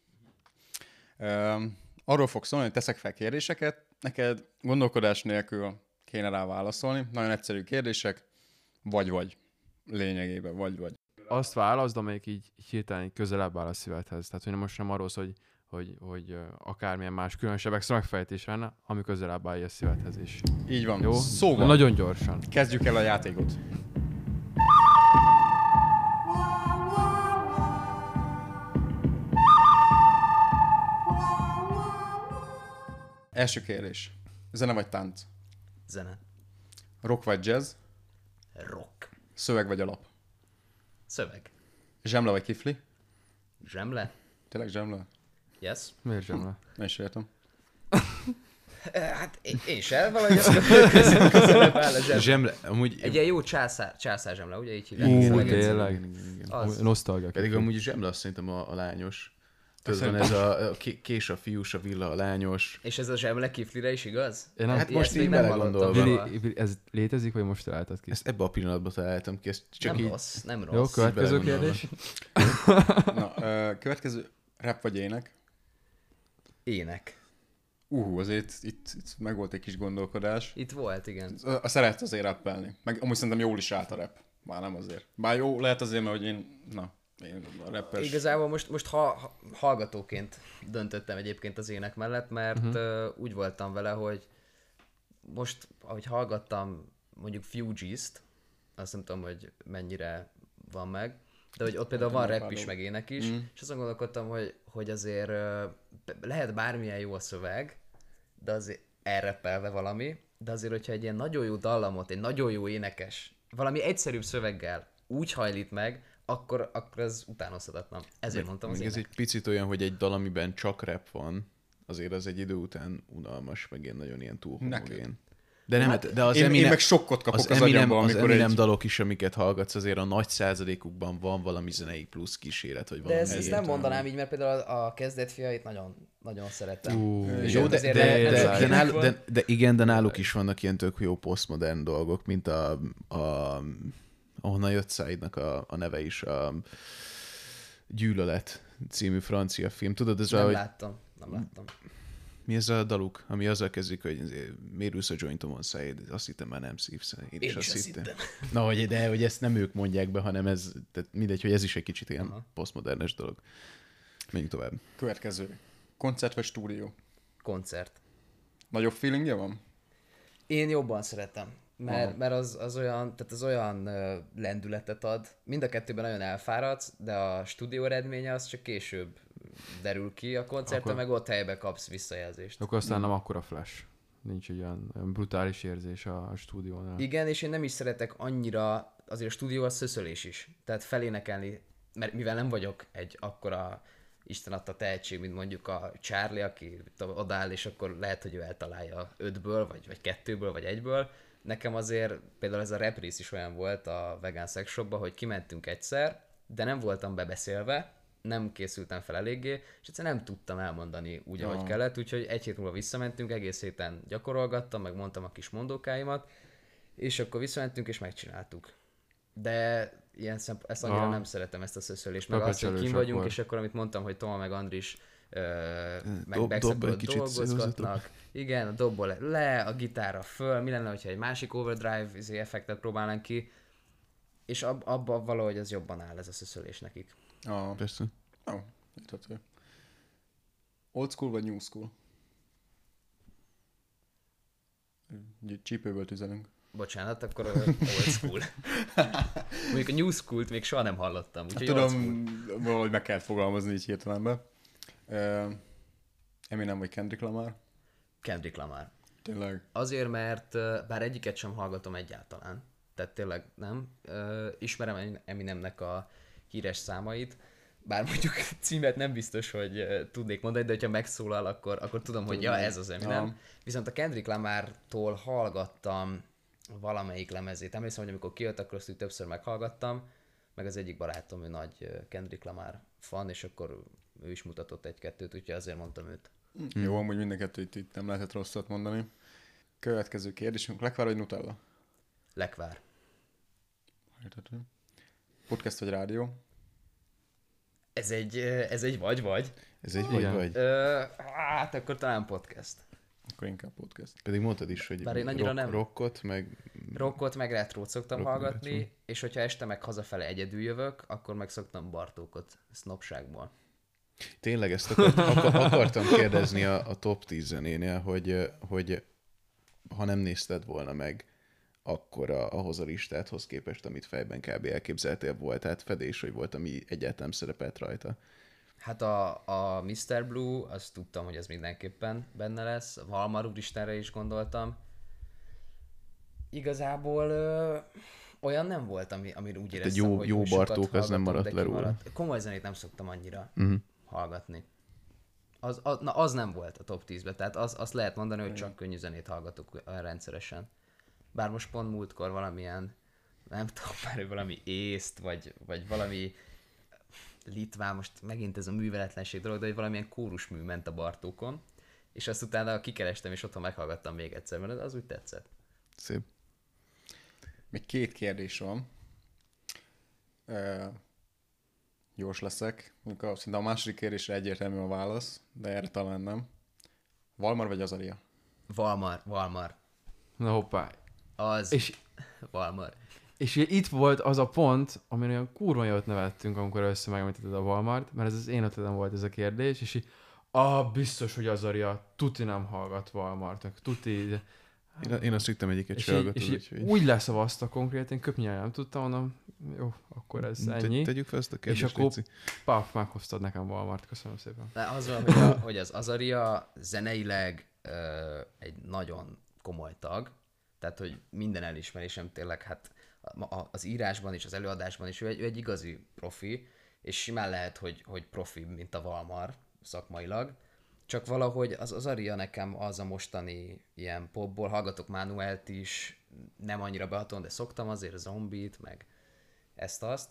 [SPEAKER 3] Um, arról fog szólni, hogy teszek fel kérdéseket, neked gondolkodás nélkül kéne rá válaszolni. Nagyon egyszerű kérdések, vagy-vagy. Lényegében, vagy-vagy.
[SPEAKER 4] Azt válaszd, amelyik így hirtelen így közelebb áll a szívedhez. Tehát, hogy most nem arról szól, hogy, hogy, hogy ö, akármilyen más különösebb extra megfejtés lenne, ami közelebb áll a szívedhez is.
[SPEAKER 3] Így van.
[SPEAKER 4] Jó?
[SPEAKER 3] Szóval,
[SPEAKER 4] De nagyon gyorsan.
[SPEAKER 3] kezdjük el a játékot. Első kérdés. Zene vagy tánc?
[SPEAKER 2] Zene.
[SPEAKER 3] Rock vagy jazz?
[SPEAKER 2] Rock.
[SPEAKER 3] Szöveg vagy alap?
[SPEAKER 2] Szöveg.
[SPEAKER 3] Zsemle vagy kifli?
[SPEAKER 2] Zsemle.
[SPEAKER 3] Tényleg zsemle?
[SPEAKER 2] Yes.
[SPEAKER 4] Miért sem le?
[SPEAKER 3] Nem is értem.
[SPEAKER 2] Hát én, én sem, valahogy azt közel- közelebb áll a zsemle.
[SPEAKER 1] Zsemle, amúgy,
[SPEAKER 2] Egy ilyen jó császár, császár zsemle, ugye így hívják?
[SPEAKER 4] Ú,
[SPEAKER 2] a szöveget?
[SPEAKER 4] tényleg.
[SPEAKER 1] igen, igen, igen.
[SPEAKER 2] Az.
[SPEAKER 4] Nosztalgia.
[SPEAKER 1] Pedig
[SPEAKER 4] kicsit.
[SPEAKER 1] amúgy zsemle azt szerintem a, a lányos. Tudod, van ez a, a ké- kés a fiús, a villa a lányos.
[SPEAKER 2] És ez a zsemle kiflire is igaz?
[SPEAKER 4] Én nem,
[SPEAKER 1] Hát
[SPEAKER 2] Ilyet
[SPEAKER 1] most
[SPEAKER 2] még
[SPEAKER 1] így
[SPEAKER 2] nem
[SPEAKER 1] belegondolva.
[SPEAKER 2] hallottam
[SPEAKER 4] Vili,
[SPEAKER 2] soha.
[SPEAKER 4] Vili, ez létezik, vagy most találtad ki?
[SPEAKER 1] Ezt ebbe a pillanatban találtam ki, ezt csak
[SPEAKER 2] Nem
[SPEAKER 1] így...
[SPEAKER 2] rossz, nem
[SPEAKER 4] Jó,
[SPEAKER 2] rossz.
[SPEAKER 4] következő
[SPEAKER 1] belegondolva.
[SPEAKER 4] kérdés.
[SPEAKER 3] Na, ö, következő rap vagy ének?
[SPEAKER 2] Ének.
[SPEAKER 3] Uh, azért itt, itt meg volt egy kis gondolkodás.
[SPEAKER 2] Itt volt, igen.
[SPEAKER 3] A szeret azért rappelni. Meg amúgy szerintem jól is állt a rap. Már nem azért. Bár jó, lehet azért, mert hogy én, na, én a rappers...
[SPEAKER 2] Igazából most, most ha, ha, hallgatóként döntöttem egyébként az ének mellett, mert uh-huh. uh, úgy voltam vele, hogy most, ahogy hallgattam mondjuk Fugees-t, azt nem tudom, hogy mennyire van meg, de hogy ott például van rap is, meg ének is, mm. és azon gondolkodtam, hogy, hogy azért uh, lehet bármilyen jó a szöveg, de azért elreppelve valami, de azért, hogyha egy ilyen nagyon jó dallamot, egy nagyon jó énekes, valami egyszerűbb szöveggel úgy hajlít meg, akkor, akkor ez utánozhatatlan. Ezért meg, mondtam az
[SPEAKER 1] meg
[SPEAKER 2] ének.
[SPEAKER 1] ez egy picit olyan, hogy egy dal, amiben csak rap van, azért az egy idő után unalmas, meg ilyen nagyon ilyen túl homogén. De, nem, hát, de az
[SPEAKER 3] én,
[SPEAKER 1] Eminem,
[SPEAKER 3] én meg sokkot kapok az,
[SPEAKER 1] az,
[SPEAKER 3] az
[SPEAKER 1] Eminem,
[SPEAKER 3] agyamban,
[SPEAKER 1] amikor Az Eminem egy... dalok is, amiket hallgatsz, azért a nagy százalékukban van valami zenei plusz kíséret, vagy valami.
[SPEAKER 2] De ezt, ezt nem mondanám így, mert például a, a kezdet fiait nagyon, nagyon szeretem.
[SPEAKER 1] Uh, jó, de, de, de, de, de, nál, de, de igen, de náluk is vannak ilyen tök jó posztmodern dolgok, mint a, a ahonnan jött Saidnak a, a neve is, a Gyűlölet című francia film. Tudod, ez
[SPEAKER 2] nem
[SPEAKER 1] valahogy...
[SPEAKER 2] láttam, nem láttam.
[SPEAKER 1] Mi ez a daluk, ami azzal kezdik, hogy miért ülsz a jointomon, Said? Azt hittem, már nem szívsz. Én,
[SPEAKER 2] Én
[SPEAKER 1] is azt
[SPEAKER 2] azt
[SPEAKER 1] hittem.
[SPEAKER 2] hittem.
[SPEAKER 1] Na, hogy, de hogy ezt nem ők mondják be, hanem ez, tehát mindegy, hogy ez is egy kicsit ilyen
[SPEAKER 2] Aha.
[SPEAKER 1] posztmodernes dolog. Menjünk tovább.
[SPEAKER 3] Következő. Koncert vagy stúdió?
[SPEAKER 2] Koncert.
[SPEAKER 3] Nagyobb feelingje van?
[SPEAKER 2] Én jobban szeretem, mert, mert az, az olyan, tehát az olyan uh, lendületet ad. Mind a kettőben nagyon elfáradsz, de a stúdió eredménye az csak később derül ki, a koncerten
[SPEAKER 4] Akkor...
[SPEAKER 2] meg ott helybe kapsz visszajelzést.
[SPEAKER 4] Akkor aztán nem akkora flash. Nincs egy olyan, olyan brutális érzés a, a stúdiónál.
[SPEAKER 2] Igen, és én nem is szeretek annyira, azért a stúdió az szöszölés is. Tehát felénekelni, mert mivel nem vagyok egy akkora Isten adta tehetség, mint mondjuk a Charlie, aki odáll, és akkor lehet, hogy ő eltalálja ötből, vagy, vagy kettőből, vagy egyből. Nekem azért például ez a rap rész is olyan volt a Vegan Sex Shopba, hogy kimentünk egyszer, de nem voltam bebeszélve, nem készültem fel eléggé, és egyszerűen nem tudtam elmondani úgy, ahogy
[SPEAKER 3] Aha.
[SPEAKER 2] kellett, úgyhogy egy hét múlva visszamentünk, egész héten gyakorolgattam, meg mondtam a kis mondókáimat, és akkor visszamentünk, és megcsináltuk. De ilyen szemp- ezt annyira
[SPEAKER 4] Aha.
[SPEAKER 2] nem szeretem, ezt a szöszölést, meg azt, hogy
[SPEAKER 4] Pepecselős
[SPEAKER 2] kim vagyunk,
[SPEAKER 4] akkor.
[SPEAKER 2] és akkor amit mondtam, hogy Toma meg Andris ö, meg
[SPEAKER 1] Dob-
[SPEAKER 2] Bex
[SPEAKER 1] dob be
[SPEAKER 2] akkor
[SPEAKER 1] egy kicsit
[SPEAKER 2] dolgozgatnak. Igen, a dobból le, a gitárra föl, mi lenne, hogyha egy másik overdrive izé, effektet próbálnánk ki, és ab, abban valahogy ez jobban áll, ez a szöszölés nekik.
[SPEAKER 3] Ah,
[SPEAKER 1] Persze.
[SPEAKER 3] oh, érthető. Old school vagy new school? Csípőből tüzelünk.
[SPEAKER 2] Bocsánat, akkor old school. Mondjuk a new school-t még soha nem hallottam, úgyhogy old school.
[SPEAKER 3] Tudom, valahogy meg kellett fogalmazni így hirtelenben. Uh, Eminem vagy Kendrick Lamar?
[SPEAKER 2] Kendrick Lamar.
[SPEAKER 3] Tényleg?
[SPEAKER 2] Azért, mert ö, bár egyiket sem hallgatom egyáltalán, tehát tényleg nem. Ö, ismerem Eminemnek a híres számait, bár mondjuk címet nem biztos, hogy ö, tudnék mondani, de hogyha megszólal, akkor, akkor tudom, hogy ja, ez az Eminem.
[SPEAKER 3] Ja.
[SPEAKER 2] Viszont a Kendrick Lamar-tól hallgattam valamelyik lemezét. Emlékszem, hogy amikor kijött, akkor azt úgy többször meghallgattam, meg az egyik barátom, ő nagy ö, Kendrick Lamar fan, és akkor ő is mutatott egy-kettőt, úgyhogy azért mondtam őt.
[SPEAKER 3] Hmm. Jó, amúgy mind a kettő itt, itt nem lehetett rosszat mondani. Következő kérdésünk, Lekvár vagy Nutella?
[SPEAKER 2] Lekvár.
[SPEAKER 3] Érthető. Podcast vagy rádió?
[SPEAKER 2] Ez egy, ö, ez egy vagy-vagy.
[SPEAKER 1] Ez egy
[SPEAKER 4] Igen.
[SPEAKER 1] vagy vagy.
[SPEAKER 2] Ö, hát akkor talán podcast.
[SPEAKER 3] Akkor inkább podcast.
[SPEAKER 1] Pedig mondtad is, hogy
[SPEAKER 2] Bár én annyira
[SPEAKER 1] rock,
[SPEAKER 2] nem.
[SPEAKER 1] rockot, meg...
[SPEAKER 2] Rockot meg retrót szoktam
[SPEAKER 1] Rock meg
[SPEAKER 2] hallgatni,
[SPEAKER 1] retro.
[SPEAKER 2] és hogyha este meg hazafele egyedül jövök, akkor meg szoktam Bartókot, sznopságból.
[SPEAKER 1] Tényleg ezt akart, akar, akartam kérdezni a, a top tíz zenénél, hogy, hogy ha nem nézted volna meg, akkor a, ahhoz a listádhoz képest, amit fejben kb. Elképzeltél, volt, tehát fedés, hogy volt, ami egyáltalán szerepelt rajta.
[SPEAKER 2] Hát a, a miszter Blue, azt tudtam, hogy ez mindenképpen benne lesz. A Valmar úristenre is gondoltam. Igazából ö, olyan nem volt, ami, amin úgy éreztem,
[SPEAKER 1] egy jó-
[SPEAKER 2] hogy
[SPEAKER 1] jó
[SPEAKER 2] hogy sokat
[SPEAKER 1] Bartók, az nem
[SPEAKER 2] hallgatom,
[SPEAKER 1] maradt
[SPEAKER 2] de
[SPEAKER 1] le róla.
[SPEAKER 2] kimaradt. Komoly zenét nem szoktam annyira
[SPEAKER 1] Uh-huh.
[SPEAKER 2] hallgatni. Az, az, na, az nem volt a top tízben, tehát az, azt lehet mondani, hogy csak könnyű zenét hallgatok olyan rendszeresen. Bár most pont múltkor valamilyen, nem tudom már, valami észt, vagy, vagy valami litván, most megint ez a műveletlenség dolog, de hogy valamilyen kórusmű ment a Bartókon, és azt utána kikerestem, és otthon meghallgattam még egyszer, mert az úgy tetszett.
[SPEAKER 1] Szép.
[SPEAKER 3] Még két kérdés van. Uh, Jós leszek. Mondjuk a, szinte a második kérdésre egyértelmű a válasz, de erre talán nem. Valmar vagy Azaria?
[SPEAKER 2] Valmar, Valmar.
[SPEAKER 4] Na hoppá.
[SPEAKER 2] Az
[SPEAKER 4] És,
[SPEAKER 2] Valmar.
[SPEAKER 4] És ugye itt volt az a pont, amin olyan kurva jót nevettünk, amikor össze megemlítetted a Walmart, mert ez az én ötletem volt ez a kérdés, és így, ah, biztos, hogy az Aria tuti nem hallgat Walmartnak, tuti...
[SPEAKER 1] Én, én azt hittem egyiket
[SPEAKER 4] És,
[SPEAKER 1] se
[SPEAKER 4] így,
[SPEAKER 1] hallgatod,
[SPEAKER 4] és így
[SPEAKER 1] úgyhogy...
[SPEAKER 4] úgy leszavazta konkrétan, köpnyeljen nem tudtam, mondom, jó, akkor ez
[SPEAKER 1] Te,
[SPEAKER 4] ennyi.
[SPEAKER 1] tegyük fel ezt a
[SPEAKER 4] És
[SPEAKER 1] kérdést,
[SPEAKER 4] akkor,
[SPEAKER 1] Léci.
[SPEAKER 4] paf, meghoztad nekem Walmart, köszönöm szépen.
[SPEAKER 2] De az van, hogy, a, hogy az Azaria zeneileg ö, egy nagyon komoly tag, tehát hogy minden elismerésem tényleg, hát a, a, az írásban és az előadásban is ő egy, ő egy igazi profi, és simán lehet, hogy, hogy profi, mint a Valmar szakmailag, csak valahogy az Azaria nekem az a mostani ilyen popból, hallgatok Manuelt is, nem annyira behatóan, de szoktam azért a Zombit, meg ezt-azt.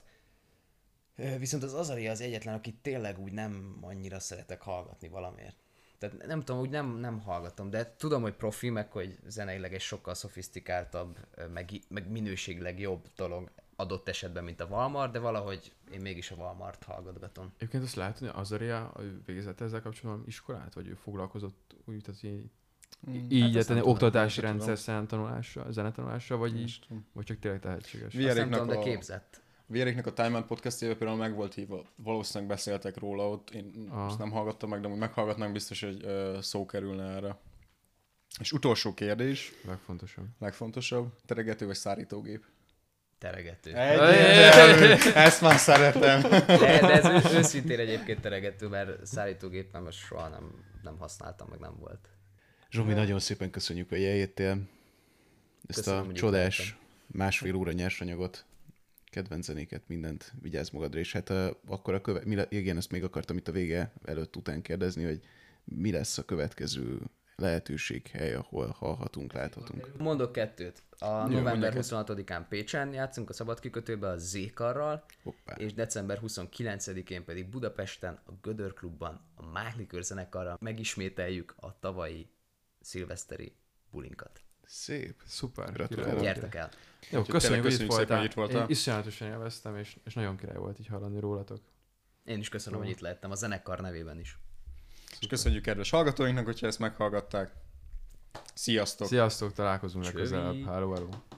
[SPEAKER 2] Viszont az Azaria az egyetlen, akit tényleg úgy nem annyira szeretek hallgatni valamiért. Tehát nem tudom, úgy nem, nem hallgatom, de tudom, hogy profi, meg hogy zeneileg egy sokkal szofisztikáltabb, meg, meg minőségileg jobb dolog adott esetben, mint a Walmart, de valahogy én mégis a Walmart hallgatgatom.
[SPEAKER 4] Egyébként azt lehet, hogy Azaria végzett ezzel kapcsolatban iskolát, vagy ő foglalkozott úgy, tehát így,
[SPEAKER 3] Hmm.
[SPEAKER 4] így
[SPEAKER 2] Hát azt
[SPEAKER 4] hát
[SPEAKER 2] nem
[SPEAKER 4] oktatási
[SPEAKER 3] tudom,
[SPEAKER 4] rendszer szemtanulással, zenetanulással, vagy így,
[SPEAKER 3] tudom.
[SPEAKER 4] vagy csak tényleg tehetséges.
[SPEAKER 3] Vi-
[SPEAKER 2] Azt nem
[SPEAKER 3] Vieréknek
[SPEAKER 2] tudom, de
[SPEAKER 3] a-
[SPEAKER 2] képzett.
[SPEAKER 3] Véréknek a Time Out podcastjében például meg volt hívva, valószínűleg beszéltek róla ott, én
[SPEAKER 4] Ah.
[SPEAKER 3] azt nem hallgattam meg, de amúgy meghallgatnánk, biztos, hogy uh, szó kerülne erre. És utolsó kérdés,
[SPEAKER 4] Legfontosabb.
[SPEAKER 3] legfontosabb, teregető vagy szárítógép?
[SPEAKER 2] Teregető.
[SPEAKER 3] Egyértelmű, ezt már szeretem.
[SPEAKER 2] De, de ez ő, őszintén egyébként teregető, mert szállítógépen most soha nem, nem használtam, meg nem volt.
[SPEAKER 1] Zsomi, nagyon szépen köszönjük, hogy eljöttél. Ezt
[SPEAKER 2] Köszönöm,
[SPEAKER 1] a
[SPEAKER 2] hogy itt
[SPEAKER 1] csodás
[SPEAKER 2] lehettem.
[SPEAKER 1] másfél óra nyersanyagot, kedvenc zenéket, mindent, vigyázz magadra, és hát uh, akkor a köve... mi le... igen, ezt még akartam itt a vége előtt után kérdezni, hogy mi lesz a következő lehetőség, hely, ahol hallhatunk, láthatunk.
[SPEAKER 2] Mondok kettőt. A
[SPEAKER 3] mondja
[SPEAKER 2] november
[SPEAKER 3] kettőt.
[SPEAKER 2] huszonhatodikán Pécsen játszunk a Szabad Kikötőbe a Z-karral,
[SPEAKER 1] Hoppá.
[SPEAKER 2] és december huszonkilencedikén pedig Budapesten a Gödör Klubban a Máhlikör zenekarral megismételjük a tavalyi szilveszteri bulinkat.
[SPEAKER 1] Szép.
[SPEAKER 4] Szuper.
[SPEAKER 1] Gratulálok.
[SPEAKER 4] király.
[SPEAKER 2] Gyertek el!
[SPEAKER 4] Jó,
[SPEAKER 3] Úgyhogy
[SPEAKER 4] köszönjük, hogy
[SPEAKER 3] tényleg
[SPEAKER 4] itt
[SPEAKER 3] köszönjük szépen,
[SPEAKER 4] voltál.
[SPEAKER 3] hogy itt voltál.
[SPEAKER 4] Én iszonyatosan élveztem, és, és nagyon király volt így hallani rólatok.
[SPEAKER 2] Én is köszönöm, hogy itt lehettem a zenekar nevében is.
[SPEAKER 3] És köszönjük kedves hallgatóinknak, hogyha ezt meghallgatták. Sziasztok!
[SPEAKER 4] Sziasztok, találkozunk
[SPEAKER 2] Csövi.
[SPEAKER 4] legközelebb. Háló, háló.